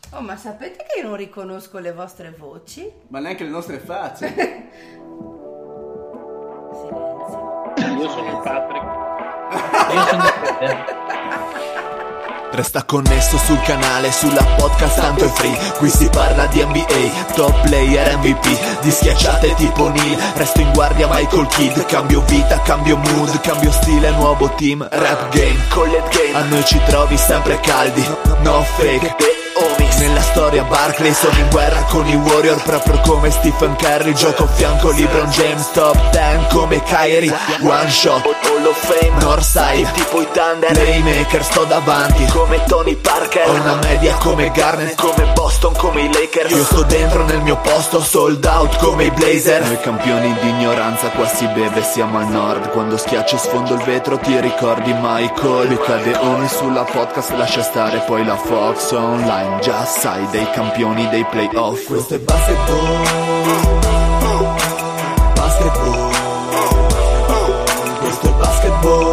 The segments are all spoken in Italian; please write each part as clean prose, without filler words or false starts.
Oh, ma sapete che io non riconosco le vostre voci? Ma neanche le nostre facce. Silenzio. Io sono il Patrick. Io sono Resta connesso sul canale, sulla podcast tanto è free. Qui si parla di NBA, top player MVP, di schiacciate tipo Neil. Resto in guardia Michael Kidd. Cambio vita, cambio mood, cambio stile, nuovo team. Rap game, collet game, a noi ci trovi sempre caldi. No fake, nella storia Barkley sono in guerra con i Warrior, proprio come Stephen Curry. Gioco a fianco LeBron James, top 10 come Kyrie. One shot, Hall of Fame, Northside, tipo i Thunder. Playmaker, sto davanti come Tony Parker. Ho una media come Garnett, come Boston, come i Lakers. Io sto dentro nel mio posto, sold out come i Blazer. Noi campioni di ignoranza, qua si beve, siamo al nord. Quando schiaccio e sfondo il vetro ti ricordi Michael. Mi cade ogni sulla podcast, lascia stare poi la Fox online. Già sai, dei campioni dei playoff. Questo è basketball, basketball. Questo è basketball,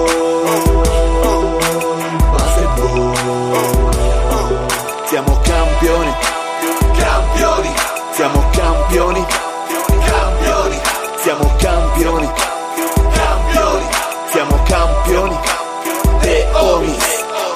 basketball. Siamo campioni, campioni. Siamo campioni, campioni. Siamo campioni, campioni. Siamo campioni, The Homies.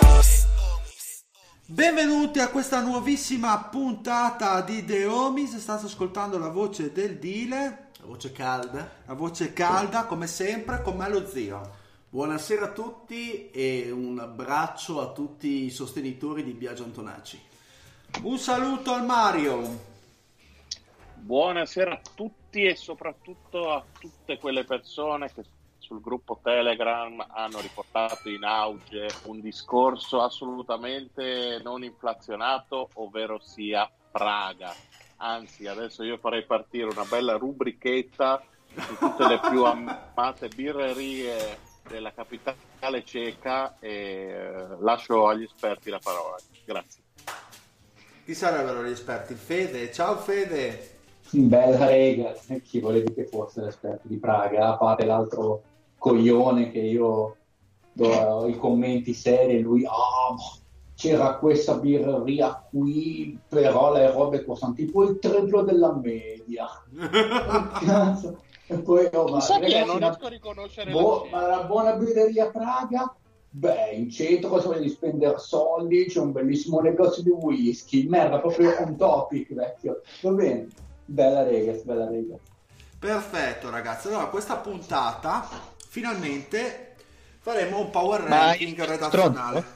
Benvenuti a questa nuovissima puntata di The Homies. State ascoltando la voce del Dile, la voce calda come sempre, con me lo zio. Buonasera a tutti e un abbraccio a tutti i sostenitori di Biagio Antonacci. Un saluto al Mario. Buonasera a tutti e soprattutto a tutte quelle persone che sul gruppo Telegram hanno riportato in auge un discorso assolutamente non inflazionato, ovvero sia Praga. Anzi, adesso io farei partire una bella rubrichetta su tutte le più amate birrerie della capitale ceca e lascio agli esperti la parola. Grazie. Chi sarebbero gli esperti? Il Fede. Ciao Fede. bella rega, chi volevi che fosse l'esperto di Praga, a parte l'altro coglione che io do i commenti seri e lui c'era questa birreria qui, però le robe costano tipo il triplo della media. Cazzo. E poi ragazzi, non riesco a riconoscere ma la buona birreria Praga, beh, in centro se voglio spendere soldi c'è un bellissimo negozio di whisky, merda, proprio on topic, vecchio. Va bene, bella rega. Perfetto ragazzi, allora questa puntata finalmente faremo un power ranking redazionale.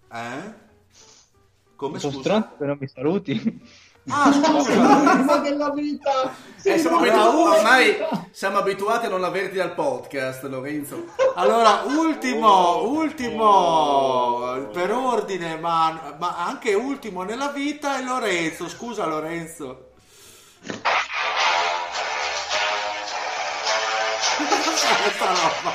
Come sono scusa? stronzo che non mi saluti. Ah, scusa. della vita. Ormai siamo abituati a non averti dal podcast, Lorenzo. Allora, ultimo per ordine, ma anche ultimo nella vita è Lorenzo. Scusa Lorenzo. Questa roba.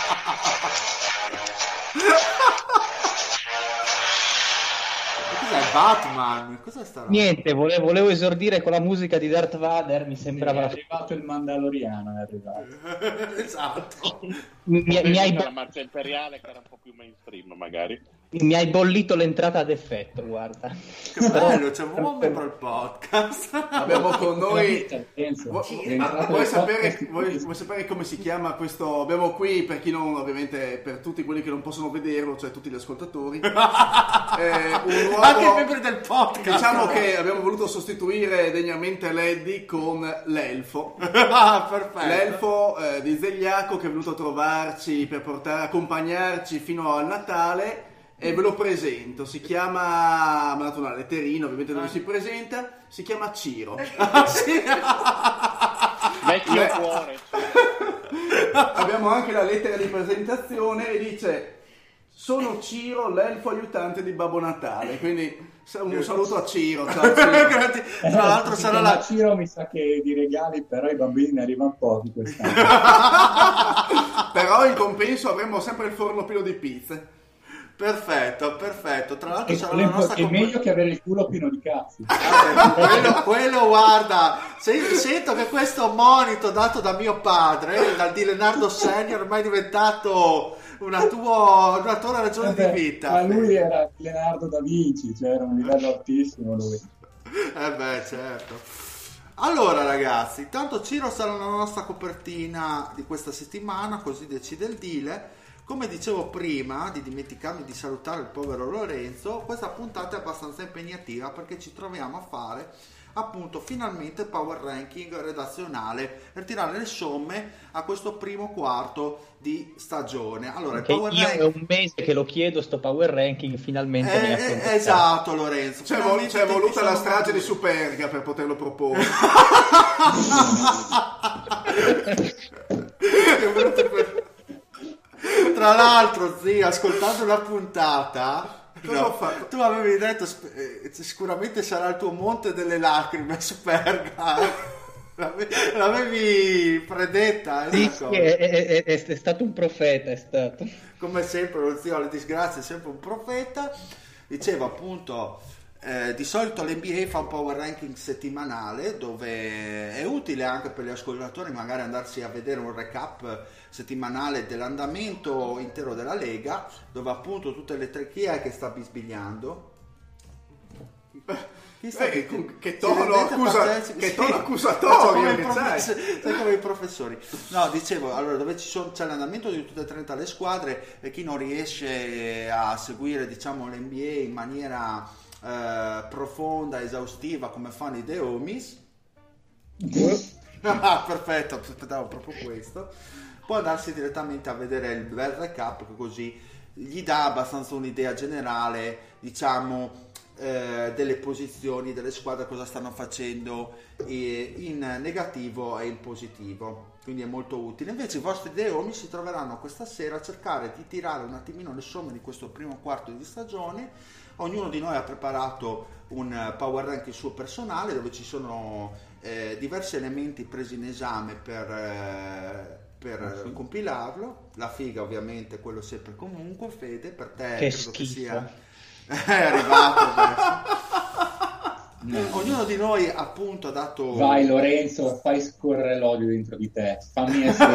Cos'è Batman? Cos'è sta roba? Niente, volevo esordire con la musica di Darth Vader, mi sembrava... È arrivato il Mandaloriano, è arrivato. Esatto. Mi hai la marcia imperiale che era un po' più mainstream magari. Mi hai bollito l'entrata ad effetto, guarda. Che bello, c'è un uomo per il podcast. Abbiamo con noi... Vuoi sapere sapere come si chiama questo? Abbiamo qui, per chi non, ovviamente, per tutti quelli che non possono vederlo, cioè tutti gli ascoltatori, un uomo, anche i membri del podcast. Diciamo che abbiamo voluto sostituire degnamente Leddy con l'elfo. Perfetto. L'elfo di Zegliaco che è venuto a trovarci per accompagnarci fino al Natale. E ve lo presento, si chiama, mi ha dato una letterina ovviamente dove si presenta, si chiama Ciro. Vecchio cuore. Abbiamo anche la lettera di presentazione e dice: sono Ciro, l'elfo aiutante di Babbo Natale, quindi un saluto a Ciro. Ciao Ciro. Tra l'altro sarà la Ciro, mi sa che di regali però i bambini ne arrivano pochi quest'anno. Però in compenso avremo sempre il forno pieno di pizze. Perfetto. Tra l'altro sarà la la nostra è meglio che avere il culo pieno di cazzi. quello guarda, sento che questo monito dato da mio padre, dal di Leonardo Senior, ormai è diventato una tua ragione di vita. Ma lui era Leonardo da Vinci, cioè era un livello altissimo lui. Certo. Allora ragazzi, intanto Ciro sarà la nostra copertina di questa settimana, così decide il Dile. Come dicevo prima, di dimenticarmi di salutare il povero Lorenzo, questa puntata è abbastanza impegnativa perché ci troviamo a fare appunto finalmente il power ranking redazionale per tirare le somme a questo primo quarto di stagione. Allora, il power io ranking... è un mese che lo chiedo sto power ranking, finalmente mi ha contattato. Esatto Lorenzo, c'è voluta la strage di Superga per poterlo proporre. Tra l'altro, zio, ascoltando la puntata, tu avevi detto sicuramente sarà il tuo monte delle lacrime, Superga. L'avevi predetta. Sì, è stato un profeta, è stato. Come sempre lo zio alle disgrazie è sempre un profeta. Dicevo appunto, di solito l'NBA fa un power ranking settimanale dove è utile anche per gli ascoltatori magari andarsi a vedere un recap settimanale dell'andamento intero della Lega, dove appunto tutte le tre, chi è che sta bisbigliando? Che tono accusatorio sei come i professori. No, dicevo, allora dove c'è l'andamento di tutte e 30 le squadre e chi non riesce a seguire diciamo l'NBA in maniera profonda, esaustiva come fanno i The Homies. Perfetto, aspettavo proprio questo. Può andarsi direttamente a vedere il bel recap, che così gli dà abbastanza un'idea generale, diciamo, delle posizioni delle squadre, cosa stanno facendo in negativo e in positivo, quindi è molto utile. Invece i vostri ideomi si troveranno questa sera a cercare di tirare un attimino le somme di questo primo quarto di stagione. Ognuno di noi ha preparato un power rank suo personale dove ci sono diversi elementi presi in esame per compilarlo. La figa ovviamente, quello sempre comunque. Fede, per te che credo schifo. che sia è arrivato adesso. Ognuno di noi appunto ha dato... Vai Lorenzo, fai scorrere l'odio dentro di te, fammi essere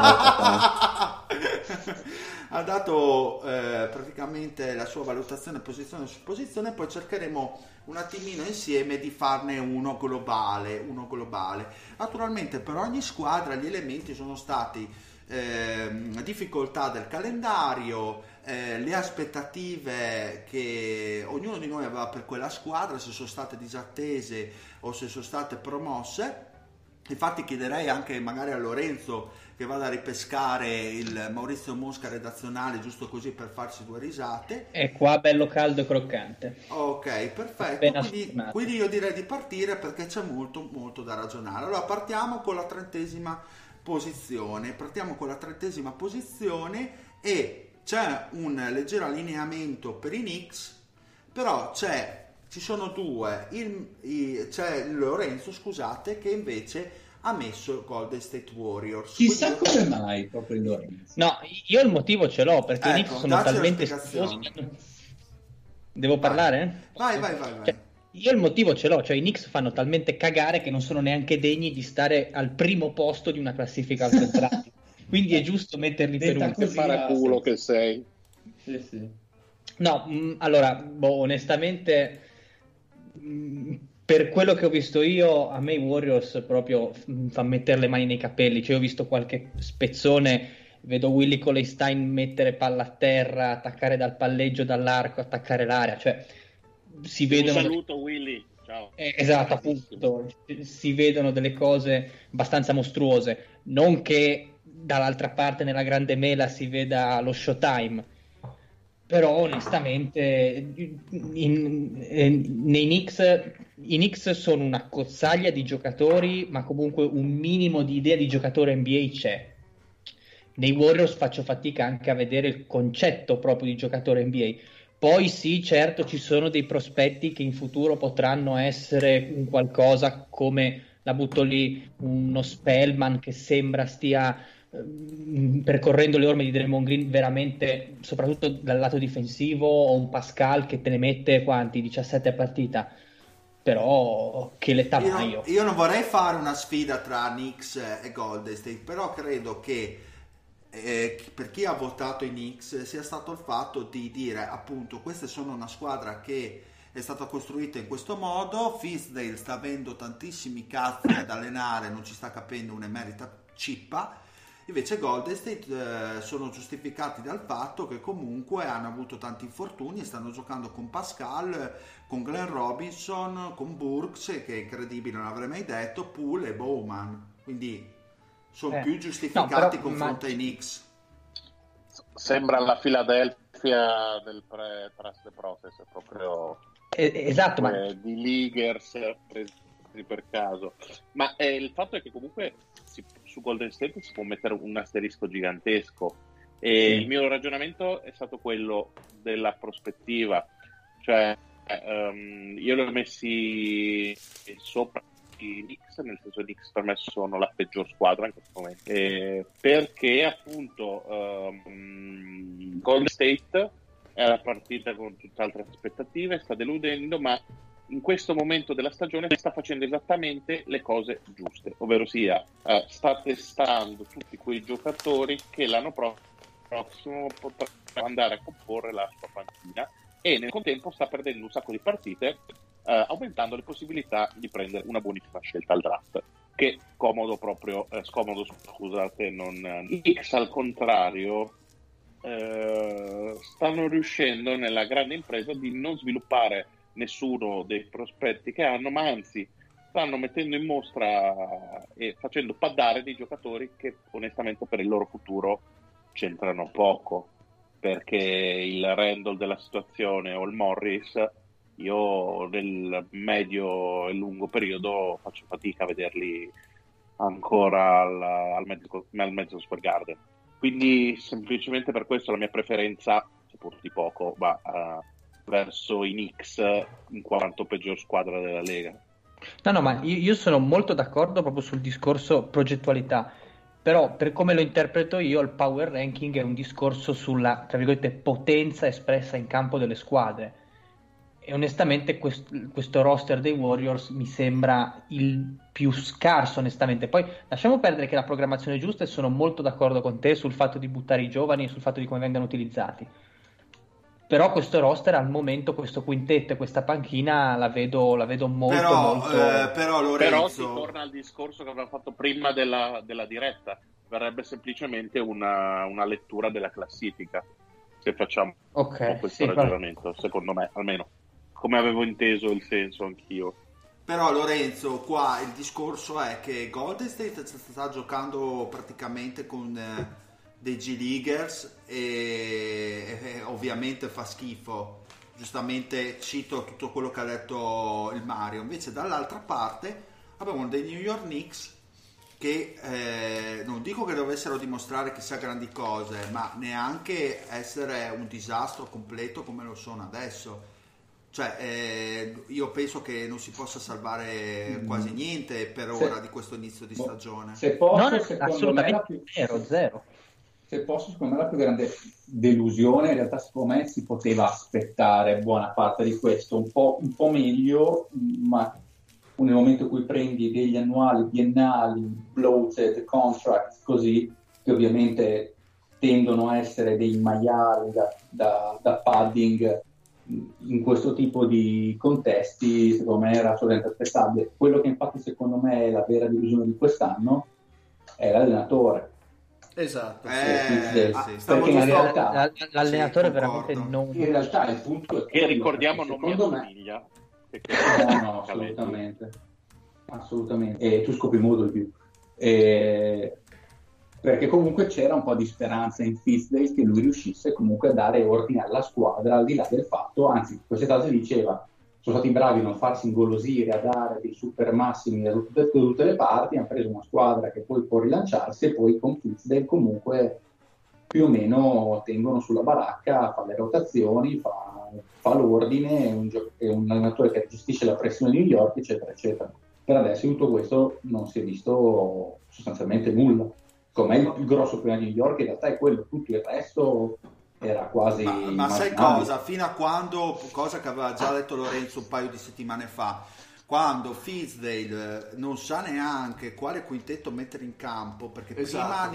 ha dato praticamente la sua valutazione posizione su posizione, poi cercheremo un attimino insieme di farne uno globale. Naturalmente per ogni squadra gli elementi sono stati difficoltà del calendario, le aspettative che ognuno di noi aveva per quella squadra, se sono state disattese o se sono state promosse. Infatti chiederei anche magari a Lorenzo che vada a ripescare il Maurizio Mosca redazionale, giusto così per farsi due risate. È qua bello caldo e croccante. Ok, perfetto. Quindi io direi di partire perché c'è molto molto da ragionare. Allora partiamo con la 30ª posizione. E c'è un leggero allineamento per i Knicks, però ci sono due, c'è Lorenzo, scusate, che invece ha messo Golden State Warriors. Chissà come mai proprio il Lorenzo. No, io il motivo ce l'ho, perché i Knicks sono talmente schifosi. Devo parlare? Vai. Cioè, io il motivo ce l'ho, cioè i Knicks fanno talmente cagare che non sono neanche degni di stare al primo posto di una classifica al centrale. Quindi è giusto metterli per un paraculo che sei. Sì. No, allora, onestamente, per quello che ho visto io, a me i Warriors proprio fa mettere le mani nei capelli. Cioè, ho visto qualche spezzone, vedo Willie Cauley-Stein mettere palla a terra, attaccare dal palleggio, dall'arco, attaccare l'area. Cioè, si vedono... Un saluto, Willie. Ciao. Esatto, appunto. Si vedono delle cose abbastanza mostruose. Non che dall'altra parte nella grande mela si veda lo Showtime, però onestamente nei Knicks, i Knicks sono una cozzaglia di giocatori, ma comunque un minimo di idea di giocatore NBA c'è. Nei Warriors faccio fatica anche a vedere il concetto proprio di giocatore NBA. Poi sì, certo, ci sono dei prospetti che in futuro potranno essere un qualcosa come, la butto lì, uno Spellman che sembra stia percorrendo le orme di Draymond Green veramente, soprattutto dal lato difensivo, o un Pascal che te ne mette quanti? 17 a partita, però che l'età maio. Io non vorrei fare una sfida tra Knicks e Golden State, però credo che per chi ha votato i Knicks sia stato il fatto di dire appunto queste sono una squadra che è stata costruita in questo modo. Fizdale sta avendo tantissimi cazzi ad allenare, non ci sta capendo un'emerita cippa. Invece Golden State sono giustificati dal fatto che comunque hanno avuto tanti infortuni e stanno giocando con Pascal, con Glenn Robinson, con Burks, che è incredibile, non l'avrei mai detto, Poole e Bowman, quindi sono più giustificati con fronte ai Knicks. Sembra la Philadelphia del pre-trust process, proprio esatto, di leaguers presi per caso. Ma il fatto è che comunque su Golden State si può mettere un asterisco gigantesco, e il mio ragionamento è stato quello della prospettiva, cioè io li ho messi sopra i Knicks, nel senso che i Knicks per me sono la peggior squadra in questo momento, perché appunto Golden State era partita con tutt'altre aspettative, sta deludendo, ma in questo momento della stagione sta facendo esattamente le cose giuste, ovvero sia sta testando tutti quei giocatori che l'anno prossimo potranno andare a comporre la sua panchina, e nel contempo sta perdendo un sacco di partite, aumentando le possibilità di prendere una buonissima scelta al draft, che scomodo, non i Knicks al contrario stanno riuscendo nella grande impresa di non sviluppare nessuno dei prospetti che hanno, ma anzi stanno mettendo in mostra e facendo paddare dei giocatori che onestamente per il loro futuro c'entrano poco, perché il Randall della situazione o il Morris, io nel medio e lungo periodo faccio fatica a vederli ancora al Madison Square Garden, quindi semplicemente per questo la mia preferenza, seppur di poco, va verso i Knicks in quanto peggior squadra della Lega. No, ma io sono molto d'accordo proprio sul discorso progettualità, però per come lo interpreto io il power ranking è un discorso sulla, tra virgolette, potenza espressa in campo delle squadre, e onestamente questo roster dei Warriors mi sembra il più scarso, onestamente. Poi lasciamo perdere che la programmazione è giusta, e sono molto d'accordo con te sul fatto di buttare i giovani e sul fatto di come vengano utilizzati, però questo roster al momento, questo quintetto e questa panchina la vedo molto però Lorenzo, però si torna al discorso che avevamo fatto prima della diretta, verrebbe semplicemente una lettura della classifica se facciamo questo ragionamento, secondo me, almeno come avevo inteso il senso anch'io. Però Lorenzo, qua il discorso è che Golden State sta giocando praticamente con dei G-Leaguers e ovviamente fa schifo. Giustamente cito tutto quello che ha detto il Mario. Invece dall'altra parte abbiamo dei New York Knicks che non dico che dovessero dimostrare chissà grandi cose, ma neanche essere un disastro completo come lo sono adesso. Cioè, io penso che non si possa salvare quasi niente per ora di questo inizio di stagione. Se posso, no, assolutamente zero. Se posso, secondo me la più grande delusione, in realtà secondo me si poteva aspettare buona parte di questo, un po' meglio, ma nel momento in cui prendi degli annuali, biennali, bloated contracts così, che ovviamente tendono a essere dei maiali da padding in questo tipo di contesti, secondo me era assolutamente aspettabile. Quello che infatti secondo me è la vera delusione di quest'anno è l'allenatore. Esatto, perché in realtà l'allenatore veramente non, in realtà il punto è che ricordiamo non mi assomiglia. No, assolutamente, e tu scopri molto di più, perché comunque c'era un po' di speranza in Fizdale che lui riuscisse comunque a dare ordine alla squadra, al di là del fatto, anzi quest'estate diceva sono stati bravi a non farsi ingolosire, a dare dei super massimi da tutte le parti, hanno preso una squadra che poi può rilanciarsi, e poi con Fizdale comunque più o meno tengono sulla baracca, fa le rotazioni, fa l'ordine, è un allenatore che gestisce la pressione di New York, eccetera, eccetera. Per adesso tutto questo non si è visto sostanzialmente nulla. Com'è il più grosso problema di New York in realtà è quello, tutto il resto era quasi ma sai cosa? Fino a quando, cosa che aveva già detto Lorenzo un paio di settimane fa, quando Fizdale non sa neanche quale quintetto mettere in campo, perché prima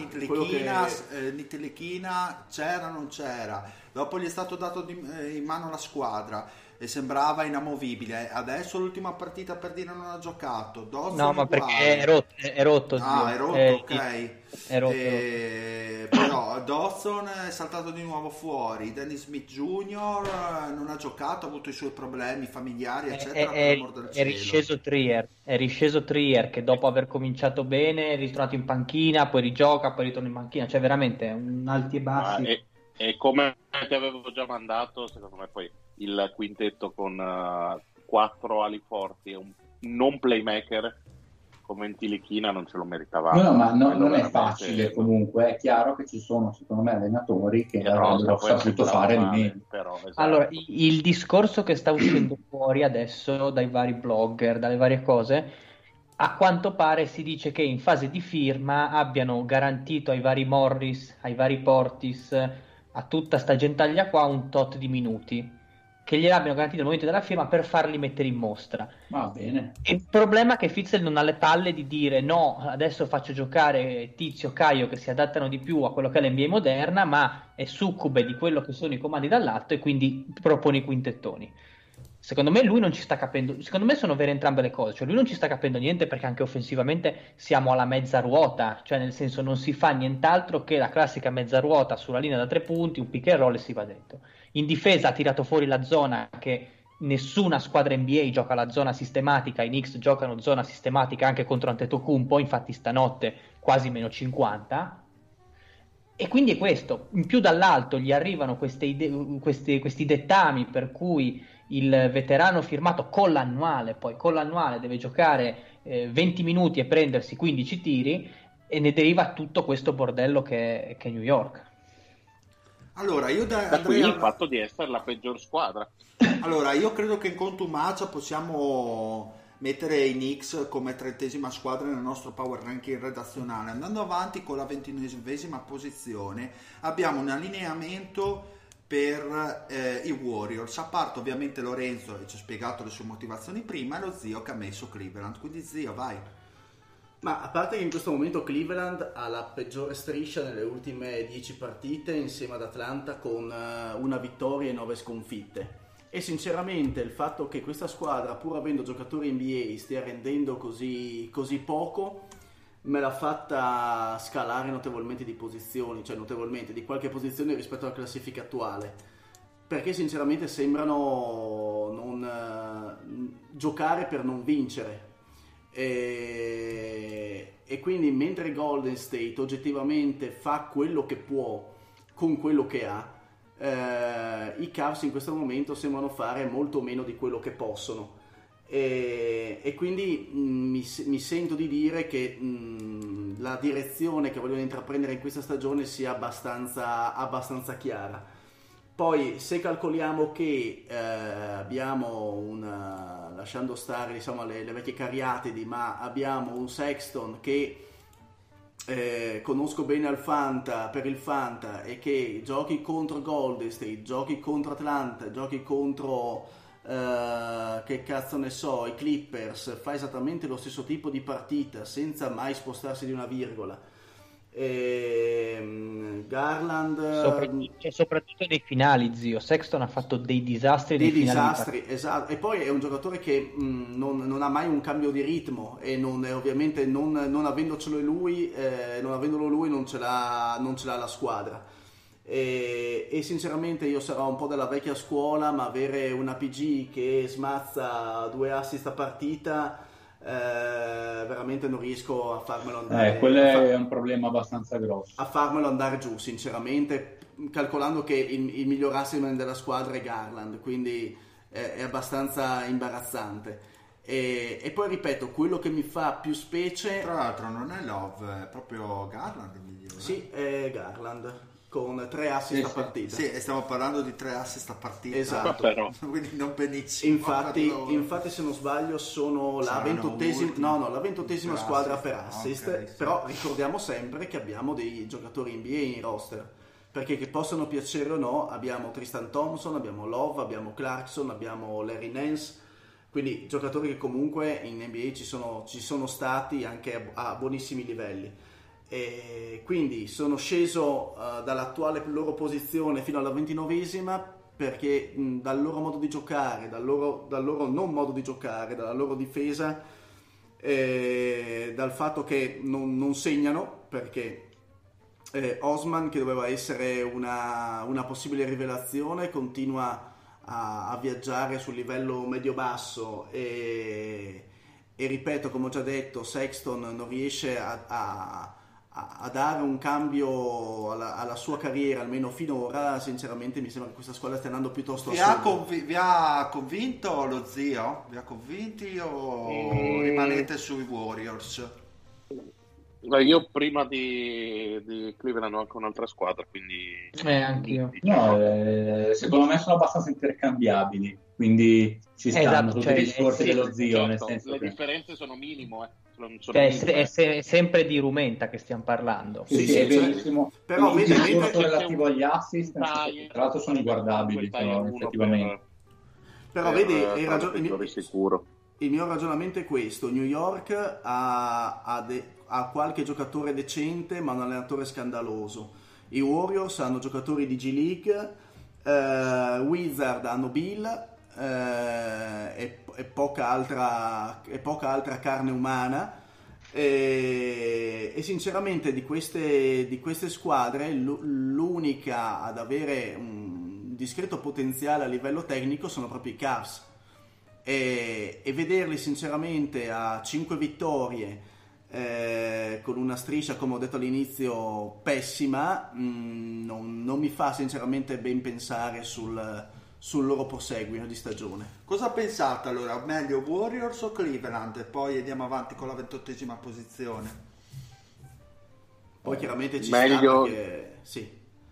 Nitilikina c'era, non c'era, dopo gli è stato dato in mano la squadra, e sembrava inamovibile. Adesso l'ultima partita per dire non ha giocato. Dawson No, ma uguale. perché è rotto, zio. Ah, è rotto, ok. È rotto. Però Dawson è saltato di nuovo fuori. Dennis Smith Jr. non ha giocato, ha avuto i suoi problemi familiari, eccetera. Per l'amor del È cielo. risceso Trier che dopo aver cominciato bene è ritornato in panchina, poi rigioca, poi ritorna in panchina, cioè veramente un alti e bassi. E come ti avevo già mandato, secondo me poi il quintetto con 4 ali forti e un non playmaker come Ntilichina non ce lo meritavamo. No, ma non è veramente- facile comunque, è chiaro che ci sono secondo me allenatori che Il roster avrebbero poi saputo sembrava fare di male, meglio. però, esatto. Allora, il discorso che sta uscendo fuori adesso dai vari blogger, dalle varie cose, a quanto pare si dice che in fase di firma abbiano garantito ai vari Morris, ai vari Portis, a tutta sta gentaglia qua un tot di minuti, che gliel'abbiano garantito al momento della firma per farli mettere in mostra. Va bene. Il problema è che Fitzel non ha le palle di dire no, adesso faccio giocare Tizio, Caio che si adattano di più a quello che è l'NBA moderna, ma è succube di quello che sono i comandi dall'alto e quindi propone i quintettoni. Secondo me lui non ci sta capendo, secondo me sono vere entrambe le cose, cioè lui non ci sta capendo niente perché anche offensivamente siamo alla mezza ruota, cioè nel senso non si fa nient'altro che la classica mezza ruota sulla linea da 3 punti, un pick and roll e si va dentro. In difesa ha tirato fuori la zona che nessuna squadra NBA gioca la zona sistematica, i Knicks giocano zona sistematica anche contro Antetokounmpo, infatti stanotte quasi meno 50. E quindi è questo, in più dall'alto gli arrivano questi dettami per cui il veterano firmato con l'annuale deve giocare 20 minuti e prendersi 15 tiri e ne deriva tutto questo bordello che è New York. Allora, io Da qui il andrei fatto di essere la peggior squadra. Allora, io credo che in contumacia possiamo mettere i Knicks come 30ª squadra nel nostro power ranking redazionale. Andando avanti con la 29ª posizione abbiamo un allineamento per i Warriors, a parte ovviamente Lorenzo, e ci ha spiegato le sue motivazioni prima, e lo zio che ha messo Cleveland. Quindi zio, vai. Ma a parte che in questo momento Cleveland ha la peggiore striscia nelle ultime 10 partite insieme ad Atlanta con una vittoria e 9 sconfitte. E sinceramente il fatto che questa squadra, pur avendo giocatori NBA, stia rendendo così poco, me l'ha fatta scalare notevolmente di posizioni, cioè notevolmente di qualche posizione rispetto alla classifica attuale, perché sinceramente sembrano giocare per non vincere. E quindi mentre Golden State oggettivamente fa quello che può con quello che ha, i Cavs in questo momento sembrano fare molto meno di quello che possono, e quindi mi sento di dire che la direzione che vogliono intraprendere in questa stagione sia abbastanza chiara. Poi se calcoliamo che abbiamo lasciando stare diciamo le vecchie cariatidi, ma abbiamo un Sexton che conosco bene per il Fanta, e che giochi contro Golden State, giochi contro Atlanta, giochi contro che cazzo ne so, i Clippers, fa esattamente lo stesso tipo di partita senza mai spostarsi di una virgola. Garland soprattutto nei finali, zio. Sexton ha fatto dei disastri nei finali. Esatto. E poi è un giocatore che non ha mai un cambio di ritmo, e ovviamente non avendolo lui non ce l'ha la squadra. E sinceramente io sarò un po' della vecchia scuola, ma avere una PG che smazza 2 assist a partita, veramente non riesco a farmelo andare. Quello è un problema abbastanza grosso. A farmelo andare giù, sinceramente, calcolando che il miglior assist della squadra è Garland, quindi è abbastanza imbarazzante. E poi ripeto, quello che mi fa più specie, Tra l'altro non è Love, è proprio Garland il migliore. sì, è Garland con 3 assist a partita. Sì, e stiamo parlando di 3 assist a partita. Esatto. Però. Quindi non benissimo. Infatti se non sbaglio sono la Saranno 28ª per squadra assist. per assist, Ok, sì. però ricordiamo sempre che abbiamo dei giocatori NBA in roster, perché che possano piacere o no abbiamo Tristan Thompson, abbiamo Love, abbiamo Clarkson, abbiamo Larry Nance, quindi giocatori che comunque in NBA ci sono stati anche a buonissimi livelli. E quindi sono sceso dall'attuale loro posizione fino alla 29ª perché dal loro modo di giocare, dal loro non modo di giocare, dalla loro difesa, dal fatto che non segnano, perché Osman, che doveva essere una possibile rivelazione, continua a viaggiare sul livello medio-basso e ripeto, come ho già detto, Sexton non riesce a dare un cambio alla sua carriera, almeno finora. Sinceramente mi sembra che questa squadra stia andando piuttosto a vi ha convinto lo zio? Vi ha convinti o rimanete sui Warriors? Io prima di Cleveland ho anche un'altra squadra, quindi anch'io. No, secondo me sono abbastanza intercambiabili, quindi ci stanno tutti i discorsi dello zio, nel certo, senso le che differenze sono minimo, è sempre di Rumenta che stiamo parlando. sì, è verissimo. Però il vedi, discorso relativo agli assist, tra l'altro, sono inguardabili, effettivamente. Però vedi, hai ragione. Sicuro. Il mio ragionamento è questo: New York ha qualche giocatore decente ma un allenatore scandaloso. I Warriors hanno giocatori di G League, Wizard hanno Bill e poca altra carne umana, e sinceramente di queste squadre l'unica ad avere un discreto potenziale a livello tecnico sono proprio i Cavs, e vederli sinceramente a 5 vittorie con una striscia, come ho detto all'inizio, pessima, non mi fa sinceramente ben pensare sul loro proseguio di stagione. Cosa pensate allora? Meglio Warriors o Cleveland? E poi andiamo avanti con la 28esima posizione. Poi chiaramente ci meglio... sta perché sì.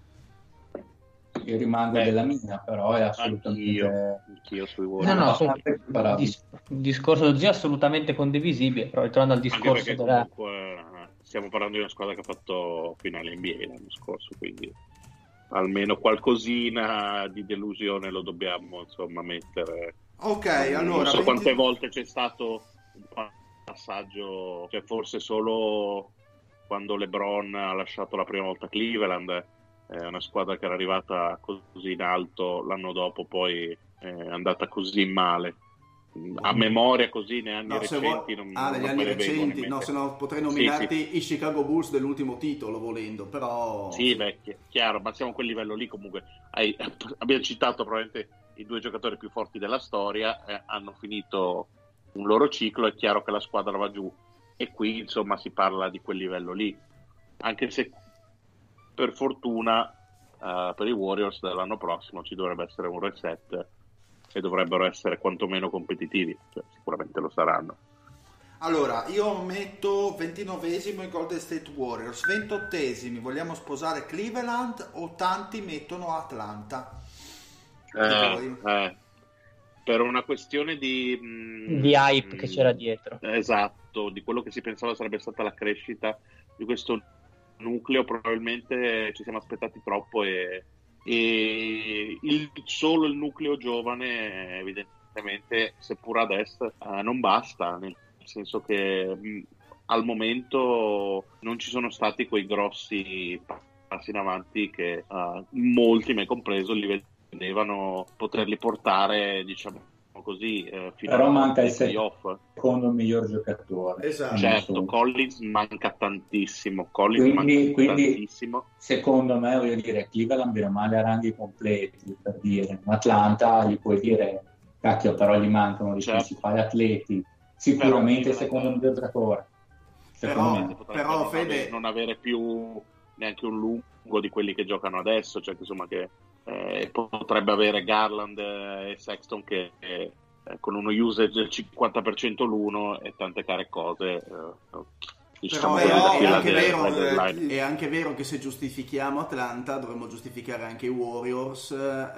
Io rimango della mia, però è assolutamente... Anch'io sui Warriors. Il discorso dello zio è assolutamente condivisibile, però ritornando al discorso della... Stiamo parlando di una squadra che ha fatto finale NBA l'anno scorso, quindi almeno qualcosina di delusione lo dobbiamo insomma mettere. Ok, allora non so quante volte c'è stato un passaggio, cioè forse solo quando LeBron ha lasciato la prima volta Cleveland, è una squadra che era arrivata così in alto, l'anno dopo poi è andata così male. A memoria così nei anni recenti negli anni recenti no, se no potrei nominarti i Chicago Bulls dell'ultimo titolo volendo, però sì, chiaro, ma siamo a quel livello lì comunque. Abbiamo citato probabilmente i due giocatori più forti della storia, hanno finito un loro ciclo, è chiaro che la squadra va giù, e qui insomma si parla di quel livello lì, anche se per fortuna per i Warriors dell'anno prossimo ci dovrebbe essere un reset e dovrebbero essere quantomeno competitivi, cioè, sicuramente lo saranno. Allora, io metto 29esimo i Golden State Warriors, 28esimi vogliamo sposare Cleveland o tanti mettono Atlanta? Per una questione di hype che c'era dietro. Esatto, di quello che si pensava sarebbe stata la crescita di questo nucleo, probabilmente ci siamo aspettati troppo e solo il nucleo giovane evidentemente, seppur ad est, non basta, nel senso che al momento non ci sono stati quei grossi passi in avanti che molti, me compreso, li vedevano poterli portare, diciamo così, fino però manca il secondo miglior giocatore. Esatto. Certo, Collins manca tantissimo. Quindi secondo me, voglio dire, Cleveland bene o male a ranghi completi, per dire. Atlanta gli puoi dire cacchio, però gli mancano dei principali atleti, sicuramente il secondo miglior giocatore. Però Fede non avere più neanche un lungo di quelli che giocano adesso, cioè insomma che potrebbe avere Garland e Sexton che con uno usage del 50% l'uno e tante care cose, diciamo. Però è anche vero che se giustifichiamo Atlanta dovremmo giustificare anche i Warriors,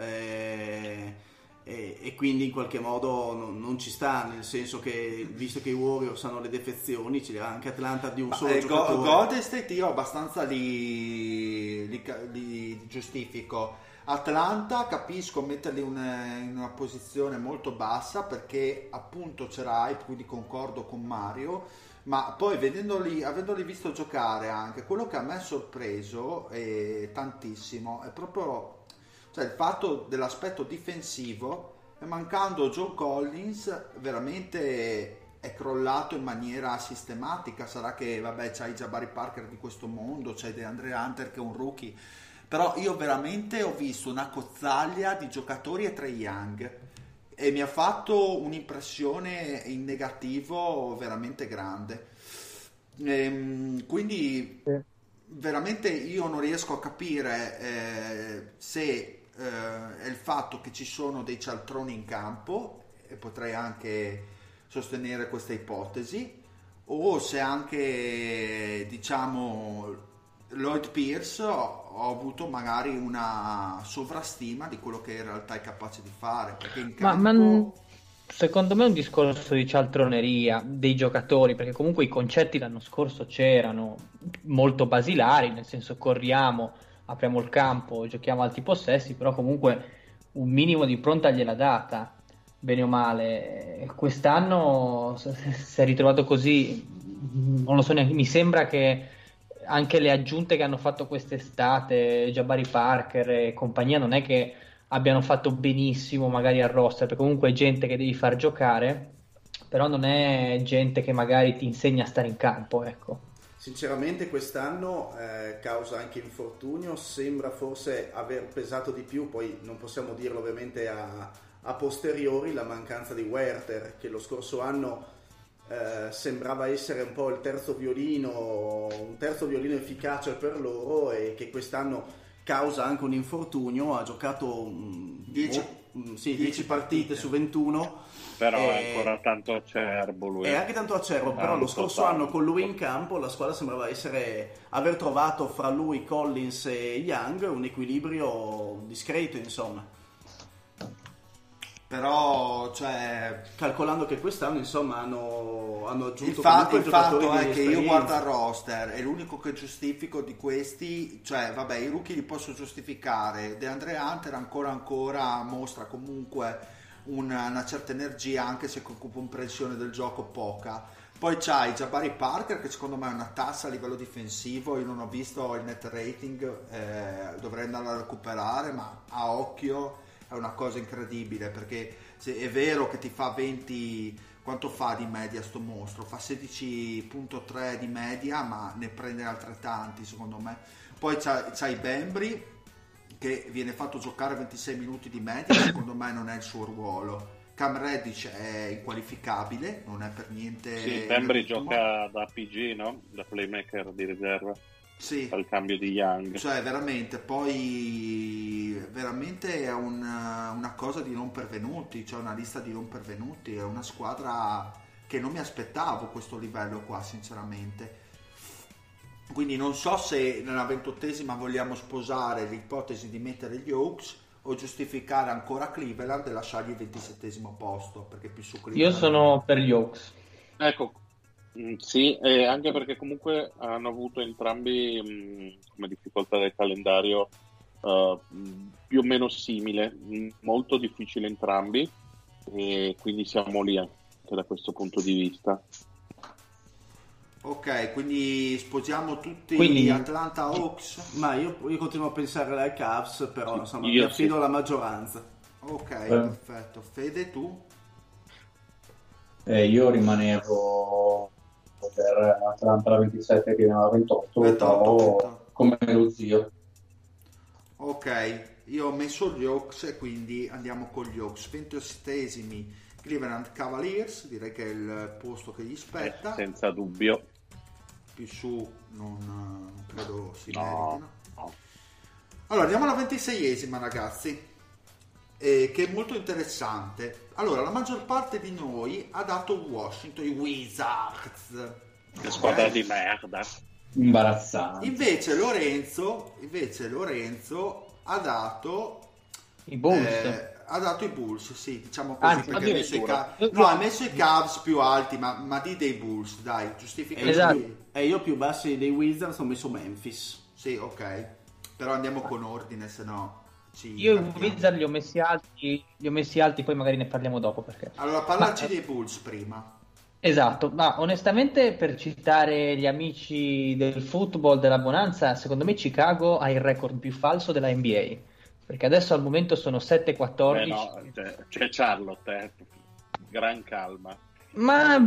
e quindi in qualche modo non ci sta, nel senso che visto che i Warriors hanno le defezioni, ce l'ha anche Atlanta di un solo giocatore. Golden State io abbastanza li giustifico. Atlanta capisco metterli in una posizione molto bassa perché appunto c'era hype, quindi concordo con Mario, ma poi avendoli visto giocare, anche quello che a me ha sorpreso tantissimo è proprio, cioè il fatto dell'aspetto difensivo, e mancando John Collins veramente è crollato in maniera sistematica. Sarà che vabbè c'hai Jabari Parker di questo mondo, c'hai DeAndre Hunter che è un rookie, però io veramente ho visto una cozzaglia di giocatori e Trae Young e mi ha fatto un'impressione in negativo veramente grande. Quindi veramente io non riesco a capire se è il fatto che ci sono dei cialtroni in campo, e potrei anche sostenere questa ipotesi, o se anche diciamo Lloyd Pierce ho avuto magari una sovrastima di quello che in realtà è capace di fare, perché in campo... Secondo me è un discorso di cialtroneria dei giocatori, perché comunque i concetti l'anno scorso c'erano, molto basilari, nel senso corriamo, apriamo il campo, giochiamo alti possessi, però comunque un minimo di pronta gliela data, bene o male. Quest'anno si è ritrovato così, non lo so neanche, mi sembra che anche le aggiunte che hanno fatto quest'estate, Jabari Parker e compagnia, non è che abbiano fatto benissimo magari al roster, perché comunque è gente che devi far giocare, però non è gente che magari ti insegna a stare in campo, ecco. Sinceramente quest'anno, causa anche infortunio, sembra forse aver pesato di più, poi non possiamo dirlo ovviamente a posteriori, la mancanza di Werther, che lo scorso anno sembrava essere un po' il terzo violino, un terzo violino efficace per loro, e che quest'anno causa anche un infortunio. Ha giocato 10 partite su 21, però è ancora tanto acerbo lui. È anche tanto acerbo, però lo scorso anno con lui in campo la squadra sembrava aver trovato fra lui, Collins e Young un equilibrio discreto, insomma. Però cioè calcolando che quest'anno insomma hanno aggiunto il fatto è che io guardo il roster e l'unico che giustifico di questi, cioè vabbè i rookie li posso giustificare, DeAndre Hunter ancora mostra comunque una certa energia, anche se con comprensione del gioco poca. Poi c'hai Jabari Parker che secondo me è una tassa a livello difensivo, io non ho visto il net rating, dovrei andarlo a recuperare, ma a occhio è una cosa incredibile, perché se è vero che ti fa 20, quanto fa di media sto mostro? Fa 16.3 di media, ma ne prende altrettanti secondo me. Poi c'hai Bembry che viene fatto giocare 26 minuti di media, secondo me non è il suo ruolo. Cam Reddish è inqualificabile, non è per niente. Sì, Bembry gioca da PG, no? Da playmaker di riserva. Sì, al cambio di Young, cioè veramente è una cosa di non pervenuti, cioè una lista di non pervenuti, è una squadra che non mi aspettavo questo livello qua sinceramente. Quindi non so se nella 28esima vogliamo sposare l'ipotesi di mettere gli Hawks o giustificare ancora Cleveland e lasciargli il 27esimo posto, perché più su Cleveland. Io sono per gli Hawks, ecco. Sì, anche perché comunque hanno avuto entrambi come difficoltà del calendario più o meno simile, molto difficile entrambi, e quindi siamo lì anche da questo punto di vista. Ok, quindi sposiamo tutti Atlanta Hawks? Ma io continuo a pensare ai Cavs, però insomma mi affido alla maggioranza. Ok, perfetto. Fede, tu? Io rimanevo per Atlanta la 27 che era 28, come lo zio. Ok, io ho messo gli Hawks e quindi andiamo con gli Hawks. 27esimi Cleveland Cavaliers, direi che è il posto che gli spetta. Senza dubbio. Più su non credo si meritino. No. Allora andiamo alla 26esima, ragazzi, che è molto interessante. Allora, la maggior parte di noi ha dato Washington, i Wizards. Che squadra di merda. Imbarazzante. Invece Lorenzo ha dato i Bulls. Ha dato i Bulls, sì, diciamo così, perché ha messo i Cavs più alti, ma di dei Bulls, dai, giustifica. Esatto. E io più bassi dei Wizards ho messo Memphis. Sì, ok. Però andiamo con ordine, se no io i Wizards li ho messi alti, poi magari ne parliamo dopo, perché. Allora parlaci dei Bulls prima. Esatto, ma onestamente, per citare gli amici del football della Bonanza, secondo me Chicago ha il record più falso della NBA. perché adesso al momento sono 7-14. No, c'è Charlotte, gran calma. Ma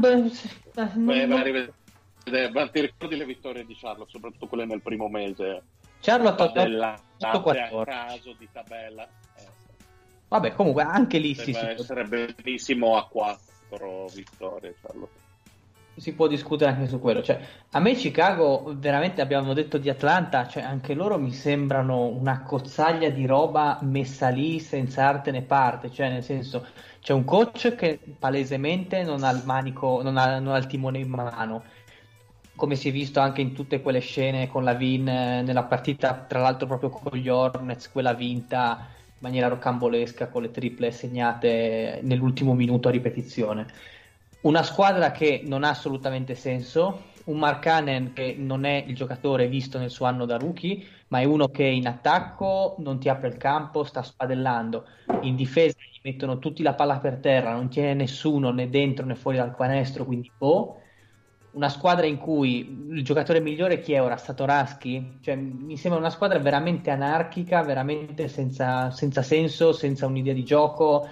Ma ti ricordi le vittorie di Charlotte, soprattutto quelle nel primo mese? Charlotte a 8-14. caso di tabella. Vabbè, comunque anche lì si Deve essere benissimo a 4 vittorie Charlotte. Si può discutere anche su quello. Cioè, a me Chicago, veramente abbiamo detto di Atlanta, cioè anche loro mi sembrano una cozzaglia di roba messa lì senza arte né parte. Cioè, nel senso, c'è un coach che palesemente non ha il manico, non ha il timone in mano, come si è visto anche in tutte quelle scene con la Vin nella partita, tra l'altro proprio con gli Hornets, quella vinta in maniera rocambolesca con le triple segnate nell'ultimo minuto a ripetizione. Una squadra che non ha assolutamente senso, un Markkanen che non è il giocatore visto nel suo anno da rookie, ma è uno che in attacco non ti apre il campo, sta spadellando, in difesa gli mettono tutti la palla per terra, non tiene nessuno né dentro né fuori dal canestro, quindi una squadra in cui il giocatore migliore chi è ora? Satoransky? Cioè, mi sembra una squadra veramente anarchica, veramente senza senso, senza un'idea di gioco.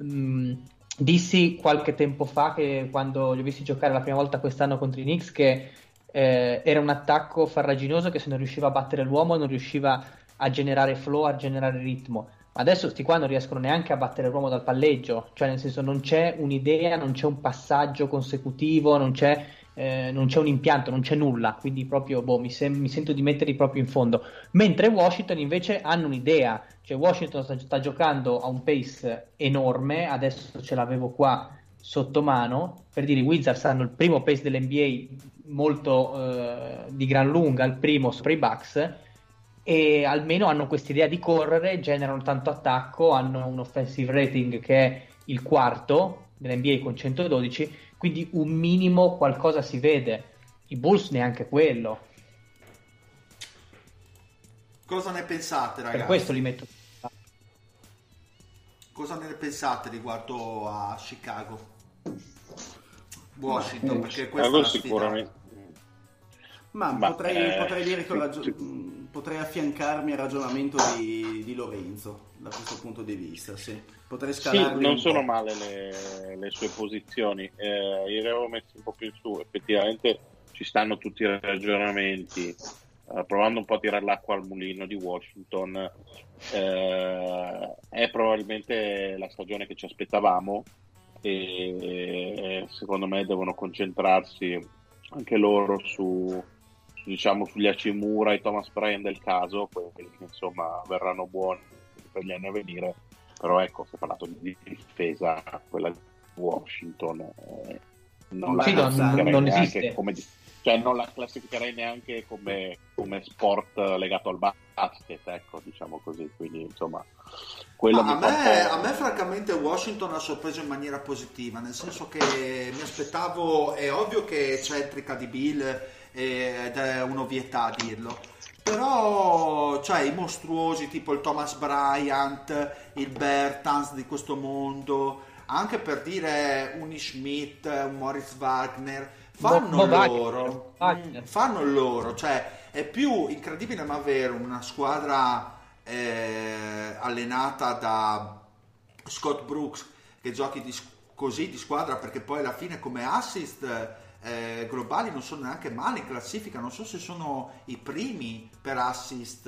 Dissi qualche tempo fa, che quando li ho visti giocare la prima volta quest'anno contro i Knicks, che era un attacco farraginoso che se non riusciva a battere l'uomo non riusciva a generare flow, a generare ritmo. Adesso sti qua non riescono neanche a battere l'uomo dal palleggio, cioè nel senso non c'è un'idea, non c'è un passaggio consecutivo, non c'è un impianto, non c'è nulla, quindi proprio mi sento di metterli proprio in fondo. Mentre Washington invece hanno un'idea, cioè Washington sta giocando a un pace enorme, adesso ce l'avevo qua sotto mano, per dire i Wizards hanno il primo pace dell'NBA molto di gran lunga, il primo sopra i Bucks, e almeno hanno quest'idea di correre, generano tanto attacco, hanno un offensive rating che è il quarto dell'NBA con 112, quindi un minimo qualcosa si vede. I Bulls neanche quello. Cosa ne pensate, ragazzi? Per questo li metto. Cosa ne pensate riguardo a Chicago? Washington, perché questa è la sfida. Sicuramente. Ma potrei dire che potrei affiancarmi al ragionamento di Lorenzo da questo punto di vista, sì. Potrei scalarli non un sono po'. male le sue posizioni. Io le avevo messe un po' più in su, effettivamente ci stanno tutti i ragionamenti, provando un po' a tirare l'acqua al mulino di Washington. È probabilmente la stagione che ci aspettavamo e secondo me devono concentrarsi anche loro sugli Hachimura e Thomas Bryant del caso, quelli che insomma verranno buoni per gli anni a venire. Però ecco, si è parlato di difesa, quella di Washington non la classificherei non neanche esiste. cioè non la classificherei neanche come sport legato al basket, ecco, diciamo così. Quindi insomma quello a me francamente Washington ha sorpreso in maniera positiva, nel senso che mi aspettavo, è ovvio che è centrica di Bill ed è un'ovvietà dirlo, però cioè i mostruosi tipo il Thomas Bryant, il Bertans di questo mondo, anche per dire un Schmidt, un Moritz Wagner, fanno il loro, cioè è più incredibile ma vero una squadra allenata da Scott Brooks che giochi così di squadra, perché poi alla fine come assist globali non sono neanche male in classifica, non so se sono i primi per assist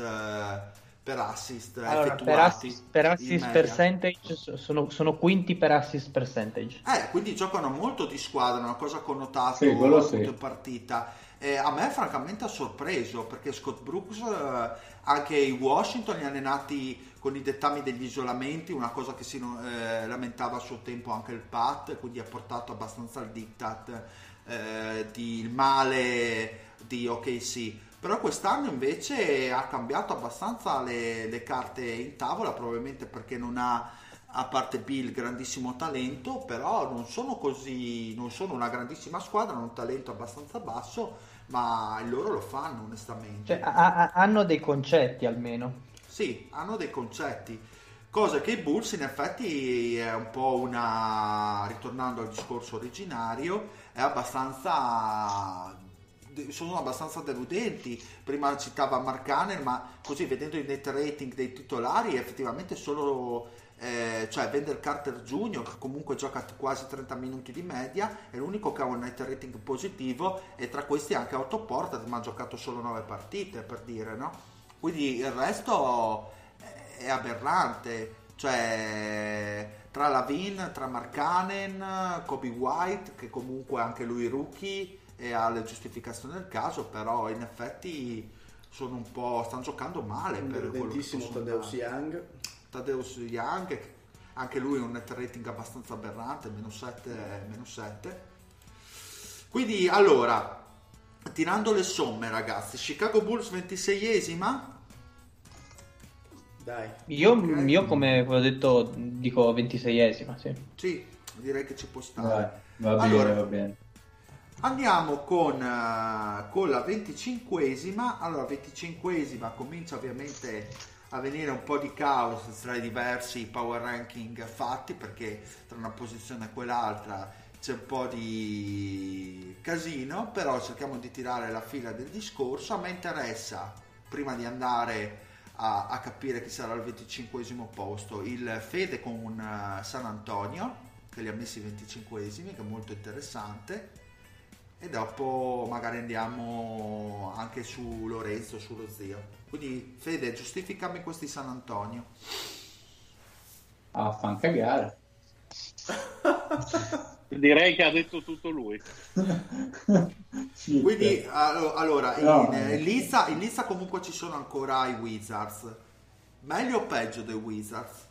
Allora, effettuati per assist percentage sono quinti per assist percentage. Quindi giocano molto di squadra, una cosa connotata sì, in partita. A me francamente ha sorpreso, perché Scott Brooks anche i Washington li ha allenati con i dettami degli isolamenti, una cosa che si lamentava a suo tempo anche il Pat, quindi ha portato abbastanza al diktat il male di OKC. Però quest'anno invece ha cambiato abbastanza le carte in tavola, probabilmente perché non ha, a parte Bill, grandissimo talento, però non sono una grandissima squadra, hanno un talento abbastanza basso, ma loro lo fanno onestamente. Cioè, hanno dei concetti almeno. Sì, hanno dei concetti, cosa che i Bulls in effetti è un po' ritornando al discorso originario, è abbastanza sono abbastanza deludenti. Prima citava Mark Cannon, ma così vedendo il net rating dei titolari effettivamente solo cioè Wendell Carter Jr., che comunque gioca quasi 30 minuti di media, è l'unico che ha un net rating positivo, e tra questi anche Otto Porter, ma ha giocato solo 9 partite, per dire, no? Quindi il resto è aberrante, cioè tra Lavin, tra Markkanen, Kobe White, che comunque anche lui rookie e ha le giustificazioni del caso, però in effetti sono un po', stanno giocando male per quello che sono. Tadeusz Young, anche lui un net rating abbastanza aberrante, meno 7. Quindi allora, tirando le somme, ragazzi, Chicago Bulls 26esima. Dai. Io come ho detto dico 26esima, sì. Sì, direi che ci può stare. Va bene. Andiamo con la 25esima. Allora, 25esima comincia ovviamente a venire un po' di caos tra i diversi power ranking fatti, perché tra una posizione e quell'altra c'è un po' di casino, però cerchiamo di tirare la fila del discorso. A me interessa, prima di andare a capire chi sarà al 25esimo posto, il Fede con San Antonio, che li ha messi 25esimi, che è molto interessante, e dopo magari andiamo anche su Lorenzo, sullo zio. Quindi Fede, giustificami questi San Antonio. Fan cagare. Direi che ha detto tutto lui. Sì, quindi allora no, in lista comunque ci sono ancora i Wizards. Meglio o peggio dei Wizards?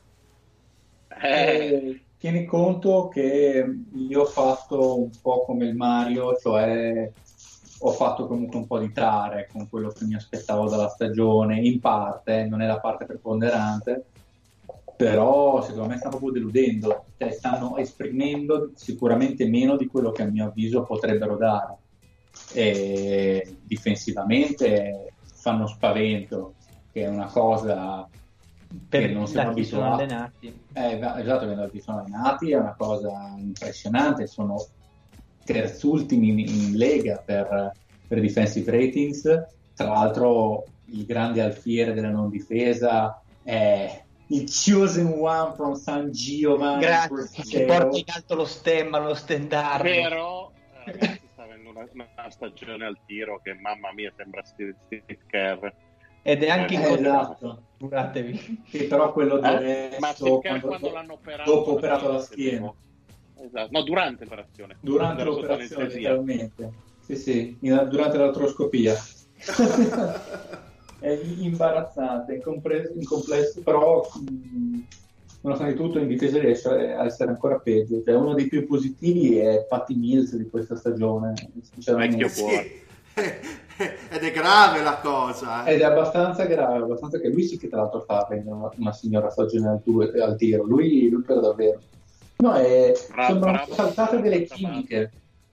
Tieni conto che io ho fatto un po' come il Mario, cioè ho fatto comunque un po' di tare con quello che mi aspettavo dalla stagione, in parte, non è la parte preponderante, però secondo me stanno proprio deludendo, cioè stanno esprimendo sicuramente meno di quello che a mio avviso potrebbero dare, e difensivamente fanno spavento, che è una cosa che non siamo abituati. Esatto, sono allenati, è una cosa impressionante, sono terzultimi in lega per defensive ratings. Tra l'altro il grande alfiere della non difesa è il chosen one from San Giovanni. Grazie, che porta in alto lo stemma, lo stendardo. Però ragazzi, sta avendo una stagione al tiro che mamma mia sembra Steve Kerr. Ed è anche in esatto. Curatevi. Sì, però quello deve ma quando l'hanno operato, dopo operato la schiena. Esatto. No, durante l'operazione. Durante l'operazione, letteralmente. Sì, durante l'artroscopia. È imbarazzante, complesso, però nonostante tutto in difesa riesce a essere ancora peggio. Cioè, uno dei più positivi è Patty Mills di questa stagione, sinceramente. Ed è grave la cosa. Ed è abbastanza grave, abbastanza che lui sì che tra l'altro fa una signora stagione al tiro. Lui per davvero. No, sembrano saltate delle chimiche.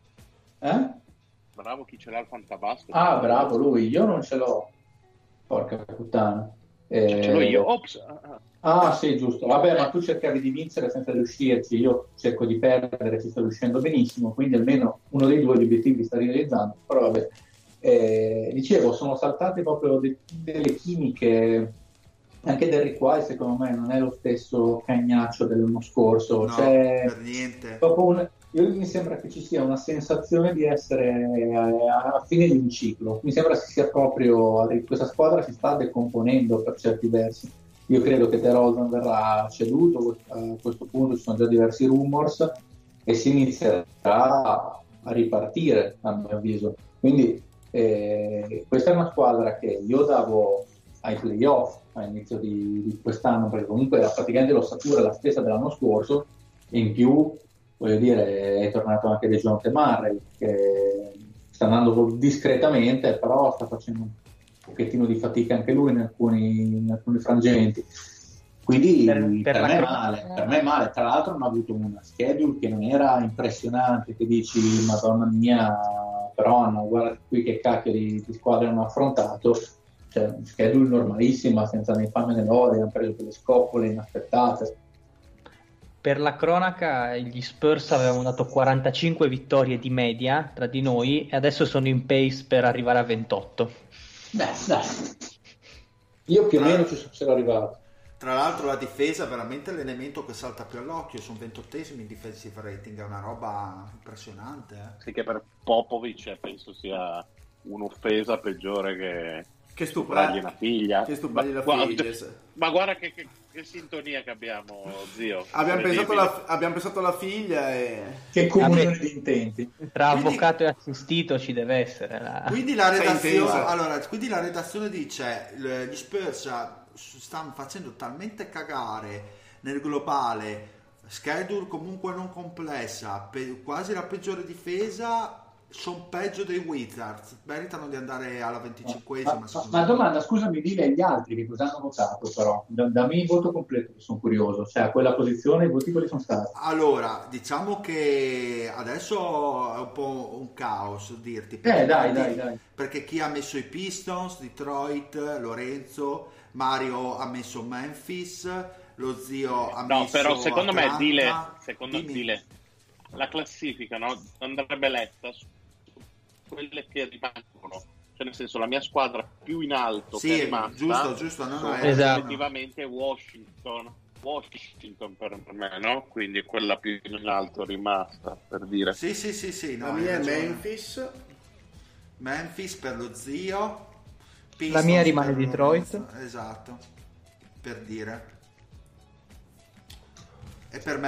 Bravo chi ce l'ha il fantabasket. Bravo lui, io non ce l'ho. Porca puttana. Ce l'ho io. Ops. Sì, giusto. Vabbè, ma tu cercavi di vincere senza riuscirci. Io cerco di perdere, ci sto riuscendo benissimo. Quindi almeno uno dei due gli obiettivi sta realizzando. Però vabbè. Dicevo, sono saltate proprio delle chimiche. Anche Derrick White secondo me non è lo stesso cagnaccio dell'anno scorso. No, per niente. Mi sembra che ci sia una sensazione di essere a fine di un ciclo. Mi sembra che sia proprio questa squadra si sta decomponendo per certi versi. Io credo che DeRozan verrà ceduto, a questo punto ci sono già diversi rumors e si inizierà a ripartire, a mio avviso. Quindi questa è una squadra che io davo ai playoff all'inizio di quest'anno, perché comunque era praticamente l'ossatura la stessa dell'anno scorso, e in più voglio dire è tornato anche Dejounte Murray, che sta andando discretamente, però sta facendo un pochettino di fatica anche lui in alcuni frangenti, quindi per me è male. Tra l'altro hanno avuto una schedule che non era impressionante, che dici madonna mia, però guarda qui che cacchio di squadre hanno affrontato, cioè un schedule normalissima, senza né fame né lode, hanno preso delle scopole inaspettate. Per la cronaca, gli Spurs avevano dato 45 vittorie di media tra di noi e adesso sono in pace per arrivare a 28. Beh, dai. Io più o meno ci sono arrivato. Tra l'altro la difesa è veramente l'elemento che salta più all'occhio, sono 28esimi in defensive rating, è una roba impressionante. Sì, che per Popovic penso sia un'offesa peggiore che stuprargli una figlia. Che stuprargli la figlia. Ma guarda che sintonia che abbiamo, zio. Abbiamo pensato alla figlia e... Che comunione di intenti. Tra avvocato e assistito ci deve essere. Quindi la redazione dice gli Spurs stanno facendo talmente cagare nel globale, schedule comunque non complessa, quasi la peggiore difesa, sono peggio dei Wizards, meritano di andare alla 25esima. Ma domanda, scusami, dile agli altri che cosa hanno votato, però dammi il voto completo, che sono curioso, cioè a quella posizione i voti quali sono stati? Allora, diciamo che adesso è un po' un caos dirti, dai, perché chi ha messo i Pistons, Detroit, Lorenzo, Mario ha messo Memphis, lo zio ha messo però secondo Atlanta. me Dile, la classifica, no, andrebbe letta su quelle che rimangono, cioè nel senso la mia squadra più in alto che è rimasta, giusto, esatto. effettivamente Washington per me, no? Quindi quella più in alto rimasta, per dire. Sì, no, la mia è Memphis per lo zio. Pistons, la mia rimane Detroit. Esatto, per dire. E per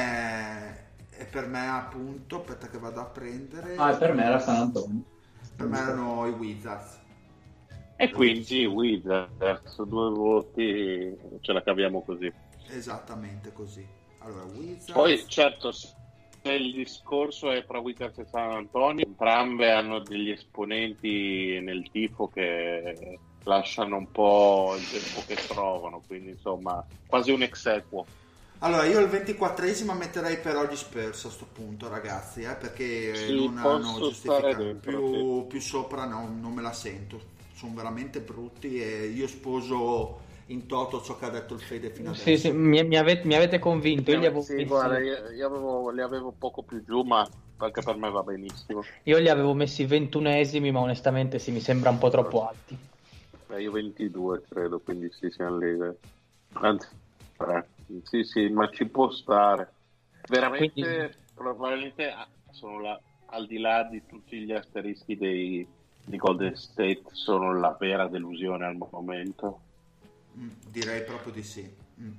me appunto, aspetta che vado a prendere. Per me era San Antonio. Per me erano i Wizards. E quindi Wizards, 2 voti, ce la caviamo così. Esattamente così. Allora, Wizards. Poi certo, se il discorso è tra Wizards e San Antonio, entrambe hanno degli esponenti nel tifo che lasciano un po' il tempo che trovano, quindi insomma quasi un ex equo. Allora, io il 24esimo metterei però gli Spurs a sto punto, ragazzi, perché non hanno giustificato. Più sopra non me la sento. Sono veramente brutti e io sposo in toto ciò che ha detto il Fede fino adesso. Sì, mi avete convinto. Io li avevo messi... guarda, io li avevo poco più giù, ma anche per me va benissimo. Io li avevo messi 21esimi, ma onestamente sì, mi sembra un po' troppo alti. Io 22 credo, quindi sì, siamo lì. Anzi, 3. Sì, ma ci può stare. Veramente, quindi... probabilmente sono al di là di tutti gli asterischi di Golden State, sono la vera delusione al momento. Direi proprio di sì.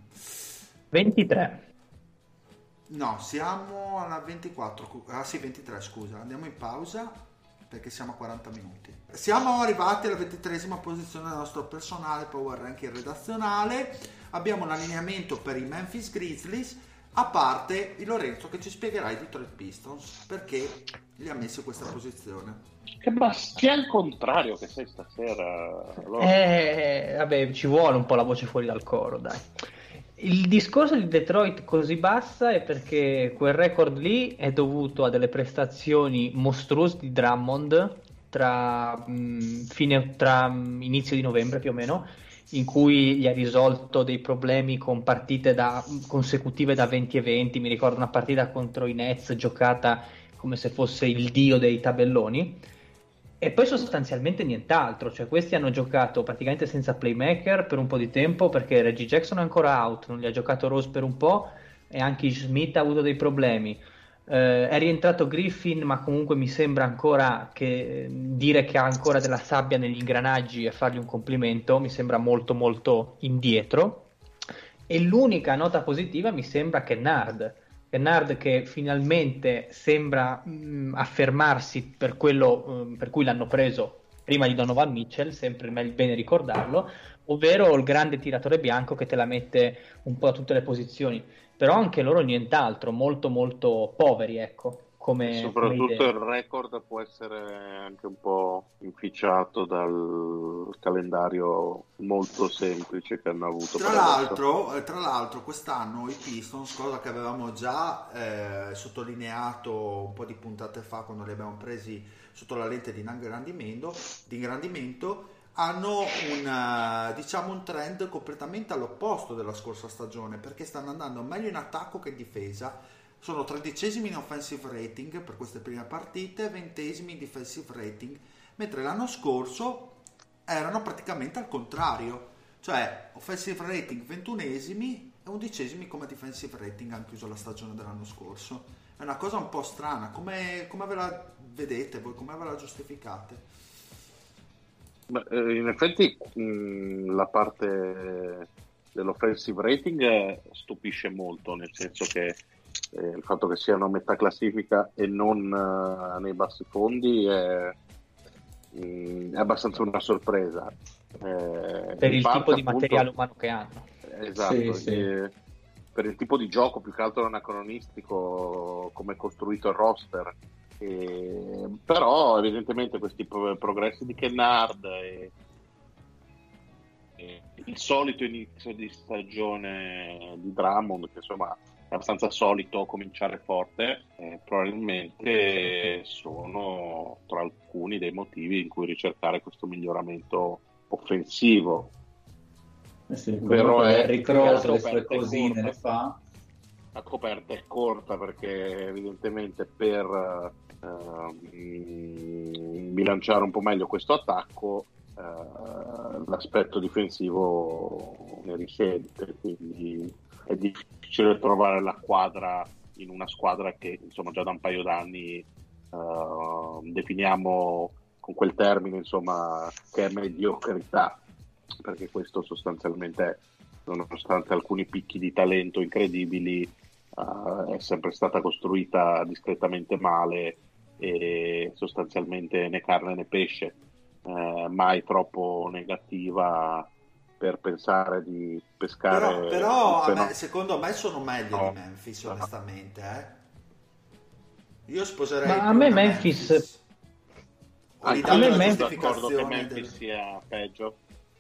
23. No, siamo alla 24. Ah sì, 23, scusa. Andiamo in pausa perché siamo a 40 minuti. Siamo arrivati alla 23esima posizione del nostro personale power ranking redazionale. Abbiamo un allineamento per i Memphis Grizzlies, a parte il Lorenzo che ci spiegherà i Detroit Pistons perché li ha messi in questa posizione. Che bastia al contrario che sei stasera. Vabbè, ci vuole un po' la voce fuori dal coro, dai. Il discorso di Detroit così bassa è perché quel record lì è dovuto a delle prestazioni mostruose di Drummond tra inizio di novembre più o meno, in cui gli ha risolto dei problemi con partite consecutive da 20-20. Mi ricordo una partita contro i Nets giocata come se fosse il dio dei tabelloni, e poi sostanzialmente nient'altro. Cioè questi hanno giocato praticamente senza playmaker per un po' di tempo perché Reggie Jackson è ancora out, non gli ha giocato Rose per un po' e anche Smith ha avuto dei problemi. È rientrato Griffin, ma comunque mi sembra ancora che dire che ha ancora della sabbia negli ingranaggi e fargli un complimento mi sembra molto molto indietro. E l'unica nota positiva mi sembra Kennard che finalmente sembra affermarsi per quello per cui l'hanno preso prima di Donovan Mitchell, sempre bene ricordarlo, ovvero il grande tiratore bianco che te la mette un po' a tutte le posizioni. Però anche loro nient'altro, molto molto poveri, ecco. Soprattutto il record può essere anche un po' inficiato dal calendario molto semplice che hanno avuto. Tra l'altro quest'anno i Pistons, cosa che avevamo già sottolineato un po' di puntate fa quando li abbiamo presi sotto la lente di ingrandimento, hanno un trend completamente all'opposto della scorsa stagione, perché stanno andando meglio in attacco che in difesa. Sono 13esimi in offensive rating per queste prime partite, 20esimi in defensive rating, mentre l'anno scorso erano praticamente al contrario, cioè offensive rating 21esimi e 11esimi come defensive rating hanno chiuso la stagione dell'anno scorso. È una cosa un po' strana. Come ve la vedete voi, come ve la giustificate? In effetti la parte dell'offensive rating stupisce molto, nel senso che il fatto che siano a metà classifica e non nei bassi fondi è abbastanza una sorpresa. Per il tipo di materiale umano che hanno. Esatto, Sì. Per il tipo di gioco più che altro anacronistico, come è costruito il roster. Però evidentemente questi progressi di Kennard e il solito inizio di stagione di Drummond, che insomma è abbastanza solito cominciare forte, probabilmente sono tra alcuni dei motivi in cui ricercare questo miglioramento offensivo. Però è Eric Rose le sue coperta e cosine corta. le fa. La coperta è corta perché evidentemente per bilanciare un po' meglio questo attacco l'aspetto difensivo ne risente, quindi è difficile trovare la quadra in una squadra che insomma già da un paio d'anni definiamo con quel termine insomma che è mediocrità, perché questo sostanzialmente è, nonostante alcuni picchi di talento incredibili, è sempre stata costruita discretamente male e sostanzialmente né carne né pesce, mai troppo negativa per pensare di pescare. Però secondo me sono meglio No. di Memphis, onestamente. Io sposerei Ma a più me una Memphis- O gli Anche date me la Memphis- d'accordo che giustificazione Memphis sia peggio.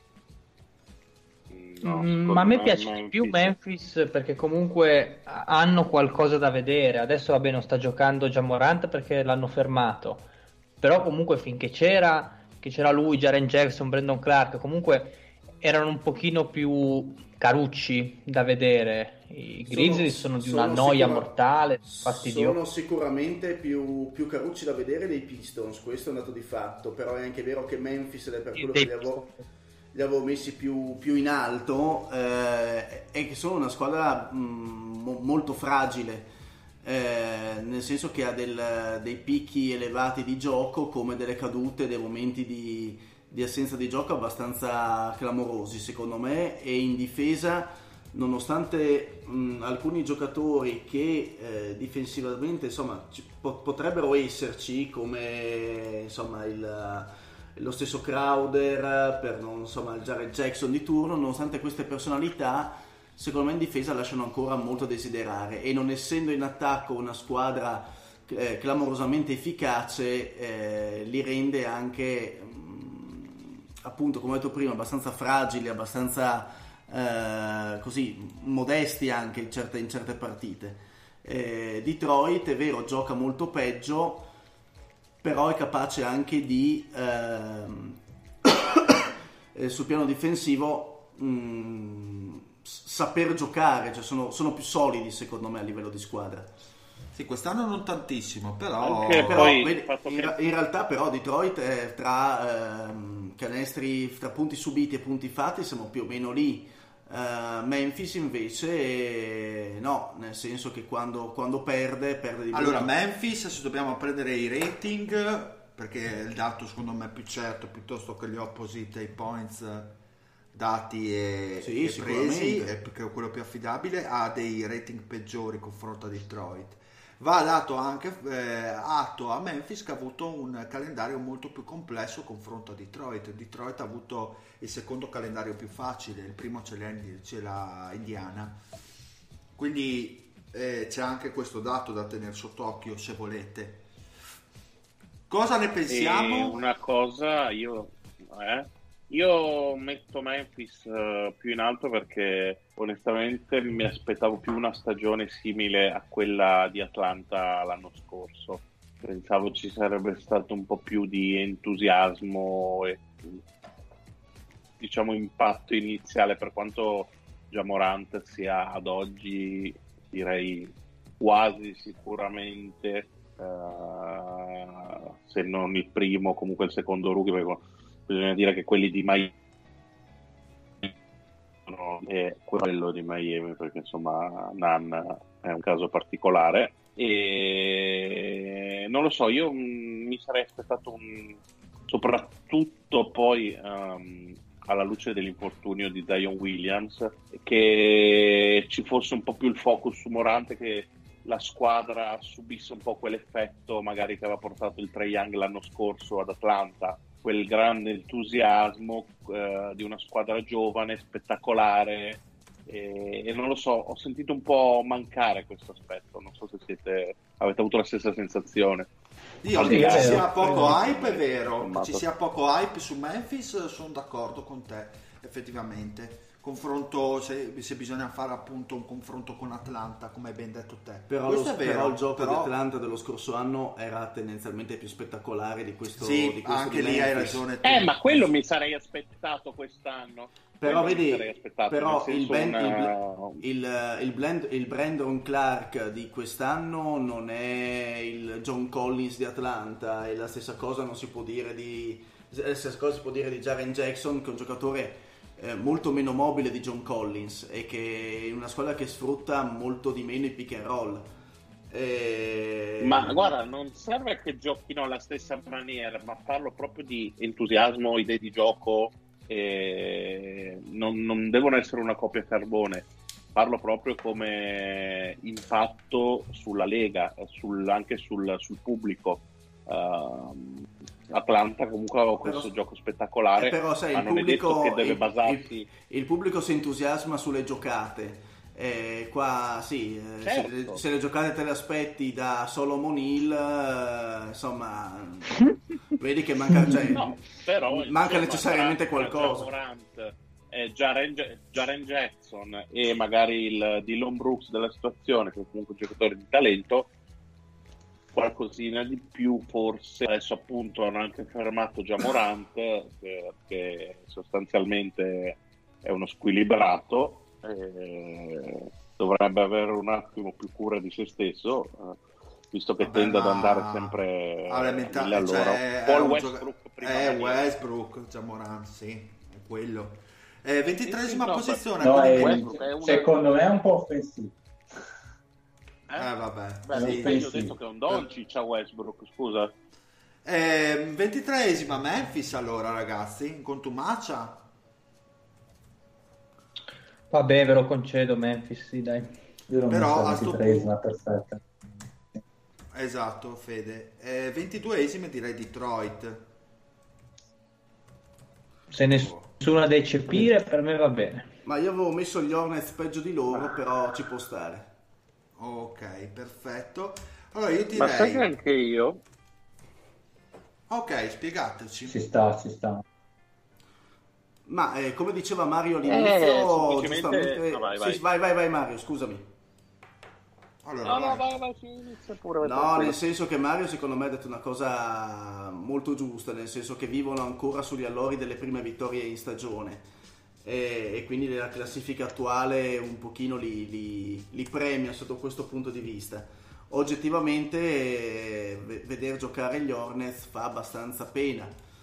Ma a me piace di più Memphis perché comunque hanno qualcosa da vedere. Adesso vabbè non sta giocando già Morant perché l'hanno fermato, però comunque finché c'era lui, Jaren Jackson, Brandon Clark, comunque erano un pochino più carucci da vedere. I Grizzlies sono di una noia mortale, fastidiosa. Sono sicuramente più carucci da vedere dei Pistons, questo è un dato di fatto, però è anche vero che Memphis, ed è per quello che li avevo messi più in alto, è che sono una squadra molto fragile, nel senso che ha dei picchi elevati di gioco come delle cadute, dei momenti di assenza di gioco abbastanza clamorosi secondo me, e in difesa, nonostante alcuni giocatori che difensivamente insomma potrebbero esserci, come insomma lo stesso Crowder, per insomma il Jared Jackson di turno, nonostante queste personalità secondo me in difesa lasciano ancora molto a desiderare, e non essendo in attacco una squadra clamorosamente efficace, li rende anche appunto, come ho detto prima, abbastanza fragili, abbastanza così modesti anche in certe partite. Detroit è vero, gioca molto peggio, però è capace anche di sul piano difensivo saper giocare, cioè sono più solidi secondo me a livello di squadra. Sì, quest'anno non tantissimo, però Poi vedi, il fatto che- in realtà però Detroit tra canestri, tra punti subiti e punti fatti siamo più o meno lì. Memphis invece no, nel senso che quando perde di allora brutto. Memphis, se dobbiamo prendere i rating, perché il dato secondo me è più certo piuttosto che gli opposite, i points dati e Sì, presi, sicuramente. perché è quello più affidabile, ha dei rating peggiori confronto a Detroit. Va dato anche atto a Memphis che ha avuto un calendario molto più complesso confronto a Detroit. Detroit ha avuto il secondo calendario più facile, il primo ce l'ha Indiana, quindi c'è anche questo dato da tenere sott'occhio se volete. Cosa ne pensiamo? Una cosa, io metto Memphis più in alto perché onestamente mi aspettavo più una stagione simile a quella di Atlanta l'anno scorso. Pensavo ci sarebbe stato un po' più di entusiasmo diciamo, impatto iniziale, per quanto Ja Morant sia ad oggi, direi quasi sicuramente, se non il primo, comunque il secondo rookie, perché bisogna dire che quelli di Miami è quello di Miami, perché insomma Nan è un caso particolare, e non lo so, io mi sarei aspettato soprattutto poi alla luce dell'infortunio di Zion Williams, che ci fosse un po' più il focus su Morant, che la squadra subisse un po' quell'effetto magari che aveva portato il Trae Young l'anno scorso ad Atlanta, quel grande entusiasmo di una squadra giovane, spettacolare, e non lo so, ho sentito un po' mancare questo aspetto, non so se avete avuto la stessa sensazione. Io che ci sia poco hype, è vero, che ci sia poco hype su Memphis, sono d'accordo con te, effettivamente. Confronto, se bisogna fare appunto un confronto con Atlanta, come hai ben detto te. Però il gioco di Atlanta dello scorso anno era tendenzialmente più spettacolare di questo. Sì, di questo anche di lì hai Memphis. ragione tu. Ma quello mi sarei aspettato quest'anno. Però vedi, però il Brandon Clark di quest'anno non è il John Collins di Atlanta, e la stessa cosa non si può dire di Jaren Jackson, che è un giocatore molto meno mobile di John Collins, e che è una squadra che sfrutta molto di meno i pick and roll. Ma guarda, non serve che giochino alla stessa maniera, ma parlo proprio di entusiasmo, idee di gioco. Non devono essere una copia carbone, parlo proprio come impatto sulla lega, anche sul pubblico. Atlanta comunque aveva questo gioco spettacolare, però sai, ma non è detto che deve basarsi. Il pubblico si entusiasma sulle giocate. Qua sì, certo. se le giocate te le aspetti da Solomon Hill, insomma, vedi che manca, manca necessariamente qualcosa. Jaren Jackson e magari il Dillon Brooks della situazione, che è comunque un giocatore di talento, qualcosina di più forse. Adesso appunto hanno anche fermato Ja Morant, che sostanzialmente è uno squilibrato, dovrebbe avere un attimo più cura di se stesso, visto che tende ad andare sempre allora. Paul Westbrook Westbrook, Ja Morant, sì, è quello. 23esima posizione. Secondo me è un po' offensivo. Vabbè, io ho detto che è un Doncic a Westbrook, scusa. 23esima Memphis, allora, ragazzi, in contumacia. Vabbè, ve lo concedo, Memphis, sì, dai. Io non però mi sono 23esima, perfetta. Esatto, Fede. 22esima direi Detroit. Se nessuno da eccepire, per me va bene. Ma io avevo messo gli Hornets peggio di loro, però ci può stare. Ok, perfetto. Allora io direi... Ma sai che anche io? Ok, spiegateci. Ci sta. Ma come diceva Mario all'inizio, giustamente... No, vai Mario, scusami. Allora, vai, inizia pure. No, nel senso che Mario secondo me ha detto una cosa molto giusta, nel senso che vivono ancora sugli allori delle prime vittorie in stagione, e quindi la classifica attuale un pochino li premia sotto questo punto di vista. Oggettivamente vedere giocare gli Hornets fa abbastanza pena,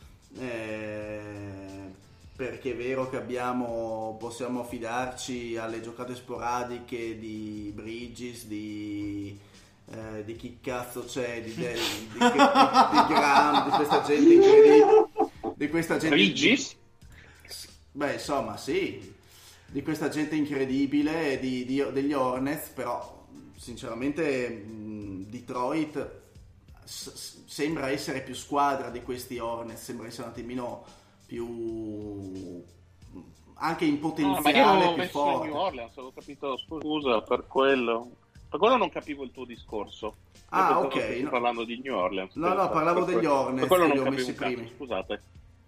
perché è vero che possiamo affidarci alle giocate sporadiche di Bridges, di chi cazzo c'è, di Graham, di questa gente incredibile, di questa gente Bridges? Beh, insomma, sì, di questa gente incredibile degli Hornets, però sinceramente Detroit sembra essere più squadra di questi Hornets, sembra essere un attimino più anche in potenziale più forte. New Orleans, avevo capito, scusa, per quello non capivo il tuo discorso. Ok, parlando di New Orleans. No, parlavo degli Hornets, li ho messi primi. Scusate.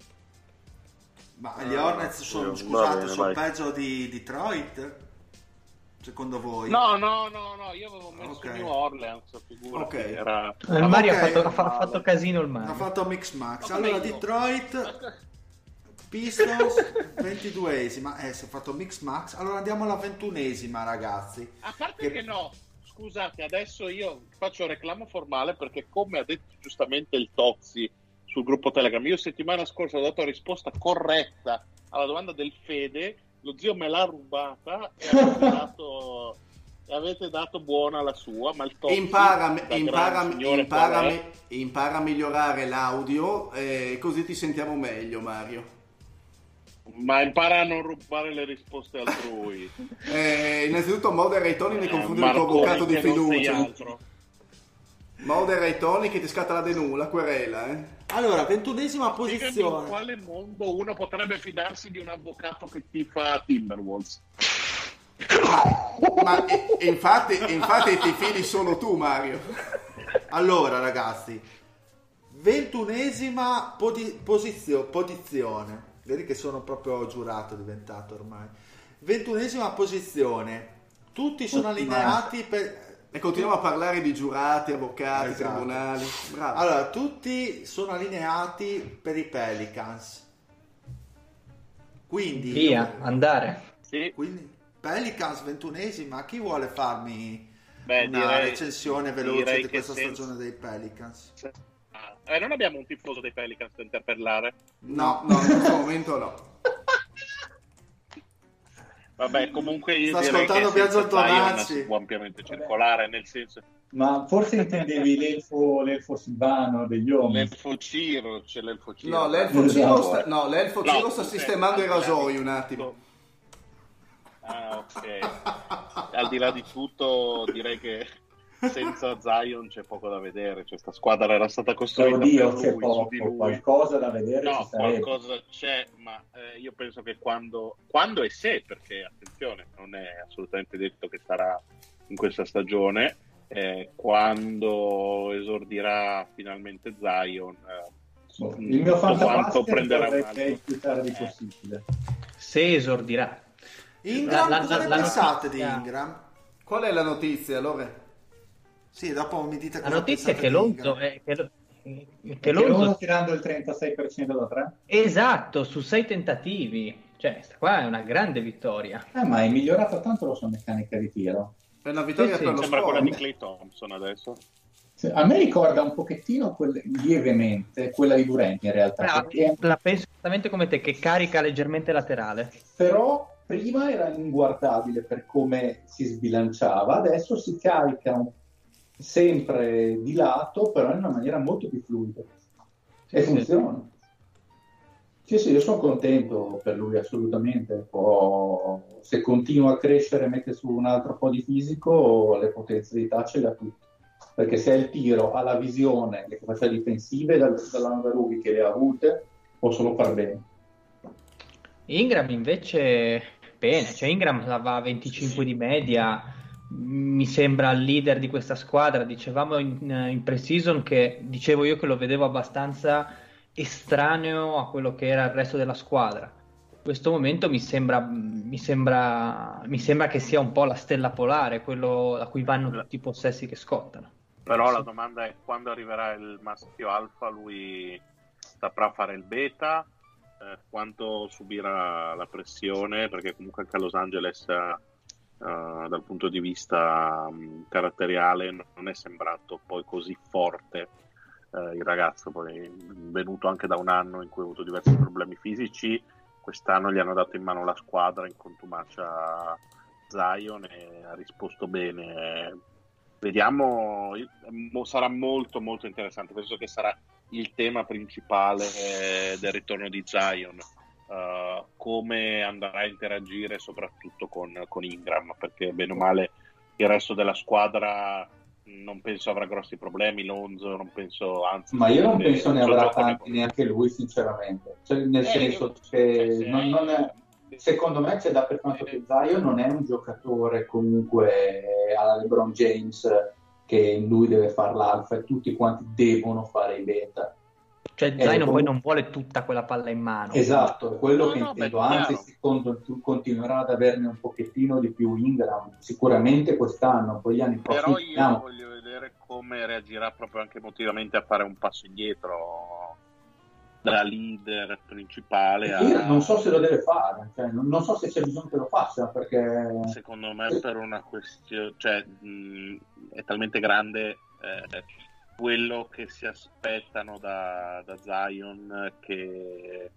Ma gli Hornets sono peggio di Detroit? Secondo voi? No, io avevo messo New Orleans, figurati. Mario ha fatto casino il Mario. Ha fatto mix max. Allora Detroit Pistons 22esima, si è fatto mix max. Allora andiamo alla 21esima, ragazzi. A parte che no, scusate, adesso io faccio reclamo formale perché, come ha detto giustamente il Tozzi sul gruppo Telegram, io settimana scorsa ho dato la risposta corretta alla domanda del Fede, lo zio me l'ha rubata e avete dato buona la sua, ma il Tozzi impara a migliorare l'audio, così ti sentiamo meglio, Mario. Ma impara a non rubare le risposte altrui. Innanzitutto modera i toni nei confronti del tuo avvocato di fiducia. Modera i toni che ti scatta la querela. Allora, 21esima In posizione. quale mondo uno potrebbe fidarsi di un avvocato che tifa Timberwolves? Ma infatti ti fidi solo tu, Mario. Allora, ragazzi, 21esima posizione. Vedi che sono proprio giurato diventato ormai. 21esima posizione. Tutti sono allineati per... E continuiamo a parlare di giurati, avvocati, Esatto. tribunali. Bravo. Allora, tutti sono allineati per i Pelicans. Quindi... Via, andare. Sì. Quindi, Pelicans 21esima. Chi vuole farmi Beh, una recensione veloce direi di che questa senza- stagione dei Pelicans? Non abbiamo un tifoso dei Pelicans da interpellare? No, in questo momento no. Vabbè, comunque io Sta direi ascoltando che Biagio senza Zion Antonacci. si può ampiamente circolare, nel senso... Ma forse intendevi l'elfo Silvano degli uomini. L'elfo Ciro, c'è l'elfo Ciro. No, l'elfo Esatto. Ciro sta sistemando i rasoi un attimo. Ah, ok. Al di là di tutto, direi che senza Zion c'è poco da vedere. Cioè, sta squadra era stata costruita Oddio, per c'è lui, su di poco, lui. qualcosa da vedere ci No, sarebbe. qualcosa c'è, ma io penso che quando e se, perché attenzione, non è assolutamente detto che sarà in questa stagione, quando esordirà finalmente Zion, Il mio quanto fantasma prenderà un vorrebbe altro. il più tardi possibile. Se esordirà. Ingram, cosa ne pensate di notizia- Ingram? Qual è la notizia, allora? Sì, dopo mi dite La cosa notizia è pensate che di Lonzo Ingram. che Loro Lonzo tirando il 36% da 3. esatto, su 6 tentativi. Cioè, sta qua è una grande vittoria. Ma è migliorata tanto la sua meccanica di tiro. È una vittoria Sì, per lo Sembra quella di sport. Klay Thompson adesso. A me ricorda un pochettino lievemente quella di Durant in realtà, perché La penso esattamente come te, che carica leggermente laterale. però prima era inguardabile per come si sbilanciava, adesso si carica sempre di lato, però in una maniera molto più fluida e Sì. funziona. Sì, io sono contento per lui assolutamente. Se continua a crescere, mette su un altro po' di fisico, le potenzialità ce le ha tutte. Perché se ha il tiro, ha la visione, le capacità difensive dalla Ruby che le ha avute, può solo far bene. Ingram invece bene, cioè Ingram va a 25 di media, mi sembra il leader di questa squadra. Dicevamo in pre-season che dicevo io che lo vedevo abbastanza estraneo a quello che era il resto della squadra. In questo momento mi sembra che sia un po' la stella polare, quello a cui vanno tutti i possessi che scottano. Però la domanda è quando arriverà il maschio alfa, lui saprà fare il beta, quanto subirà la pressione, perché comunque anche a Los Angeles dal punto di vista caratteriale non è sembrato poi così forte il ragazzo, poi è venuto anche da un anno in cui ha avuto diversi problemi fisici. Quest'anno gli hanno dato in mano la squadra in contumacia Zion e ha risposto bene. Vediamo, sarà molto molto interessante, penso che sarà il tema principale del ritorno di Zion, come andrà a interagire soprattutto con Ingram, perché bene o male il resto della squadra non penso avrà grossi problemi. Lonzo non penso, anzi, Ma io non penso ne avrà gioco tanti neanche lui, sinceramente. Cioè, nel senso che non è, secondo me c'è da per quanto che Zion non è un giocatore comunque alla LeBron James che lui deve fare l'alfa e tutti quanti devono fare i beta. Cioè Zion poi non vuole tutta quella palla in mano. Esatto, è quello No, che no, intendo. beh, Anzi, chiaro. secondo continuerà ad averne un pochettino di più Ingram, sicuramente quest'anno, poi gli anni prossimi Però io vediamo. voglio vedere come reagirà proprio anche emotivamente a fare un passo indietro da leader principale Io non so se lo deve fare, cioè, non so se c'è bisogno che lo faccia, perché secondo me per una questione, cioè è talmente grande quello che si aspettano da Zion che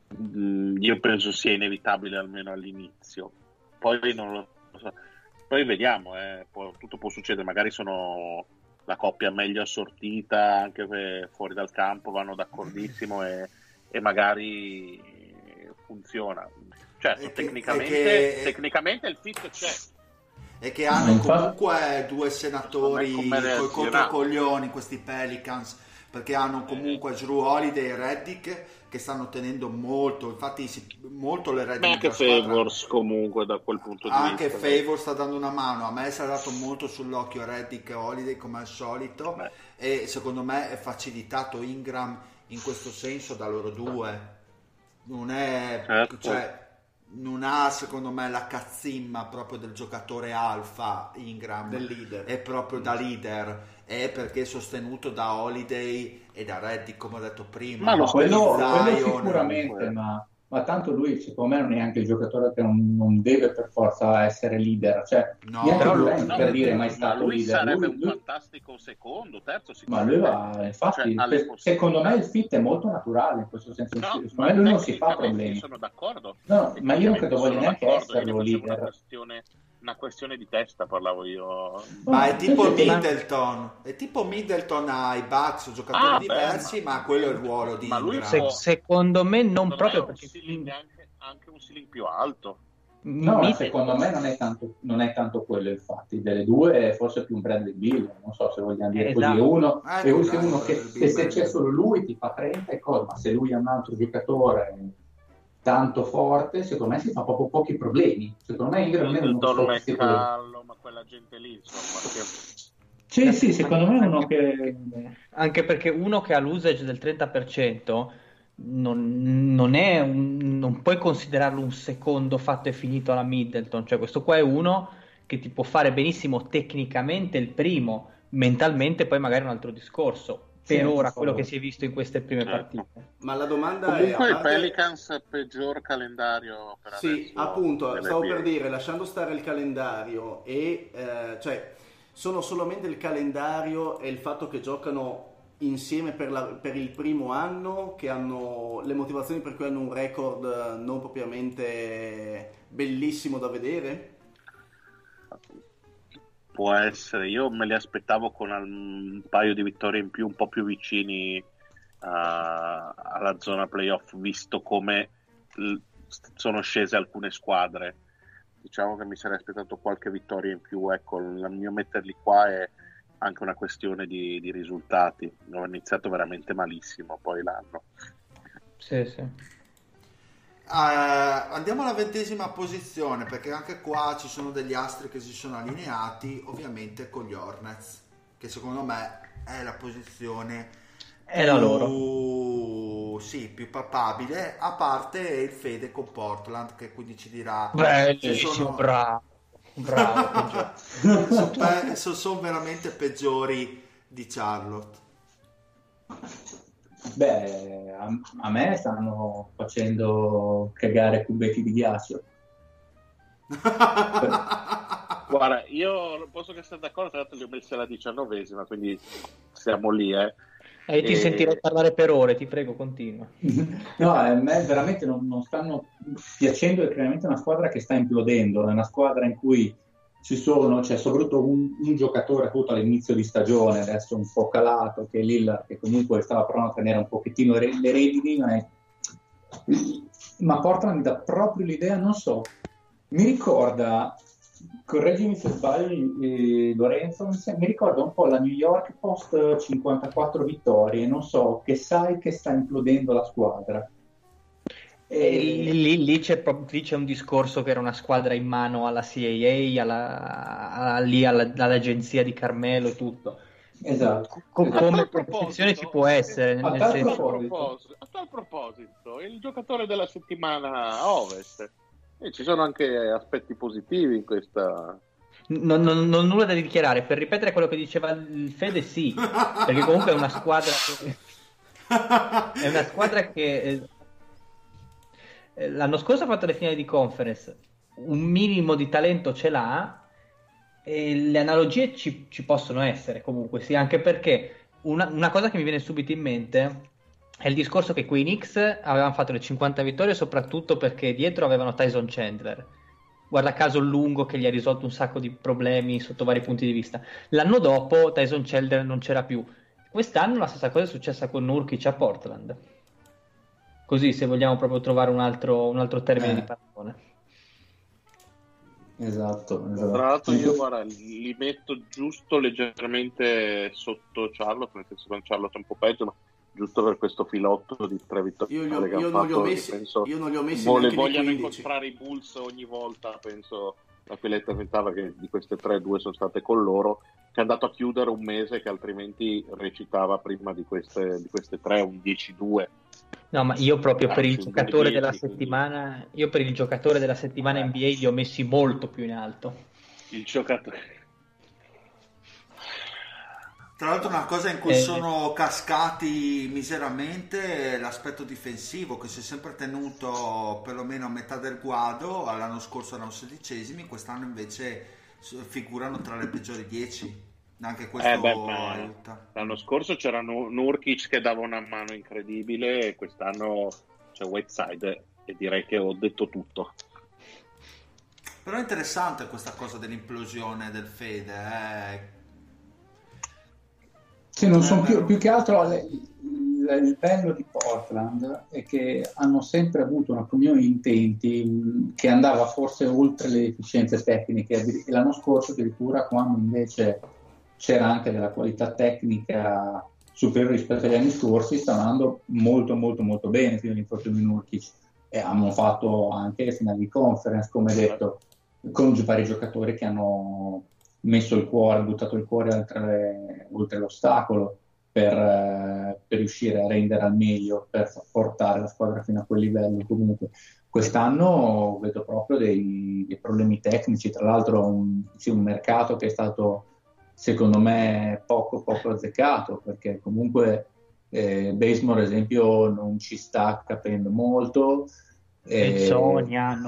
io penso sia inevitabile almeno all'inizio. Poi non lo so, poi vediamo, tutto può succedere, magari sono la coppia meglio assortita anche fuori dal campo, vanno d'accordissimo e magari funziona. Certo, tecnicamente il fit c'è. E che hanno comunque due senatori coi controcoglioni, questi Pelicans, perché hanno comunque Jrue Holiday e Redick che stanno tenendo molto, infatti molto le redini. Anche Favors comunque da quel punto di vista. Anche Favors sta dando una mano, a me si è dato molto sull'occhio Redick e Holiday come al solito. E secondo me è facilitato Ingram in questo senso da loro due. Non è... Certo. Cioè, non ha secondo me la cazzimma proprio del giocatore alfa Ingram, del leader, è proprio da leader, è perché è sostenuto da Holiday e da Reddick, come ho detto prima. Ma quello sicuramente, ma tanto lui secondo me non è anche il giocatore che non deve per forza essere leader, cioè però per dire mai stato lui leader. Sarebbe un fantastico secondo, terzo ma lui va, infatti, secondo me il fit è molto naturale in questo senso. Secondo me lui non si fa problemi. Sono d'accordo. No, ma io non credo voglia neanche esserlo leader. Una questione di testa, parlavo io. Ma è tipo Middleton ai Bucks, giocatori diversi, ma quello è il ruolo di Ingram. Secondo me non proprio perché anche un ceiling più alto. No, secondo me non è tanto quello, infatti, delle due è forse più un Bradley Beal, non so se vogliamo dire così, uno che se c'è solo lui ti fa 30 e cosa, ma se lui è un altro giocatore tanto forte, secondo me si fa proprio pochi problemi. Secondo me Ingram non è callo, ma quella gente lì, insomma, sì, secondo me uno che anche perché uno che ha l'usage del 30% non puoi considerarlo un secondo fatto e finito alla Middleton, cioè questo qua è uno che ti può fare benissimo tecnicamente il primo, mentalmente poi magari un altro discorso. Per ora quello che si è visto in queste prime partite. Ma la domanda comunque è i Pelicans peggior calendario per sì, adesso, appunto, stavo per dire, lasciando stare il calendario e cioè sono solamente il calendario e il fatto che giocano insieme per il primo anno, che hanno le motivazioni per cui hanno un record non propriamente bellissimo da vedere? Può essere, io me li aspettavo con un paio di vittorie in più, un po' più vicini alla zona playoff, visto come sono scese alcune squadre. Diciamo che mi sarei aspettato qualche vittoria in più, ecco, il mio metterli qua è anche una questione di risultati. Ho iniziato veramente malissimo poi l'anno. Sì. Andiamo alla 20ª posizione, perché anche qua ci sono degli astri che si sono allineati, ovviamente con gli Hornets, che secondo me è la posizione la loro più papabile, a parte il Fede con Portland, che quindi ci dirà bravo sono veramente peggiori di Charlotte. Beh, a me stanno facendo cagare cubetti di ghiaccio. Guarda, io posso che sia d'accordo, tra l'altro li ho messi alla 19ª, quindi siamo lì, E ti sentirò parlare per ore, ti prego, continua. No, a me veramente non stanno piacendo, è chiaramente una squadra che sta implodendo, è una squadra in cui c'è soprattutto un giocatore appunto all'inizio di stagione, adesso un po' calato, che è Lillard, che comunque stava provando a tenere un pochettino le redini, ma Portland mi dà proprio l'idea, non so, mi ricorda, correggimi se sbaglio Lorenzo, mi ricorda un po' la New York post 54 vittorie, non so, che sai che sta implodendo la squadra. Lì c'è un discorso che era una squadra in mano alla CAA, all'agenzia di Carmelo e tutto. Esatto. Come posizione ci può essere. A tal proposito, il giocatore della settimana a Ovest. E ci sono anche aspetti positivi in questa. Non nulla da dichiarare. Per ripetere quello che diceva il Fede, sì, perché comunque è una squadra È una squadra che l'anno scorso ha fatto le finali di conference, un minimo di talento ce l'ha, e le analogie ci possono essere comunque, sì, anche perché una cosa che mi viene subito in mente è il discorso che quei Knicks avevano fatto le 50 vittorie soprattutto perché dietro avevano Tyson Chandler, guarda caso lungo, che gli ha risolto un sacco di problemi sotto vari punti di vista. L'anno dopo Tyson Chandler non c'era più. Quest'anno la stessa cosa è successa con Nurkic a Portland. Così, se vogliamo proprio trovare un altro termine di paragone. Esatto. Tra l'altro io guarda, li metto giusto leggermente sotto Charlotte, nel senso che Charlotte è un po' peggio, ma giusto per questo filotto di 3 vittorie Io che non hanno li ho fatto, messi, penso io non li ho messi neanche nei vogliono 15. incontrare i Bulls ogni volta, penso la quell'eternità, perché di queste 3-2 sono state con loro, che è andato a chiudere un mese che altrimenti recitava prima di queste 3 un 10-2. No, ma io proprio per il un giocatore 10, della quindi settimana, io per il giocatore della settimana NBA li ho messi molto più in alto. il giocatore. Tra l'altro una cosa in cui sono cascati miseramente è l'aspetto difensivo, che si è sempre tenuto perlomeno a metà del guado. L'anno scorso erano 16esimi, quest'anno invece figurano tra le peggiori 10. Anche questo aiuta. L'anno scorso c'era Nurkic che dava una mano incredibile, e quest'anno c'è Whiteside, e direi che ho detto tutto. Però è interessante questa cosa dell'implosione del Fede. Sì, non sono più che altro il bello di Portland è che hanno sempre avuto una comunione di intenti che andava forse oltre le deficienze tecniche, e l'anno scorso addirittura, quando invece c'era anche della qualità tecnica superiore rispetto agli anni scorsi, stanno andando molto molto molto bene fino all'infortunio di Nurkic, e hanno fatto anche finali di conference, come detto, con vari giocatori che hanno messo il cuore, buttato il cuore oltre l'ostacolo per riuscire a rendere al meglio, per portare la squadra fino a quel livello. Comunque quest'anno vedo proprio dei problemi tecnici, tra l'altro un mercato che è stato secondo me poco azzeccato, perché comunque Bazemore ad esempio non ci sta capendo molto, Zonia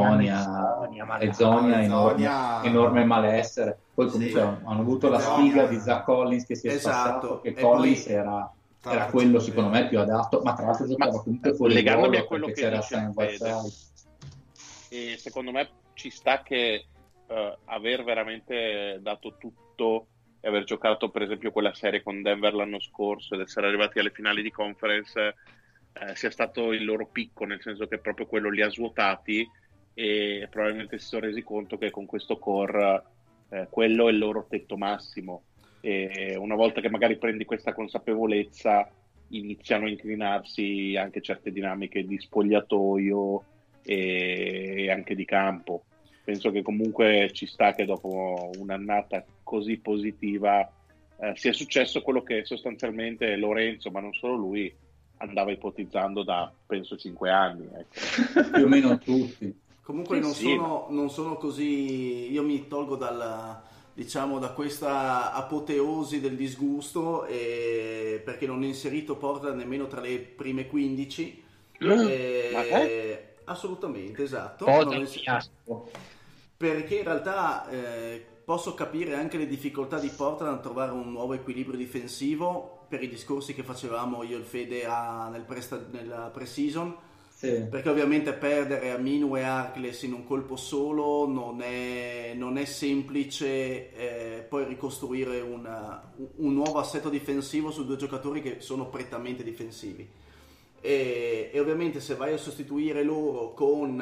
enorme malessere. Poi comunque hanno avuto la sfiga di Zach Collins che si è spassato, che Collins era quello secondo me più adatto, ma tra l'altro giocava comunque fuori legandomi a ruolo, quello perché che c'era dice Sam Whiteside. E secondo me ci sta che aver veramente dato tutto e aver giocato per esempio quella serie con Denver l'anno scorso ed essere arrivati alle finali di conference sia stato il loro picco, nel senso che proprio quello li ha svuotati, e probabilmente si sono resi conto che con questo core quello è il loro tetto massimo, e una volta che magari prendi questa consapevolezza iniziano a inclinarsi anche certe dinamiche di spogliatoio e anche di campo. Penso che comunque ci sta che dopo un'annata così positiva sia successo quello che sostanzialmente Lorenzo, ma non solo lui, andava ipotizzando da penso 5 anni, ecco. Più o meno tutti. Comunque non sono così, io mi tolgo da questa apoteosi del disgusto, perché non ho inserito Portland nemmeno tra le prime 15. Assolutamente, esatto. Perché in realtà posso capire anche le difficoltà di Portland a trovare un nuovo equilibrio difensivo, per i discorsi che facevamo io e il Fede nella pre-season. Sì. Perché ovviamente perdere Aminu e Harkless in un colpo solo non è semplice, poi ricostruire un nuovo assetto difensivo su due giocatori che sono prettamente difensivi, e ovviamente se vai a sostituire loro con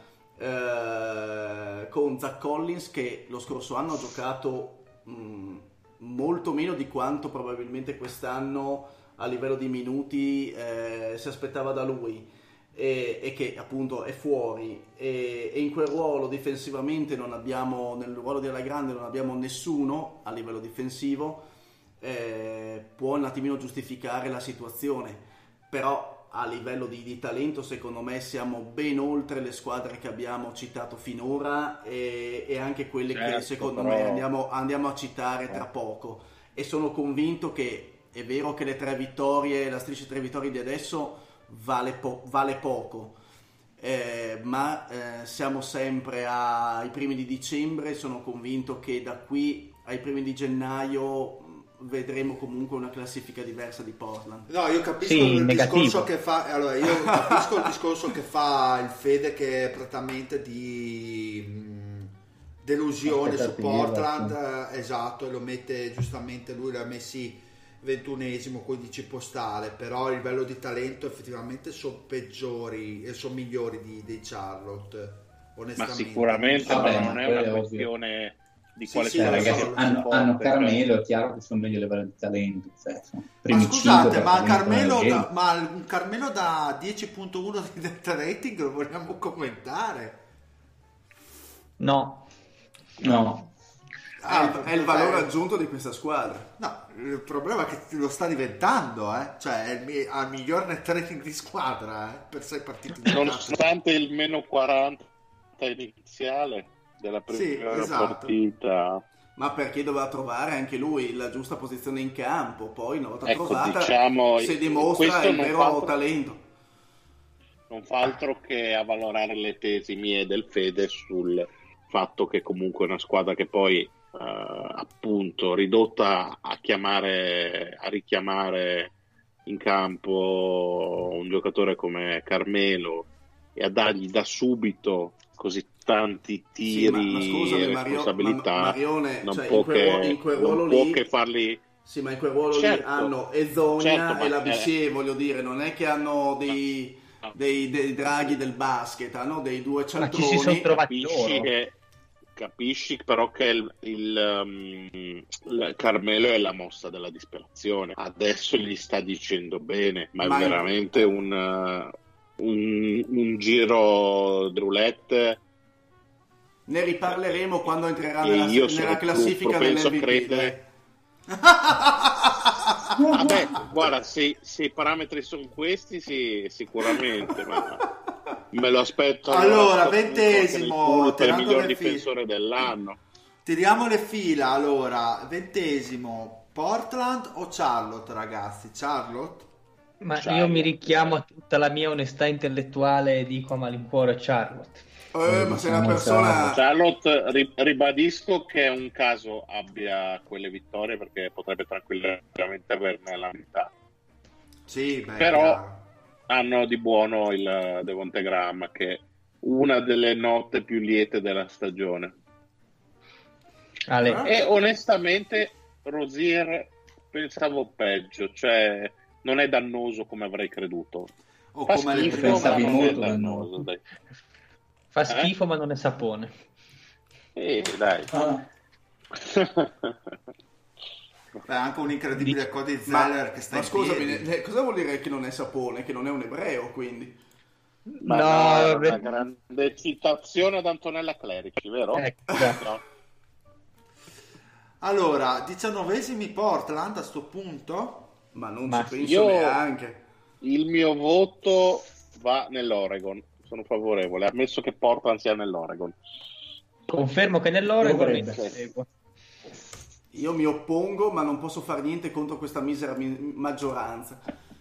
Zach Collins, che lo scorso anno ha giocato molto meno di quanto probabilmente quest'anno a livello di minuti si aspettava da lui, e che appunto è fuori, e in quel ruolo difensivamente non abbiamo, nel ruolo della grande non abbiamo nessuno a livello difensivo, può un attimino giustificare la situazione, però a livello di talento secondo me siamo ben oltre le squadre che abbiamo citato finora, e anche quelle che secondo me andiamo a citare tra poco, e sono convinto che è vero che le 3 vittorie, la striscia 3 vittorie di adesso vale poco, ma siamo sempre ai primi di dicembre. Sono convinto che da qui ai primi di gennaio vedremo comunque una classifica diversa di Portland. No, io capisco Sì, il negativo. discorso che fa. Allora, io capisco il discorso che fa il Fede, che è prettamente di delusione su Aspettativa, Portland, esatto, e lo mette giustamente, lui l'ha messi 21esimo, quindi ci può stare, però il livello di talento effettivamente sono peggiori e sono migliori dei Charlotte, Ma onestamente. sicuramente Vabbè, però non è quello è una ovvio. questione di Sì, quale sì, sia la ragazzi, versione hanno forte, Carmelo, è chiaro che sono meglio a livello di talento, cioè, sono Ma primi scusate, cinque ma praticamente un Carmelo da 10.1 di net rating lo vogliamo commentare? No, no, È il valore aggiunto di questa squadra. No, il problema è che lo sta diventando, cioè ha il miglior net rating di squadra, per 6 partite di nonostante il meno 40 iniziale della Sì, prima esatto. partita. Ma perché doveva trovare anche lui la giusta posizione in campo, poi una volta Ecco, trovata diciamo, si dimostra questo il non vero fa altro- talento. Non fa altro che avvalorare le tesi mie del Fede sul fatto che comunque è una squadra che poi appunto ridotta a richiamare in campo un giocatore come Carmelo e a dargli da subito così tanti Sì, tiri ma scusami, e responsabilità, Marione, non cioè, può in quel ruolo non può lì, che farli. sì, ma in quel ruolo lì Certo, hanno Ezonia certo, ma e la BC, voglio dire, non è che hanno dei draghi del basket, hanno dei due ma ci si sono cialtroni. trovati loro. Capisci però che il Carmelo è la mossa della disperazione. Adesso gli sta dicendo bene, ma Ma è veramente un giro di roulette. Ne riparleremo quando entrerà E nella io sono classifica propenso a dell'MVP. credere. dai. Vabbè, guarda, se i parametri sono questi, sì, sicuramente, ma me lo aspetto. Allora, per il 20esimo, per il tirando miglior le file. difensore dell'anno. Tiriamo le fila, allora, 20esimo, Portland o Charlotte, ragazzi? Charlotte? Ma Charlotte. io mi richiamo a tutta la mia onestà intellettuale e dico a malincuore Charlotte. Ma sei una diciamo persona... Charlotte, ribadisco che è un caso abbia quelle vittorie, perché potrebbe tranquillamente averne la metà. Sì, beh, Però chiaro. hanno di buono il Devonte Graham, che è una delle note più liete della stagione. Ale, E onestamente Rozier pensavo peggio, cioè non è dannoso come avrei creduto. O Fa come le schifo, prime ma pensavi non è molto dannoso, dai. fa schifo ma non è sapone. Dai. Ah, Beh, anche un incredibile Cody Ma, Zeller che sta ma in scusami, piedi. cosa vuol dire che non è sapone? Che non è un ebreo, quindi? Ma No, era una grande citazione ad Antonella Clerici, vero? Ecco. No. Allora, 19esimi Portland a sto punto. Ma non Ma ci penso io- neanche. Il mio voto va nell'Oregon, sono favorevole, ammesso che Portland sia nell'Oregon. Confermo che nell'Oregon Dovrebbe. seguo. Io mi oppongo, ma non posso fare niente contro questa misera maggioranza.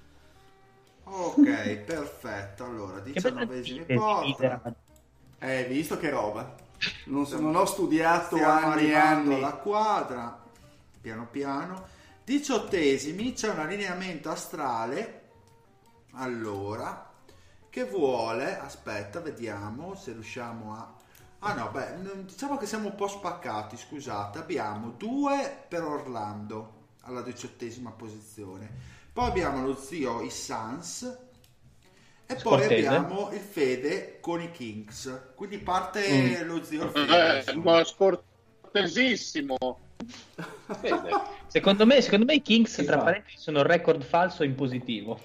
Ok, perfetto. Allora, Che bella 19esimi dite di Portland. misera. Visto che roba. Non ho studiato Stiamo anni e arrivando anni. alla quadra, piano piano. 18esimi, c'è un allineamento astrale. Allora, che vuole, aspetta, vediamo se riusciamo a... Ah no, beh, diciamo che siamo un po' spaccati, scusate. Abbiamo 2 per Orlando alla 18esima posizione. Poi abbiamo lo zio i Suns e poi Scortese. abbiamo il Fede con i Kings. Quindi parte lo zio il Fede. insomma. Ma scortesissimo. Fede. Secondo me i Kings, Sì, tra fa. parentesi, sono record falso in positivo.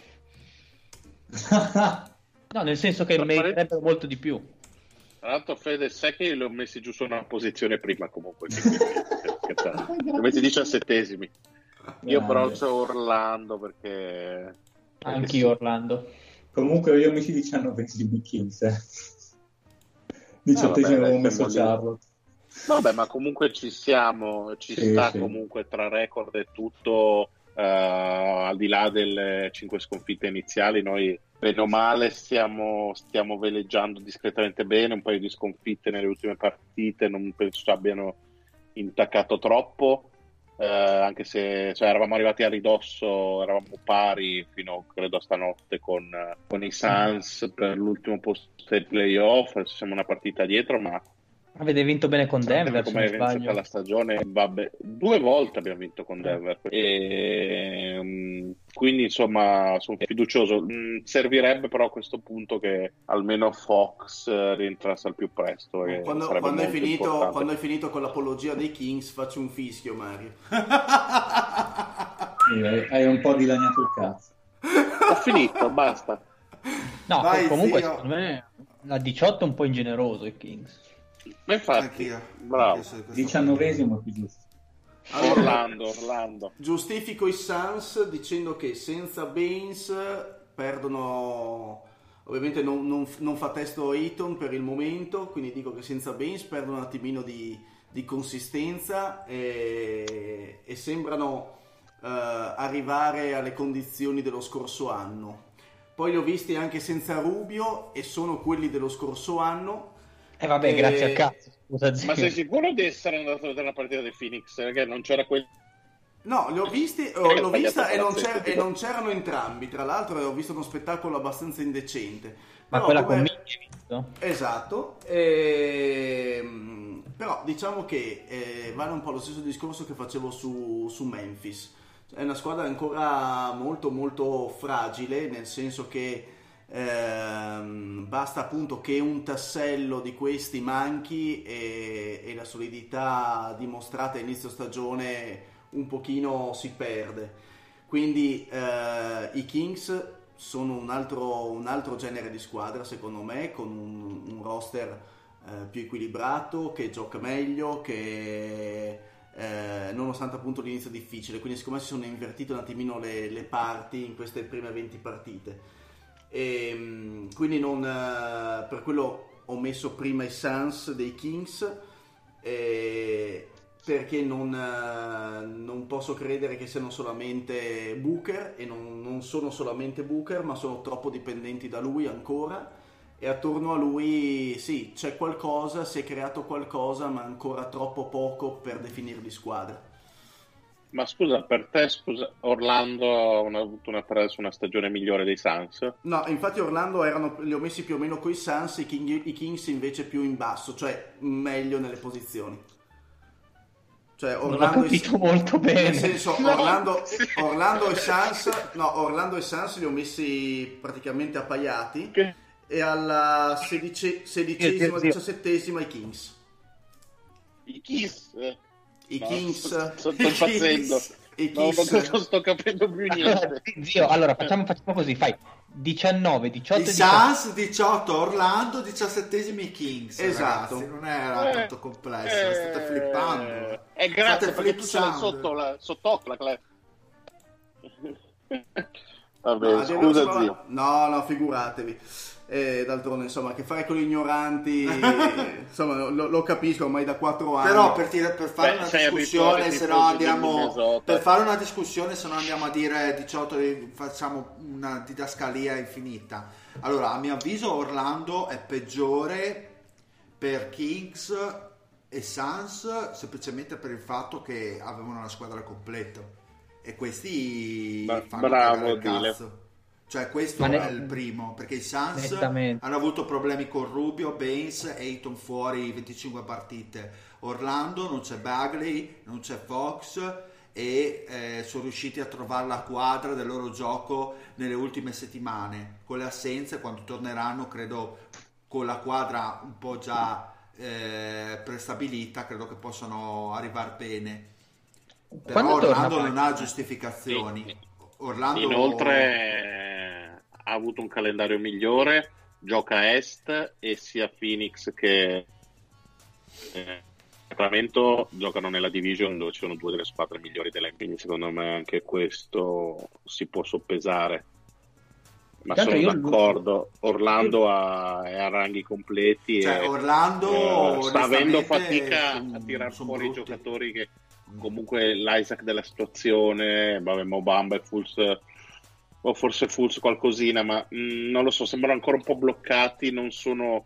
No, nel senso che Tra meriterebbero molto di più. Tra l'altro, Fede, sai che li ho messi giù su una posizione prima comunque. Li ho messi 17esimi. Io però Grande. c'ho Orlando perché Anch'io sì. Orlando. Comunque io ho messo i 19esimi Kings. 18esimo vabbè, avevo dai, messo siamo lì. Charlotte. Vabbè, ma comunque ci siamo, ci Sì, sta sì. comunque tra record e tutto al di là delle 5 sconfitte iniziali, noi bene o male stiamo veleggiando discretamente bene. Un paio di sconfitte nelle ultime partite non penso abbiano intaccato troppo, anche se eravamo arrivati a ridosso, eravamo pari fino credo a stanotte con i Suns per l'ultimo posto dei playoff. Adesso siamo una partita dietro, ma avete vinto bene con Denver, se come non è iniziata sbaglio. la stagione, vabbè, 2 volte abbiamo vinto con Denver, e quindi insomma sono fiducioso. Servirebbe però a questo punto che almeno Fox rientrasse al più presto, e Quando sarebbe hai molto finito, importante. quando hai finito con l'apologia dei Kings, faccio un fischio, Mario. Hai un po' dilaniato il cazzo. Ho finito, basta. No, Vai, comunque zio. secondo me la 18 è un po' ingeneroso i Kings. Ma infatti, Anch'io. bravo. Anch'io su questo 19esimo più giusto. Orlando. Giustifico i Suns dicendo che senza Baines perdono, ovviamente non fa testo Ayton per il momento, quindi dico che senza Baines perdono un attimino di consistenza e sembrano arrivare alle condizioni dello scorso anno. Poi li ho visti anche senza Rubio e sono quelli dello scorso anno. Vabbè, grazie al cazzo. Scusa, zio. Ma sei sicuro di essere andato a vedere la partita di Phoenix? Perché non c'era quel... No, li ho visti, l'ho vista e non c'erano entrambi. Tra l'altro ho visto uno spettacolo abbastanza indecente. Ma Però quella come- con Mickey hai visto? Esatto, però diciamo che vale un po' lo stesso discorso che facevo su Memphis. È una squadra ancora molto molto fragile, nel senso che basta appunto che un tassello di questi manchi e la solidità dimostrata a inizio stagione un pochino si perde. Quindi i Kings sono un altro genere di squadra secondo me, con un roster più equilibrato, che gioca meglio, che nonostante appunto l'inizio difficile, quindi secondo me si sono invertite un attimino le parti in queste prime 20 partite, e quindi per quello ho messo prima i Suns dei Kings, perché non posso credere che siano solamente Booker, e non sono solamente Booker, ma sono troppo dipendenti da lui ancora, e attorno a lui sì, c'è qualcosa, si è creato qualcosa, ma ancora troppo poco per definirli squadra. Ma scusa, per te, Orlando ha avuto una stagione migliore dei Suns? No, infatti Orlando li ho messi più o meno coi Suns, i Kings invece più in basso, cioè meglio nelle posizioni. Cioè Non ho Orlando capito molto bene. nel senso Orlando e Suns li ho messi praticamente appaiati, e alla sedicesima, 17esima i Kings. I Kings? I No, Kings. sto impazzendo. I Non Kings. sto capendo più Allora, niente. zio, allora facciamo così, fai 19, 18 I e 18. Suns 18 Orlando, 17esimi Kings. Esatto. Ragazzi, non era tanto complesso, state flippando. Grazie, State perché tu ce l'hai flipsando. sott'ocla. No, Vabbè, scusa zio. No, figuratevi. D'altronde, insomma, che fare con gli ignoranti, insomma, lo capisco ormai da 4 anni. Però per fare una sei discussione, abituato se ai no tifosi andiamo di Minnesota. per fare una discussione, se no andiamo a dire 18, facciamo una didascalia infinita. Allora, a mio avviso Orlando è peggiore per Kings e Suns semplicemente per il fatto che avevano una squadra completa, e questi fanno bravo, cagare il Dile. cazzo. Cioè questo Ma è il primo, perché i Suns Nettamente. hanno avuto problemi con Rubio, Baines, Ayton fuori 25 partite. Orlando non c'è Bagley, non c'è Fox, e sono riusciti a trovare la quadra del loro gioco nelle ultime settimane. Con le assenze, quando torneranno, credo con la quadra un po' già prestabilita, credo che possano arrivare bene. Però Quando torna Orlando non Bagley? ha giustificazioni. Orlando Inoltre ha avuto un calendario migliore, gioca a Est, e sia Phoenix che Sacramento giocano nella division dove ci sono due delle squadre migliori della, quindi secondo me anche questo si può soppesare. Ma Intanto sono io d'accordo, Orlando è a ranghi completi, Cioè, e Orlando sta avendo onestamente, fatica a tirar son fuori i brutti. giocatori che comunque l'Isaac della situazione, vabbè, Mobamba e Fulz, o forse Fulz qualcosina, ma non lo so, sembrano ancora un po' bloccati, non sono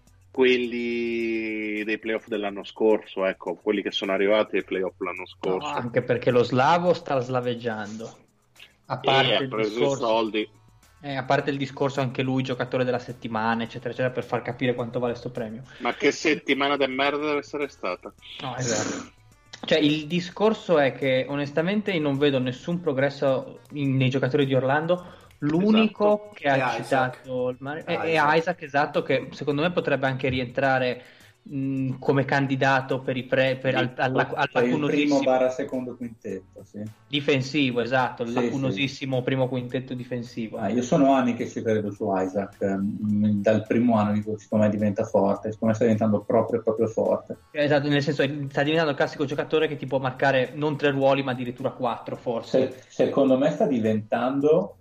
quelli dei playoff dell'anno scorso, ecco, quelli che sono arrivati ai playoff l'anno No, scorso. anche perché lo slavo sta slaveggiando. A parte Ha il preso i discorso, soldi. a parte il discorso anche lui giocatore della settimana, eccetera, eccetera, per far capire quanto vale sto premio. Ma che settimana del merda deve essere stata? No, è vero. Cioè, il discorso è che onestamente io non vedo nessun progresso nei giocatori di Orlando. L'unico Esatto. che ha È Isaac. citato è Isaac, esatto, che secondo me potrebbe anche rientrare come candidato per i al Per il primo lacunosissimo secondo quintetto, sì. difensivo, esatto, il Sì, lacunosissimo primo quintetto difensivo. Io sono anni che ci credo su Isaac, dal primo anno dico secondo me diventa forte, secondo me sta diventando proprio forte. Esatto, nel senso sta diventando il classico giocatore che ti può marcare non 3 ruoli ma addirittura 4 forse. Secondo me sta diventando,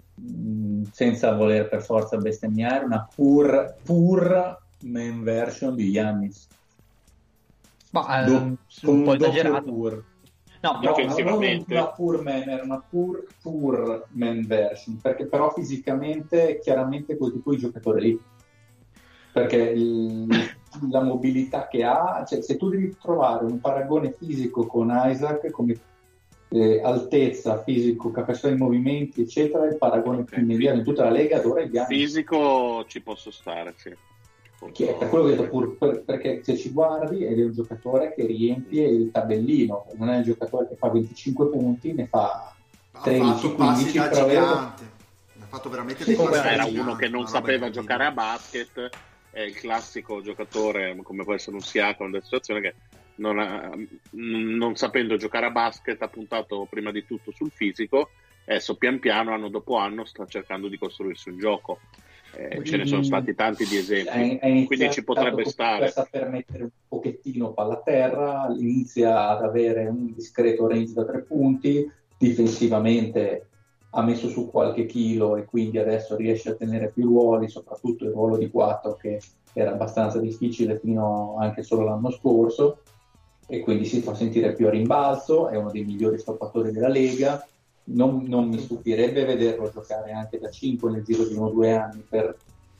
senza voler per forza bestemmiare, una pur main version di Giannis. Ma con un po' un doppio esagerato. pur. No, Difensivamente. Non una pur man, era una pur man version, perché però fisicamente chiaramente quel tipo di giocatore lì, perché la mobilità che ha, cioè, se tu devi trovare un paragone fisico con Isaac come altezza, fisico, capacità di movimenti eccetera, il paragone più immediato in tutta la Lega ora è Giannis. Fisico ci posso stare, sì. Che è per quello che ho detto perché se ci guardi è un giocatore che riempie il tabellino, non è un giocatore che fa 25 punti, ne fa 13, 15, da però gigante, ha fatto veramente dei Come passi da era gigante, uno che non una roba sapeva incredibile. giocare a basket, è il classico giocatore come può essere un Siakam della situazione che non sapendo giocare a basket ha puntato prima di tutto sul fisico e adesso pian piano anno dopo anno sta cercando di costruirsi un gioco. Ce ne sono stati tanti di esempi, quindi ci potrebbe stare. Per mettere un pochettino palla a terra, inizia ad avere un discreto range da 3 punti, difensivamente ha messo su qualche chilo e quindi adesso riesce a tenere più ruoli, soprattutto il ruolo di 4 che era abbastanza difficile fino anche solo l'anno scorso, e quindi si fa sentire più a rimbalzo, è uno dei migliori stoppatori della Lega. Non mi stupirebbe vederlo giocare anche da 5 nel giro di 1 o 2 anni per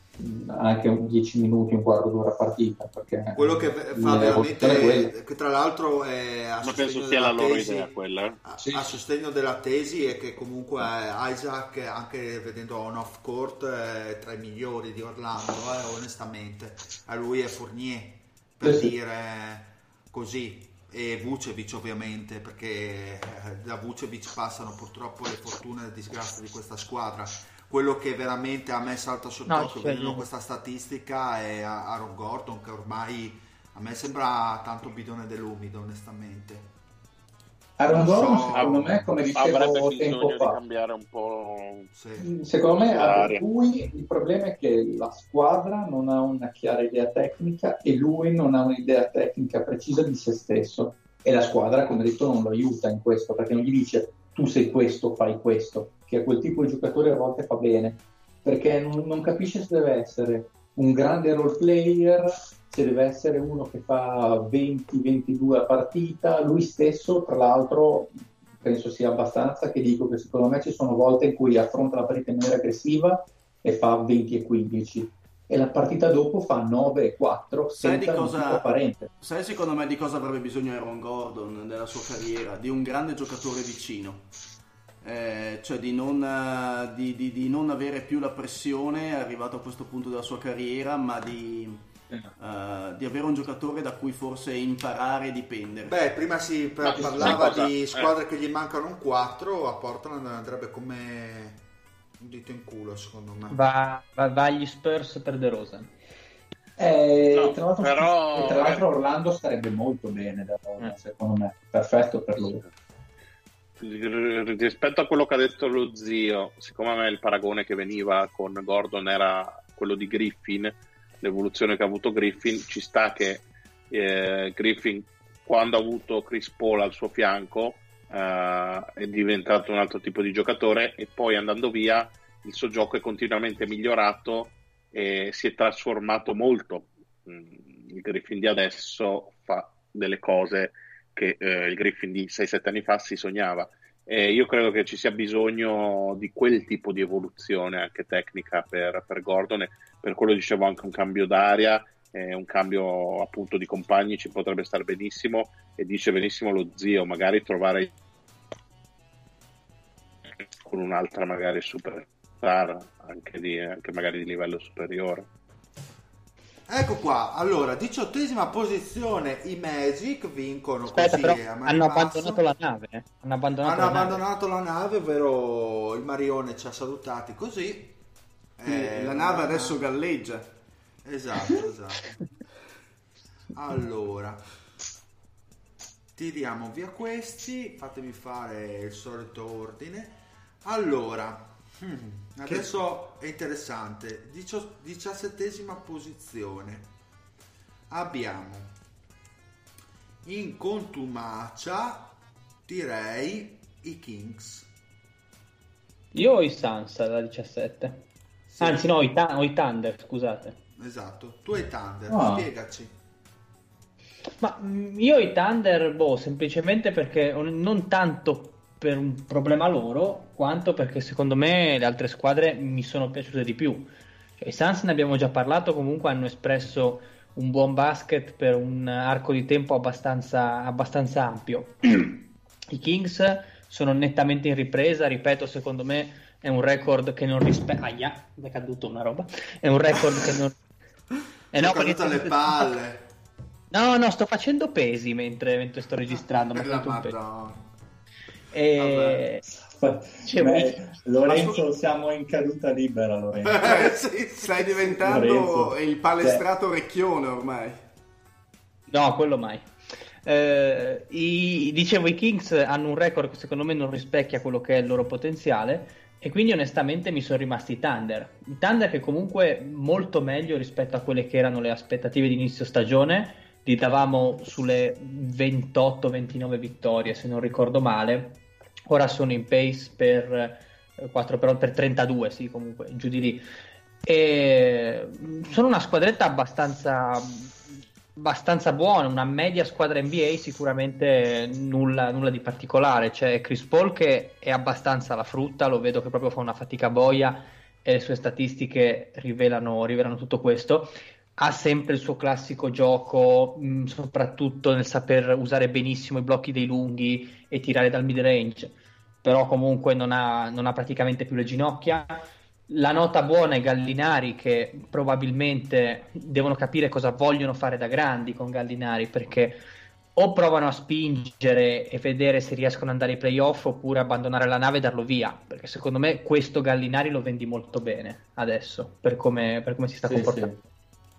anche 10 minuti, un quarto d'ora a partita, perché quello che fa veramente, che tra l'altro è a ma penso sostegno sia la della loro tesi, idea quella. a sostegno della tesi, è che comunque Isaac, anche vedendo on off court, è tra i migliori di Orlando, onestamente. A lui è Fournier, per dire così, e Vucevic ovviamente, perché da Vucevic passano purtroppo le fortune e le disgrazie di questa squadra. Quello che veramente a me salta sott'occhio vedendo questa statistica è Aaron Gordon, che ormai a me sembra tanto bidone dell'umido, onestamente. Aaron Gordon secondo me, come dicevo avrebbe tempo bisogno di fa, cambiare un po'. Sì. secondo me l'aria. lui il problema è che la squadra non ha una chiara idea tecnica e lui non ha un'idea tecnica precisa di se stesso, e la squadra, come detto, non lo aiuta in questo, perché non gli dice tu sei questo, fai questo, che a quel tipo di giocatore a volte fa bene, perché non capisce se deve essere un grande role player, se deve essere uno che fa 20-22 a partita. Lui stesso, tra l'altro, penso sia abbastanza che dico che secondo me ci sono volte in cui affronta la partita in maniera aggressiva e fa 20 e 15, e la partita dopo fa 9 e 4 senza motivo apparente. Sai secondo me di cosa avrebbe bisogno Aaron Gordon nella sua carriera? Di un grande giocatore vicino. Cioè di non avere più la pressione arrivato a questo punto della sua carriera, ma di avere un giocatore da cui forse imparare e dipendere. Beh, prima si parlava di squadre che gli mancano un 4, a Portland andrebbe come un dito in culo, secondo me. Va agli Spurs per DeRozan. Tra l'altro Orlando starebbe molto bene da secondo me, perfetto per lui. Rispetto a quello che ha detto lo zio, siccome a me il paragone che veniva con Gordon era quello di Griffin, l'evoluzione che ha avuto Griffin, ci sta che Griffin, quando ha avuto Chris Paul al suo fianco, è diventato un altro tipo di giocatore, e poi andando via il suo gioco è continuamente migliorato e si è trasformato molto. Il Griffin di adesso fa delle cose che il Griffin di 6-7 anni fa si sognava. E io credo che ci sia bisogno di quel tipo di evoluzione anche tecnica per Gordon, e per quello dicevo anche un cambio d'aria, un cambio appunto di compagni ci potrebbe stare benissimo, e dice benissimo lo zio, magari trovare con un'altra magari superstar anche magari di livello superiore. Ecco qua, allora, 18ª posizione, i Magic vincono. Aspetta, così però a mani hanno basse. abbandonato la nave. Hanno abbandonato la nave, ovvero il Marione ci ha salutati così. La nave adesso galleggia. Esatto. Allora, tiriamo via questi, fatemi fare il solito ordine. Allora, adesso è interessante. 17ª posizione abbiamo in contumacia, direi, i Kings. Io ho i Suns alla 17. Sì. Anzi no, ho i Thunder, scusate. Esatto, tu hai Thunder, spiegaci. Ma io ho i Thunder, semplicemente perché non tanto per un problema loro, quanto perché secondo me le altre squadre mi sono piaciute di più. Cioè, i Suns, ne abbiamo già parlato, comunque hanno espresso un buon basket per un arco di tempo abbastanza ampio. I Kings sono nettamente in ripresa, ripeto, secondo me è un record che non rispecchia. Aia, mi è caduto una roba. È un record che non... no, caduto alle palle. No, sto facendo pesi mentre sto registrando. Lorenzo, siamo in caduta libera, Lorenzo. Sì, stai diventando Lorenzo, il palestrato orecchione ormai. No, quello mai. Dicevo, i Kings hanno un record che secondo me non rispecchia quello che è il loro potenziale, e quindi onestamente mi sono rimasti i Thunder che comunque molto meglio rispetto a quelle che erano le aspettative di inizio stagione. Li davamo sulle 28-29 vittorie, se non ricordo male. Ora sono in pace per 32, sì, comunque giù di lì. E sono una squadretta abbastanza buona, una media squadra NBA, sicuramente nulla di particolare. C'è Chris Paul che è abbastanza la frutta, lo vedo che proprio fa una fatica boia, e le sue statistiche rivelano tutto questo. Ha sempre il suo classico gioco, soprattutto nel saper usare benissimo i blocchi dei lunghi e tirare dal mid range, però comunque non ha praticamente più le ginocchia. La nota buona è Gallinari, che probabilmente devono capire cosa vogliono fare da grandi con Gallinari, perché o provano a spingere e vedere se riescono ad andare ai playoff, oppure abbandonare la nave e darlo via, perché secondo me questo Gallinari lo vendi molto bene adesso per come si sta comportando. Sì.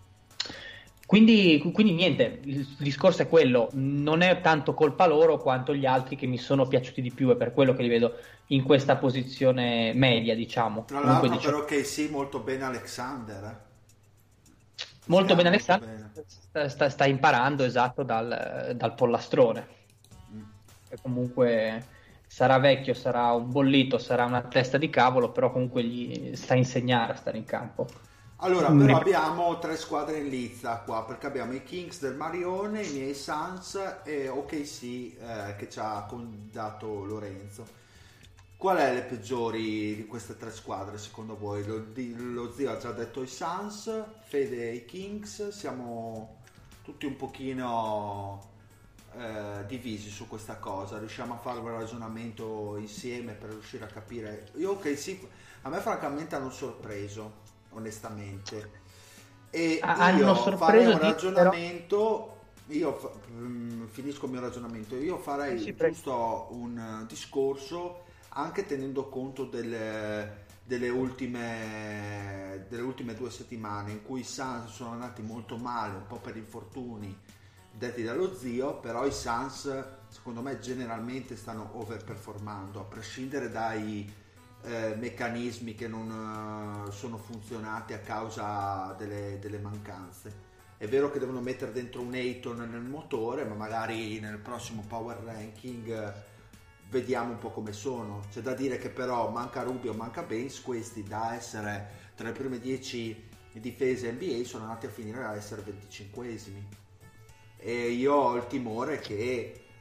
Quindi niente, il discorso è quello, non è tanto colpa loro quanto gli altri che mi sono piaciuti di più, e per quello che li vedo in questa posizione media, diciamo. Tra l'altro però che sì, molto bene Alexander. Molto bene Alexander, sta imparando, esatto, dal pollastrone. E comunque sarà vecchio, sarà un bollito, sarà una testa di cavolo, però comunque gli sta a insegnare a stare in campo. Allora, però abbiamo 3 squadre in lizza qua, perché abbiamo i Kings del Marione, i miei Suns e OKC che ci ha dato Lorenzo. Qual è le peggiori di queste 3 squadre secondo voi? Lo zio ha già detto i Suns, Fede i Kings, siamo tutti un pochino divisi su questa cosa. Riusciamo a fare un ragionamento insieme per riuscire a capire. Io OKC, a me francamente hanno sorpreso, onestamente, e io farei un ragionamento, finisco il mio ragionamento, io farei giusto un discorso anche tenendo conto delle ultime 2 settimane in cui i Suns sono andati molto male, un po' per infortuni detti dallo zio, però i Suns secondo me generalmente stanno overperformando, a prescindere dai meccanismi che non sono funzionati a causa delle mancanze. È vero che devono mettere dentro un Ayton nel motore, ma magari nel prossimo power ranking vediamo un po' come sono. C'è da dire che però manca Rubio, manca Baines, questi da essere tra le prime 10 difese NBA sono andati a finire a essere 25esimi, e io ho il timore che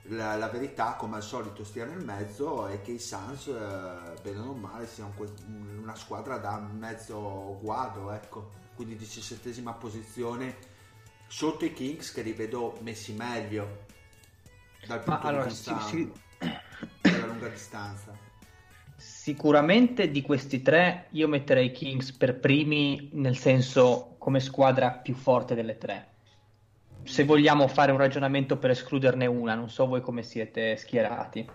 la verità, come al solito, stia nel mezzo e che i Suns, bene o male, siano una squadra da mezzo guado, ecco, quindi 17ª posizione sotto i Kings, che li vedo messi meglio dal punto di vista della lunga distanza. Sicuramente di questi tre io metterei i Kings per primi, nel senso come squadra più forte delle tre. Se vogliamo fare un ragionamento per escluderne una, non so voi come siete schierati.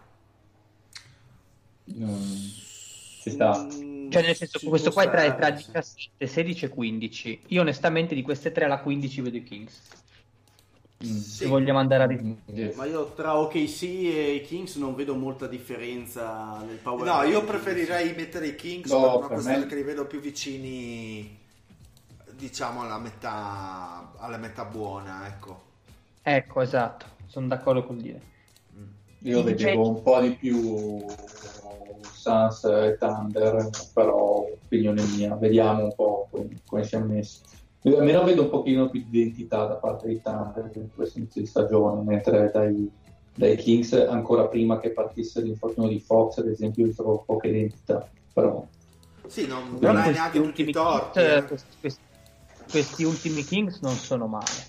Ci sta. Cioè, nel senso, questo qua è tra 17, 16 e 15. Io onestamente di queste tre alla 15 vedo i Kings. Se vogliamo andare a Ma io tra OKC e i Kings non vedo molta differenza nel power. No, io preferirei mettere i Kings per una questione che li vedo più vicini, diciamo, alla metà buona, ecco. Ecco, esatto, sono d'accordo col dire. Io vedevo un po' di più Suns e Thunder, però opinione mia, vediamo un po' come siamo messi. Almeno vedo un pochino più di identità da parte dei Thunder in questo inizio di stagione, mentre dai Kings, ancora prima che partisse l'infortunio di Fox, ad esempio, io trovo poca identità, però... Sì, non hai neanche tutti i torti. Questi ultimi Kings non sono male.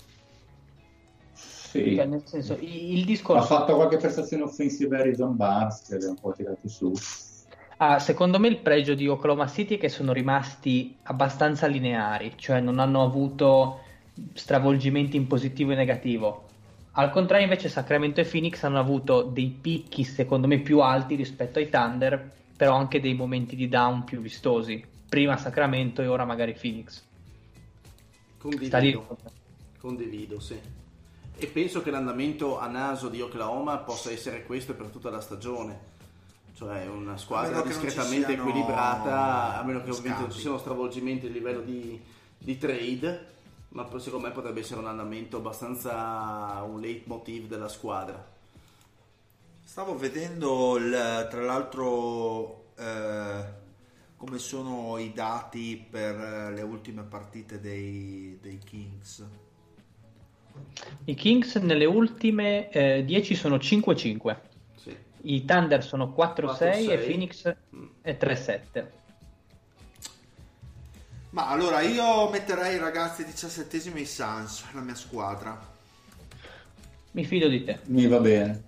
Sì. Cioè, nel senso, il discorso... Ha fatto qualche prestazione offensiva Harrison Barnes che li ha un po' tirati su. Secondo me il pregio di Oklahoma City è che sono rimasti abbastanza lineari, cioè non hanno avuto stravolgimenti in positivo e negativo. Al contrario invece Sacramento e Phoenix hanno avuto dei picchi secondo me più alti rispetto ai Thunder, però anche dei momenti di down più vistosi. Prima Sacramento e ora magari Phoenix. Condivido, sì. E penso che l'andamento a naso di Oklahoma possa essere questo per tutta la stagione. Cioè una squadra discretamente equilibrata, a meno che ovviamente non ci siano stravolgimenti a livello di trade, ma secondo me potrebbe essere un andamento abbastanza un leitmotiv della squadra. Stavo vedendo tra l'altro come sono i dati per le ultime partite dei Kings. I Kings nelle ultime 10 sono 5-5. Sì. I Thunder sono 4-6 e Phoenix è 3-7. Ma allora io metterei, ragazzi, 17esimi i Suns, la mia squadra. Mi fido di te. Mi va bene.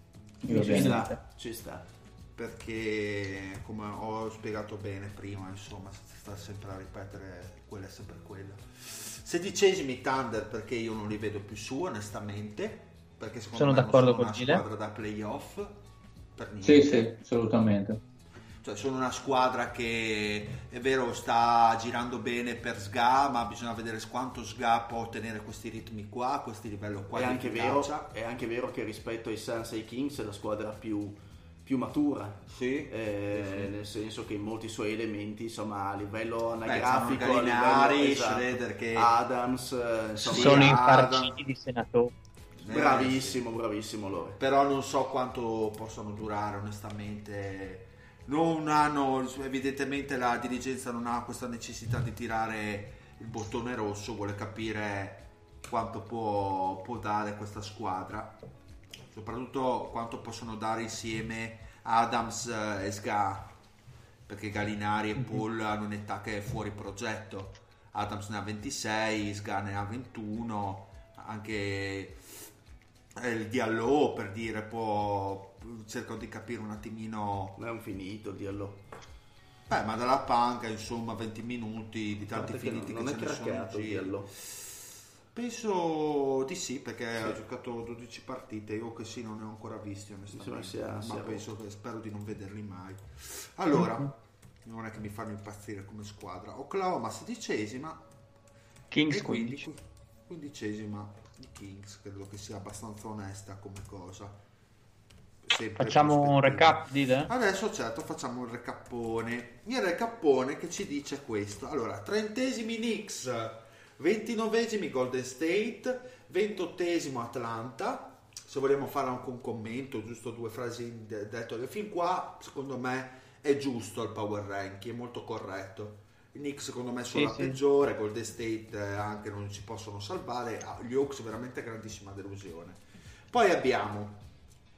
Ci sta. Perché, come ho spiegato bene prima, insomma, sta sempre a ripetere, quella è sempre quella. 16esimi Thunder, perché io non li vedo più su, onestamente, perché secondo me d'accordo non sono una con squadra da playoff per niente. Sì, assolutamente. Cioè sono una squadra che è vero sta girando bene per SGA, ma bisogna vedere quanto SGA può ottenere questi ritmi qua, questi livelli qua. È anche vero che rispetto ai Suns e ai Kings è la squadra più matura, sì. Nel senso che in molti suoi elementi, insomma, a livello anagrafico, Gallinari, Schroeder, che Adams, insomma, sono infarciti di senatori. Bravissimo loro. Però non so quanto possono durare, onestamente. Non hanno, evidentemente la dirigenza non ha questa necessità di tirare il bottone rosso, vuole capire quanto può dare questa squadra, soprattutto quanto possono dare insieme Adams e SGA, perché Gallinari e Paul hanno un'età che è fuori progetto. Adams ne ha 26, SGA ne ha 21, anche il Diallo, per dire, cerco di capire un attimino. Non è un finito il Diallo. Ma dalla panca, insomma, 20 minuti di tanti finiti non che è ce ne sono in Diallo. Penso di sì, perché ha giocato 12 partite. Io che sì, non ne ho ancora visti, onestamente, ma spero di non vederli mai. Allora, non è che mi fanno impazzire come squadra. Oklahoma 16esima, Kings e quindi 15esima di Kings. Credo che sia abbastanza onesta come cosa. Sempre facciamo un recap di te? Adesso certo facciamo il recappone che ci dice questo. Allora, 30esimi Knicks, 29esimi Golden State, 28esimo Atlanta. Se vogliamo fare anche un commento, giusto due frasi detto che fin qua secondo me è giusto il power ranking, è molto corretto. I Knicks secondo me sono la peggiore, Golden State anche non ci possono salvare, gli Hawks veramente grandissima delusione. Poi abbiamo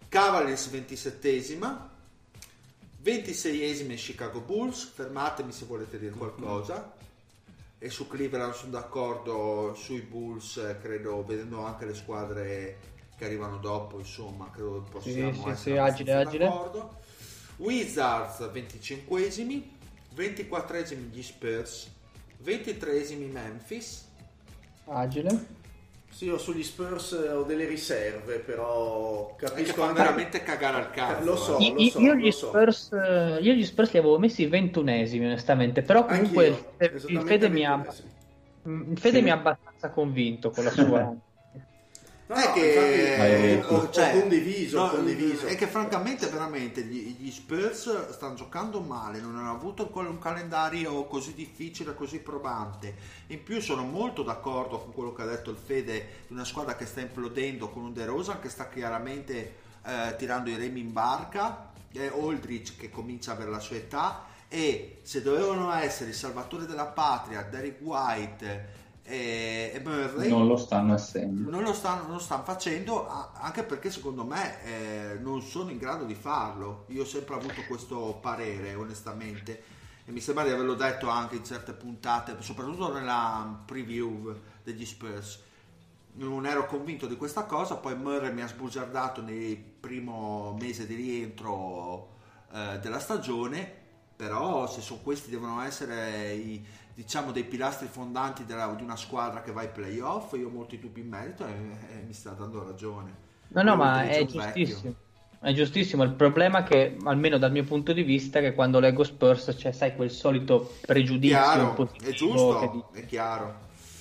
Cavaliers 27esima, 26esima Chicago Bulls. Fermatemi se volete dire qualcosa. E su Cleveland sono d'accordo, sui Bulls credo, vedendo anche le squadre che arrivano dopo, insomma, credo possiamo essere agile. d'accordo. Wizards 25esimi, 24esimi gli Spurs, 23esimi Memphis. Agile. Sì, io sugli Spurs ho delle riserve, però Che capisco fanno anche... veramente cagare al cazzo. Lo so. Io gli Spurs li avevo messi 21esimi onestamente, però comunque il Fede mi ha abbastanza convinto con la sua... No, è che ho condiviso. È che francamente veramente gli Spurs stanno giocando male, non hanno avuto ancora un calendario così difficile, così probante. In più sono molto d'accordo con quello che ha detto il Fede di una squadra che sta implodendo, con un DeRozan che sta chiaramente tirando i remi in barca, Aldridge che comincia a avere la sua età, e se dovevano essere il salvatore della patria Derrick White e Murray non lo stanno essendo, non lo stanno facendo, anche perché secondo me non sono in grado di farlo. Io ho sempre avuto questo parere onestamente, e mi sembra di averlo detto anche in certe puntate, soprattutto nella preview degli Spurs. Non ero convinto di questa cosa, poi Murray mi ha sbugiardato nel primo mese di rientro della stagione, però se sono questi devono essere diciamo dei pilastri fondanti di una squadra che va ai playoff, io ho molti dubbi in merito e mi sta dando ragione. No, ma è giustissimo. È giustissimo. Il problema è che, almeno dal mio punto di vista, che quando leggo Spurs c'è, sai, quel solito pregiudizio chiaro, è giusto, è chiaro.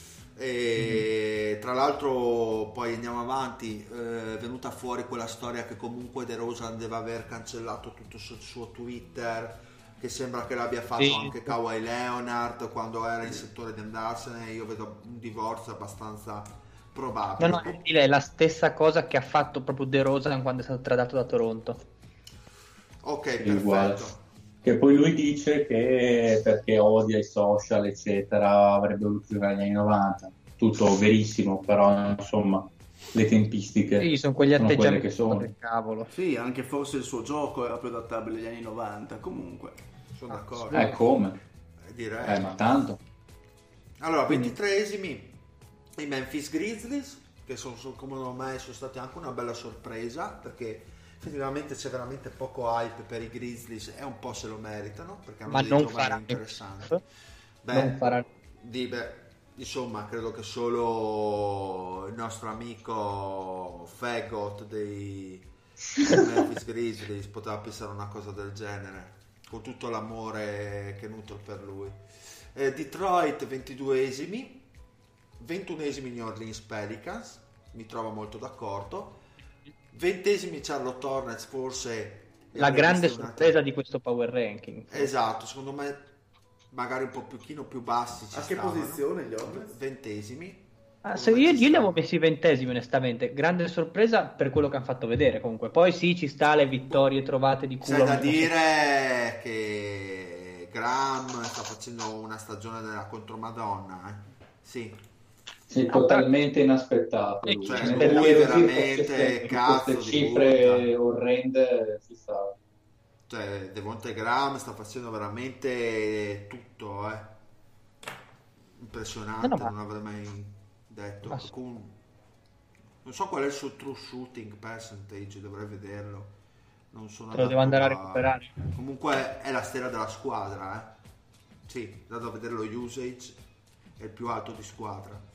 E tra l'altro poi andiamo avanti, è venuta fuori quella storia che comunque DeRozan deve aver cancellato tutto sul suo Twitter, che sembra che l'abbia fatto anche Kawhi Leonard quando era in settore di andarsene. Io vedo un divorzio abbastanza probabile. No, è la stessa cosa che ha fatto proprio DeRozan quando è stato tradato da Toronto. Ok, uguale. perfetto. Che poi lui dice che perché odia i social eccetera avrebbe voluto giocare negli anni 90, tutto verissimo, però insomma le tempistiche sono quegli atteggiamenti che sono. Del cavolo. Sì, anche forse il suo gioco era più adattabile agli anni 90, comunque sono d'accordo. Come? Direi. Ma tanto. Allora, 23esimi i Memphis Grizzlies, che secondo me sono stati anche una bella sorpresa, perché effettivamente c'è veramente poco hype per i Grizzlies e un po' se lo meritano, perché hanno dei giovani interessanti. Insomma, credo che solo il nostro amico Fagot dei Memphis Grizzlies poteva pensare una cosa del genere, con tutto l'amore che nutro per lui. Detroit 22esimi, 21esimi New Orleans Pelicans, mi trovo molto d'accordo. 20esimi Charlotte Hornets, forse la grande sorpresa di questo power ranking. Esatto, secondo me magari un pochino più bassi ci che posizione gli Hornets? 20esimi. Io li avevo messi 20esimi onestamente, grande sorpresa per quello che hanno fatto vedere comunque. Poi sì, ci sta le vittorie trovate di culo. C'è da dire che Graham sta facendo una stagione della contromadonna, sì. Sì, totalmente inaspettato. Cioè, lui veramente cazzo queste cifre orrende ci sta. Cioè, Devonte Graham sta facendo veramente tutto, impressionante, non avrei mai detto. Non so qual è il suo true shooting percentage, dovrei vederlo. Non sono Te lo devo andare a recuperare. Comunque è la stella della squadra, sì, dato a vedere lo usage è il più alto di squadra.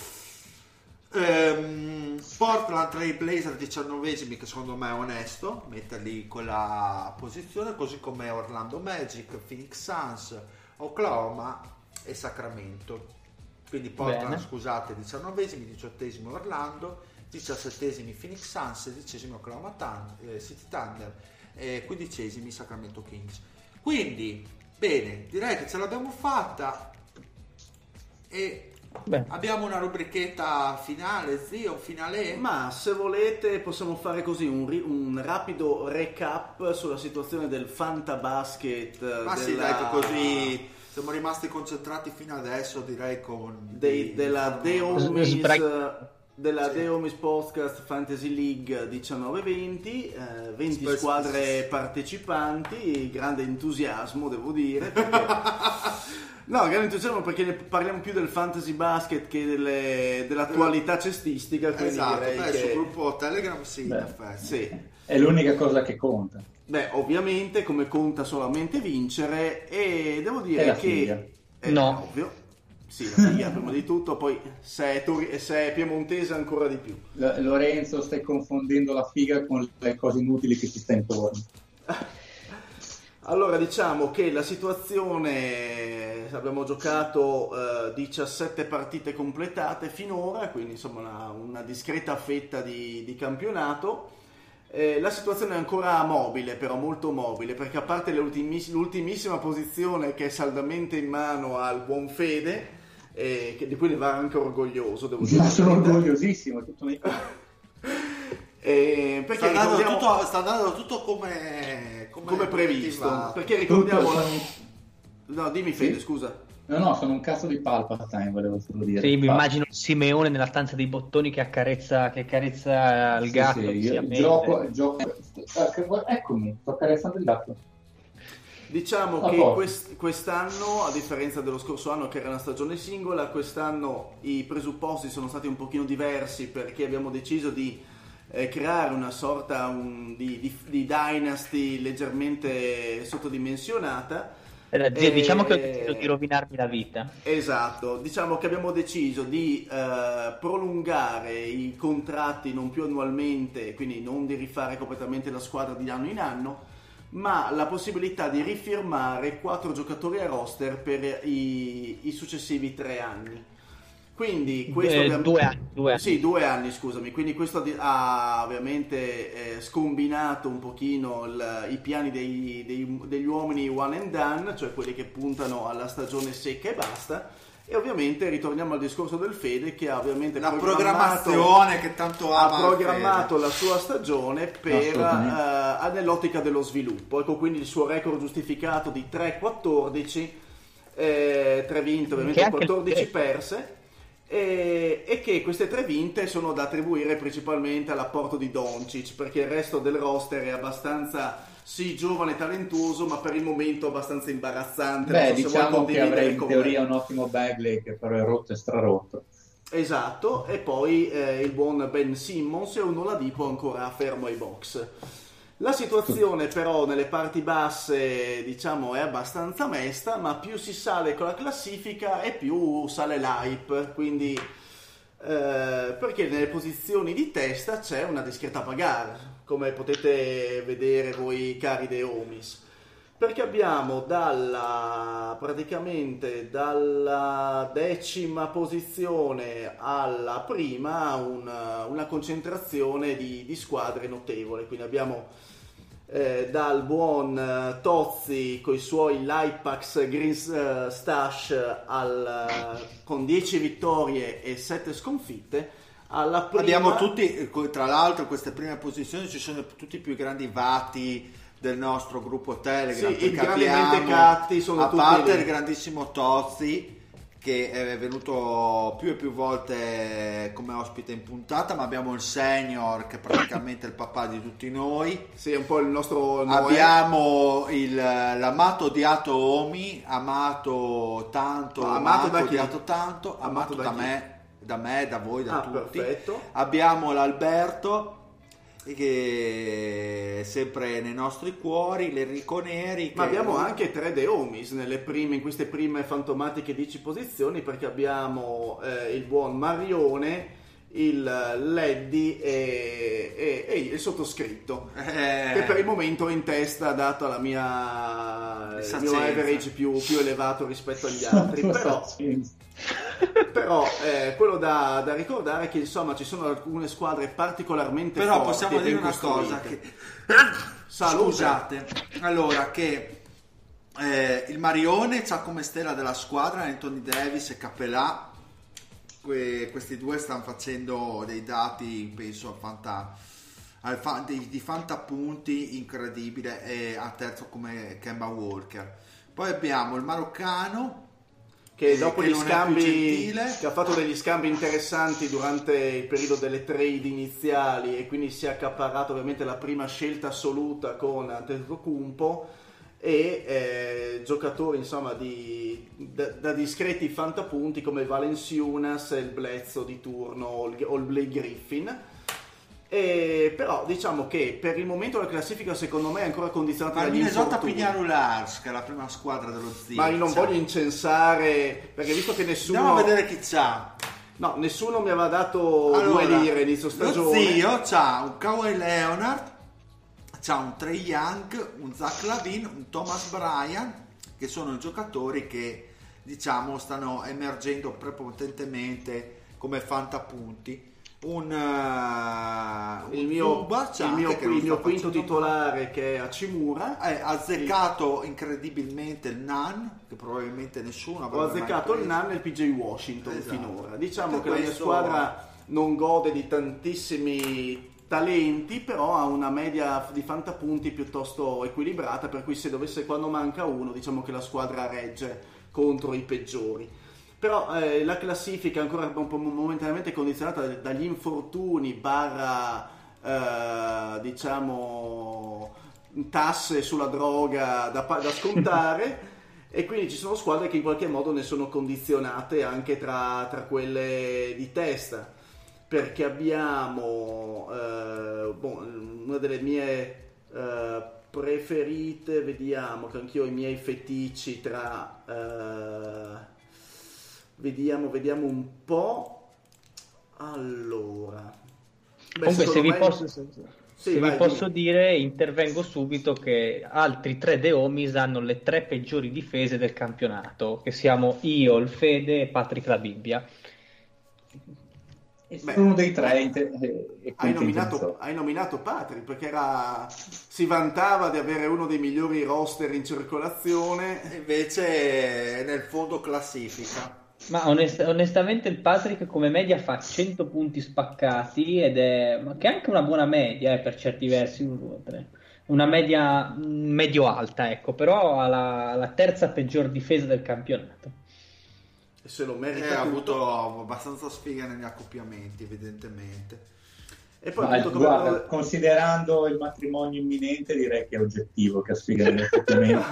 Portland Trail Blazer 19esimi, che secondo me è onesto metterli in quella posizione, così come Orlando Magic, Phoenix Suns, Oklahoma e Sacramento. Quindi Portland, bene. Scusate, 19esimi, 18esimi Orlando, 17esimi Phoenix Suns, 16esimi Oklahoma City Thunder e 15esimi Sacramento Kings. Quindi bene, direi che ce l'abbiamo fatta e abbiamo una rubrichetta finale, zio, finale. Ma se volete possiamo fare così un rapido recap sulla situazione del fantabasket. Ma sì, dai, che così siamo rimasti concentrati fino adesso, direi, con della The della The Homies Podcast Fantasy League 19-20, 20 squadre partecipanti, grande entusiasmo devo dire, perché... no, grande entusiasmo perché ne parliamo più del fantasy basket che dell'attualità cestistica, quindi esatto, direi che... sul gruppo Telegram sì, in effetti. Sì. È l'unica cosa che conta. Beh, ovviamente come conta solamente vincere, e devo È dire la che figa. No. ovvio. Sì, la figa prima di tutto, poi se è piemontese ancora di più. Lorenzo, stai confondendo la figa con le cose inutili che ci sta intorno. Allora, diciamo che la situazione, abbiamo giocato 17 partite completate finora, quindi insomma una discreta fetta di campionato. La situazione è ancora mobile, però molto mobile, perché a parte l'ultimissima posizione che è saldamente in mano al buon Fede, di cui ne va anche orgoglioso, devo dire. Sono orgogliosissimo, tutto nei... Perché sta andando tutto come previsto, perché ricordiamo no, dimmi Fede, scusa. No, sono un cazzo di Palpatine, volevo solo dire. Sì, mi immagino Simeone nella stanza dei bottoni che accarezza il gatto. Sì, io gioco... Eccomi, sto accarezzando il gatto. Diciamo che quest'anno, a differenza dello scorso anno che era una stagione singola, quest'anno i presupposti sono stati un pochino diversi, perché abbiamo deciso di creare una sorta di dynasty leggermente sottodimensionata. Diciamo che ho deciso di rovinarmi la vita. Esatto, diciamo che abbiamo deciso di prolungare i contratti non più annualmente, quindi non di rifare completamente la squadra di anno in anno, ma la possibilità di rifirmare 4 giocatori a roster per i successivi 3 anni. Quindi questo 2 anni. Sì, 2 anni, scusami. Quindi questo ha ovviamente scombinato un pochino i piani degli uomini one and done, cioè quelli che puntano alla stagione secca e basta. E ovviamente ritorniamo al discorso del Fede, che ha ovviamente la programmazione che tanto ama, ha programmato la sua stagione nell'ottica dello sviluppo. Ecco, quindi il suo record giustificato di 3-14, 3 vinte, ovviamente 14 perse. E che queste 3 vinte sono da attribuire principalmente all'apporto di Doncic, perché il resto del roster è abbastanza giovane e talentuoso, ma per il momento abbastanza imbarazzante. Beh, diciamo che avrei in teoria un ottimo Bagley, che però è rotto e strarotto. Esatto, e poi il buon Ben Simmons e un Oladipo ancora fermo ai box. La situazione però nelle parti basse, diciamo, è abbastanza mesta, ma più si sale con la classifica e più sale l'hype, quindi perché nelle posizioni di testa c'è una discreta bagarre, come potete vedere voi cari The Homies, perché abbiamo praticamente dalla 10ª posizione alla prima una concentrazione di squadre notevole, quindi abbiamo dal buon Tozzi con i suoi Lipax Green Stash con 10 vittorie e 7 sconfitte alla prima. Abbiamo tutti, tra l'altro, queste prime posizioni ci sono tutti i più grandi vati del nostro gruppo Telegram, sì, i grandi mentecatti sono tutti, a parte il grandissimo Tozzi, che è venuto più e più volte come ospite in puntata, ma abbiamo il senior, che è praticamente il papà di tutti noi. Sì, è un po' il nostro Noè. Abbiamo l'amato odiato Omi, amato tanto, amato da chi? Odiato tanto, amato da me, da voi, da tutti. Perfetto. Abbiamo l'Alberto, che è sempre nei nostri cuori, l'Enrico Neri, ma abbiamo anche 3 The Homies in queste prime fantomatiche 10 posizioni, perché abbiamo il buon Marione, il Leddy e il sottoscritto, che per il momento è in testa, dato il mio average più elevato rispetto agli altri. Però quello da ricordare è che insomma ci sono alcune squadre particolarmente però forti. Possiamo dire una cosa che scusate, allora, che il Marione c'ha come stella della squadra Anthony Davis e Capelà. Questi due stanno facendo dei dati, penso, di fantapunti incredibile, e a terzo come Kemba Walker. Poi abbiamo il maroccano, che dopo che gli non è più scambi, gentile. che ha fatto degli scambi interessanti durante il periodo delle trade iniziali e quindi si è accaparato ovviamente la prima scelta assoluta con Antetokounmpo e giocatori insomma da discreti fantapunti come Valanciunas e il Bledsoe di turno o il Blake Griffin. Però diciamo che per il momento la classifica secondo me è ancora condizionata Ma il dagli Minnesota infortuni. Pignarulars, che è la prima squadra dello Zio. Ma io non voglio incensare, perché visto che nessuno... Andiamo a vedere chi c'ha. No, nessuno mi aveva dato 2 lire inizio stagione. Lo Zio c'ha un Kawhi Leonard, c'ha un Trae Young, un Zach LaVine, un Thomas Bryant, che sono i giocatori che diciamo stanno emergendo prepotentemente come fantapunti. Il mio quinto titolare che è Hachimura. Ha azzeccato incredibilmente il Nan, che probabilmente nessuno avrebbe Ho azzeccato mai il preso. Nan e il PJ Washington Esatto. finora. Diciamo Tutto che la mia questo- squadra non gode di tantissimi talenti, però ha una media di fantapunti piuttosto equilibrata, per cui quando manca uno, diciamo che la squadra regge contro i peggiori. Però la classifica è ancora un po' momentaneamente condizionata dagli infortuni diciamo tasse sulla droga da scontare e quindi ci sono squadre che in qualche modo ne sono condizionate anche tra quelle di testa, perché abbiamo una delle mie preferite, vediamo che anch'io ho i miei feticci vediamo un po'. Allora, Comunque, se vi vai, posso dire, intervengo subito che altri 3 Deomis hanno le 3 peggiori difese del campionato, che siamo io, il Fede e Patrick La Bibbia. E sono uno dei 3 hai nominato Patrick perché si vantava di avere uno dei migliori roster in circolazione. Invece è nel fondo classifica. Ma onestamente il Patrick come media fa 100 punti spaccati che è anche una buona media per certi versi, una media medio alta, ecco, però ha la terza peggior difesa del campionato. E se lo merita Ha tutto. avuto abbastanza sfiga negli accoppiamenti, evidentemente. E poi appunto, guarda, considerando il matrimonio imminente, direi che è oggettivo che ha sfiga negli accoppiamenti.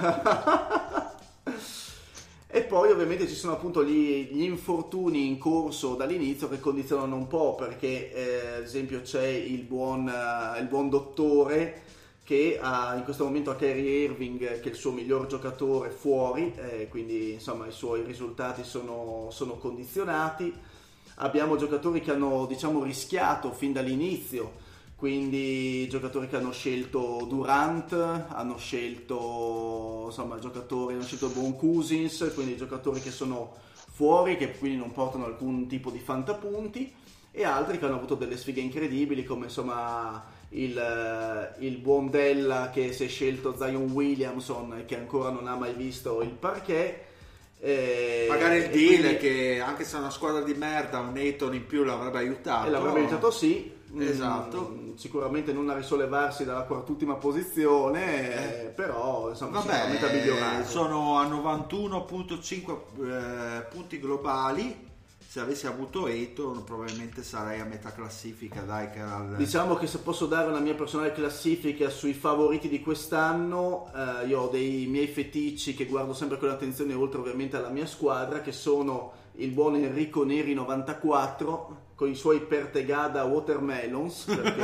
E poi ovviamente ci sono appunto gli infortuni in corso dall'inizio che condizionano un po', perché ad esempio c'è il buon dottore che in questo momento ha Kyrie Irving, che è il suo miglior giocatore, fuori, quindi insomma i suoi risultati sono condizionati. Abbiamo giocatori che hanno diciamo rischiato fin dall'inizio, quindi giocatori che hanno scelto Durant, hanno scelto Buon Cousins, quindi giocatori che sono fuori, che quindi non portano alcun tipo di fantapunti, e altri che hanno avuto delle sfighe incredibili, come insomma il buon Della che si è scelto Zion Williamson, che ancora non ha mai visto il parquet. Magari il deal che anche se è una squadra di merda, un Ayton in più l'avrebbe aiutato. E l'avrebbe aiutato, sì. Esatto. Sicuramente non a risollevarsi dalla quart'ultima posizione, però insomma sicuramente a migliorare. Sono a 91.5 punti globali. Se avessi avuto Ayton probabilmente sarei a metà classifica, dai, che Diciamo che se posso dare una mia personale classifica sui favoriti di quest'anno, io ho dei miei feticci che guardo sempre con attenzione, oltre ovviamente alla mia squadra, che sono il buon Enrico Neri 94 con i suoi Pertegada Watermelons,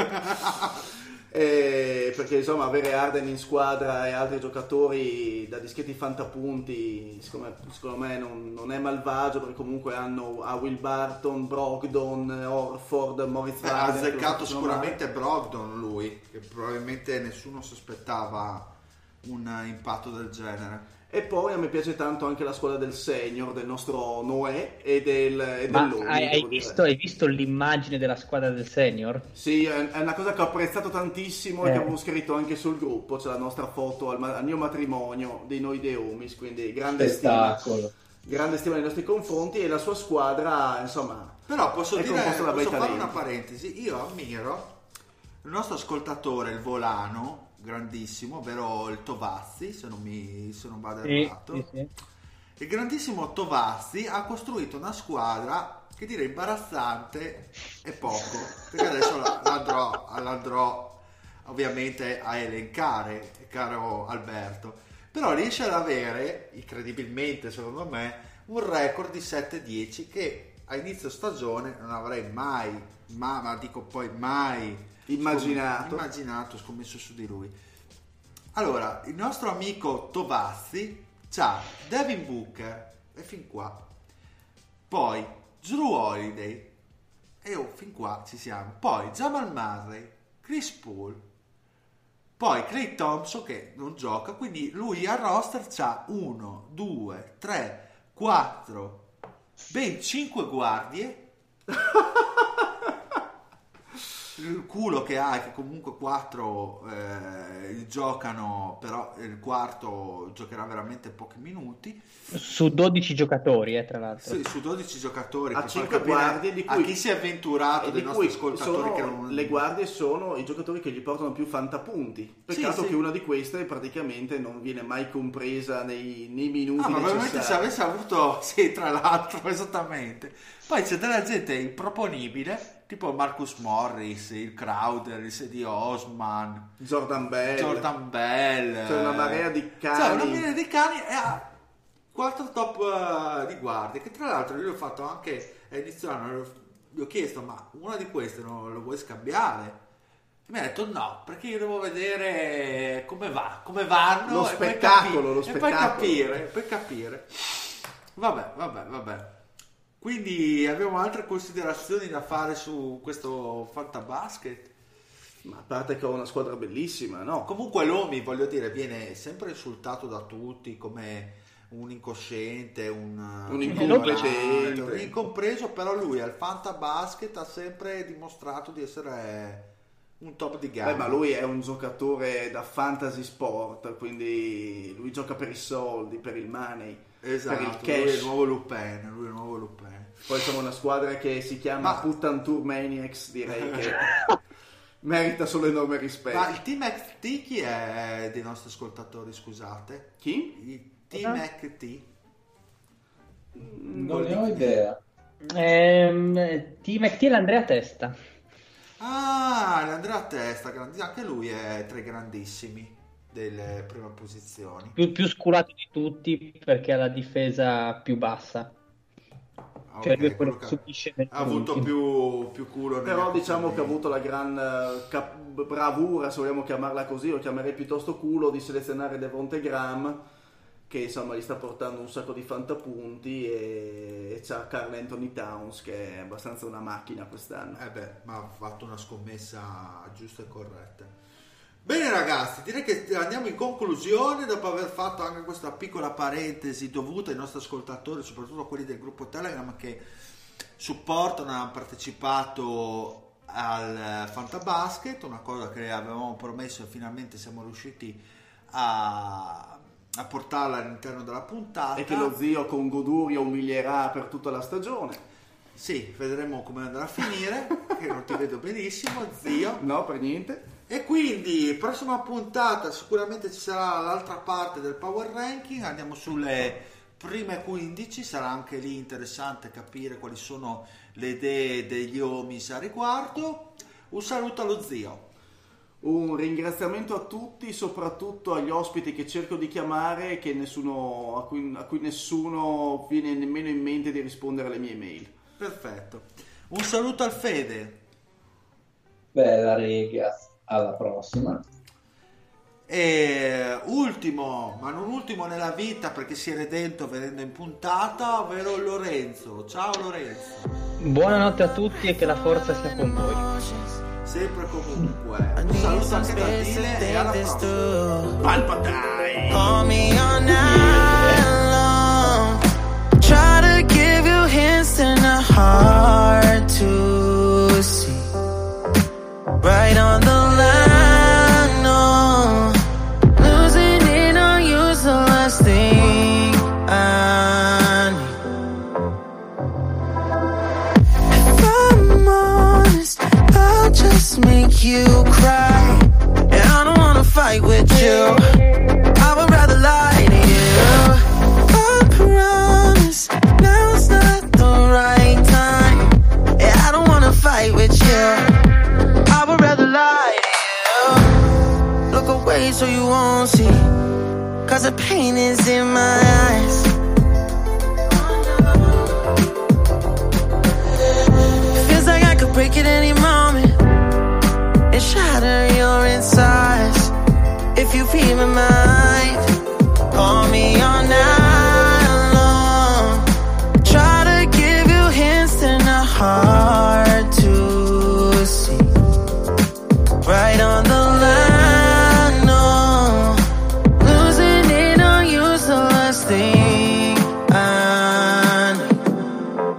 perché insomma avere Harden in squadra e altri giocatori da dischetti fantapunti secondo me non è malvagio, perché comunque hanno a Will Barton, Brogdon, Horford, Moritz ha Wagner, azzeccato sicuramente Brogdon, lui, che probabilmente nessuno si aspettava un impatto del genere. E poi a me piace tanto anche la squadra del senior, del nostro Noè e Ma dell'Oni. hai visto l'immagine della squadra del senior? Sì, è una cosa che ho apprezzato tantissimo e che avevo scritto anche sul gruppo. C'è la nostra foto al mio matrimonio di noi Deomis, quindi grande stima nei nostri confronti, e la sua squadra insomma. Però posso fare talenti. una parentesi, io ammiro il nostro ascoltatore, il Volano, grandissimo, ovvero il Tovazzi, se non vado errato, Sì. il grandissimo Tovazzi ha costruito una squadra che direi imbarazzante e poco, perché adesso l'andrò ovviamente a elencare, caro Alberto, però riesce ad avere, incredibilmente secondo me, un record di 7-10 che a inizio stagione non avrei mai, ma dico poi mai immaginato, scommesso su di lui. Allora, il nostro amico Tovazzi c'ha Devin Booker e fin qua, poi Jrue Holiday e fin qua ci siamo, poi Jamal Murray, Chris Paul, poi Klay Thompson che non gioca, quindi lui al roster c'ha 1, 2, 3, 4, ben 5 guardie. Il culo che ha è che comunque 4 giocano, però il quarto giocherà veramente pochi minuti. Su 12 giocatori, tra l'altro. Sì, su 12 giocatori. A 5 guardie, di cui, a chi si è avventurato dei nostri ascoltatori che non... Le guardie sono i giocatori che gli portano più fantapunti. Peccato che una di queste praticamente non viene mai compresa nei minuti ma necessari. probabilmente se avesse avuto, sì, tra l'altro, esattamente. Poi c'è della gente improponibile, tipo Marcus Morris, il Crowder, il Cedi Osman, Jordan Bell. C'è una marea di cani. C'è una marea di cani e ha 4 top di guardie, che tra l'altro io ho fatto anche a inizio anno, gli ho chiesto, ma una di queste non lo vuoi scambiare? E mi ha detto no, perché io devo vedere come vanno lo e spettacolo. Poi capire. Vabbè. Quindi abbiamo altre considerazioni da fare su questo fantabasket? Ma a parte che ho una squadra bellissima, no? Comunque Lomi, voglio dire, viene sempre insultato da tutti come un incosciente, un incompreso, però lui al fantabasket ha sempre dimostrato di essere un top di gamma. Ma lui è un giocatore da fantasy sport, quindi lui gioca per i soldi, per il money, esatto, per il cash. Lui è il nuovo Lupin. Poi siamo una squadra che si chiama Puttan Tour Maniacs, direi che merita solo enorme rispetto. Ma il Team XT chi è dei nostri ascoltatori, scusate? Chi? Il Team XT? Non ne ho idea. Team XT è l'Andrea Testa. Ah, l'Andrea Testa, anche lui è tra i grandissimi delle prime posizioni. Più sculato di tutti perché ha la difesa più bassa. Cioè lui è quello che subisce ha avuto più culo. Però diciamo che ha avuto la gran bravura, se vogliamo chiamarla così, lo chiamerei piuttosto culo, di selezionare Devonte Graham, che insomma gli sta portando un sacco di fantapunti, e c'ha Karl Anthony Towns che è abbastanza una macchina quest'anno. Ma ha fatto una scommessa giusta e corretta. Bene ragazzi, direi che andiamo in conclusione dopo aver fatto anche questa piccola parentesi dovuta ai nostri ascoltatori, soprattutto a quelli del gruppo Telegram che supportano e hanno partecipato al Fantabasket, una cosa che avevamo promesso e finalmente siamo riusciti a portarla all'interno della puntata, e che lo zio con goduria umilierà per tutta la stagione. Sì, vedremo come andrà a finire, che non ti vedo benissimo, zio. No, per niente. E quindi, prossima puntata sicuramente ci sarà l'altra parte del Power Ranking, andiamo sulle prime 15, sarà anche lì interessante capire quali sono le idee degli Omis a riguardo. Un saluto allo zio. Un ringraziamento a tutti, soprattutto agli ospiti che cerco di chiamare, che a cui nessuno viene nemmeno in mente di rispondere alle mie mail. Perfetto. Un saluto al Fede. Bella rega, alla prossima. E ultimo, ma non ultimo nella vita perché si è redento venendo in puntata, ovvero Lorenzo. Ciao Lorenzo. Buonanotte a tutti e che la forza sia con voi. Sempre comunque. Un saluto anche da Dile e alla prossima. Palpatine. Call me all night long. Try to give you hints and a hard to see. Right on the line, no. Losing it on you's the last thing I need. If I'm honest, I'll just make you cry. And I don't wanna fight with you, I would rather lie to you. I promise the pain is in my eyes. Feels like I could break at any moment and shatter your insides. If you feel my mind, call me all night long. Try to give you hints that are hard to see. Right on the line, no. Losing it on you's the last thing I know.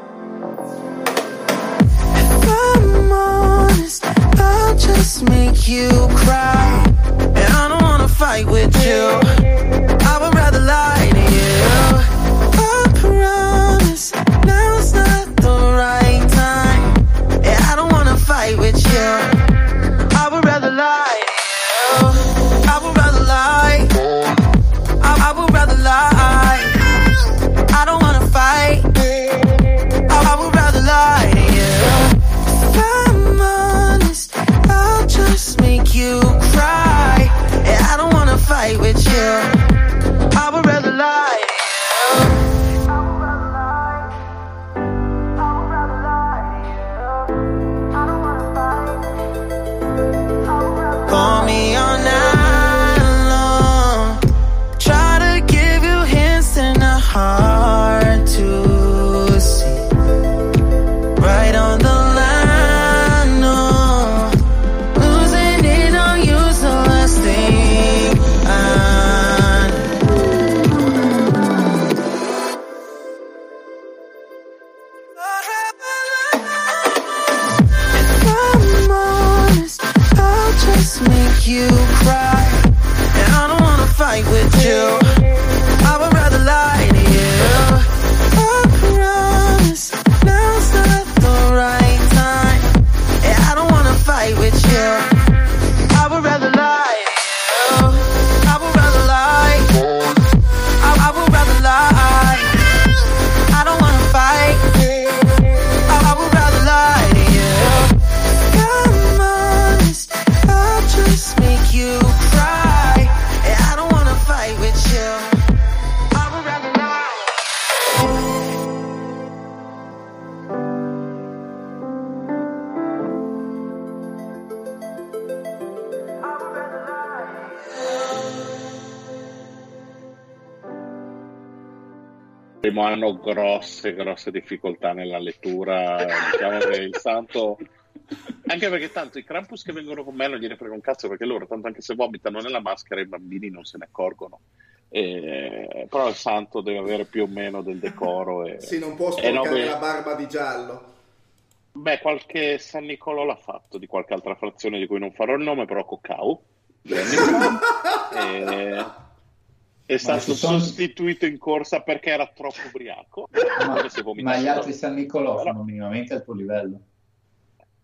If I'm honest, I'll just make you cry. And I don't wanna fight with you, I would rather lie to you. I promise, now's not the right time. And I don't wanna fight with you, I would rather lie to you. I would rather lie. I would rather lie. I don't wanna fight. I would rather lie to you. If I'm honest, I'll just make you cry. And I don't wanna fight with you, I would rather lie to you. I would rather lie. I would rather lie to you. I don't wanna fight. I would rather call me all night long. Try to give you hints that are hard to see. Right on the line, no. Losing it on you's the last thing I If I'm honest, I'll just make you cry. And I don't wanna fight with you, I would rather lie to you. I promise, now's not the right time. And I don't wanna fight with you, I would rather lie to you. I would rather lie. I would rather lie. I don't wanna fight. I would rather lie to you. If I'm honest, I'll just make you cry. And I don't wanna fight with you, I would rather lie. Primo anno grosse difficoltà nella lettura, diciamo che il santo, anche perché tanto i Krampus che vengono con me non gliene frega un cazzo, perché loro tanto anche se vomitano nella maschera i bambini non se ne accorgono. Però il santo deve avere più o meno del decoro Sì, non può sporcare la barba di giallo. Beh, qualche San Nicolò l'ha fatto, di qualche altra frazione di cui non farò il nome, però Coccau è stato sostituito in corsa perché era troppo ubriaco. Ma gli altri San Nicolò sono minimamente al tuo livello?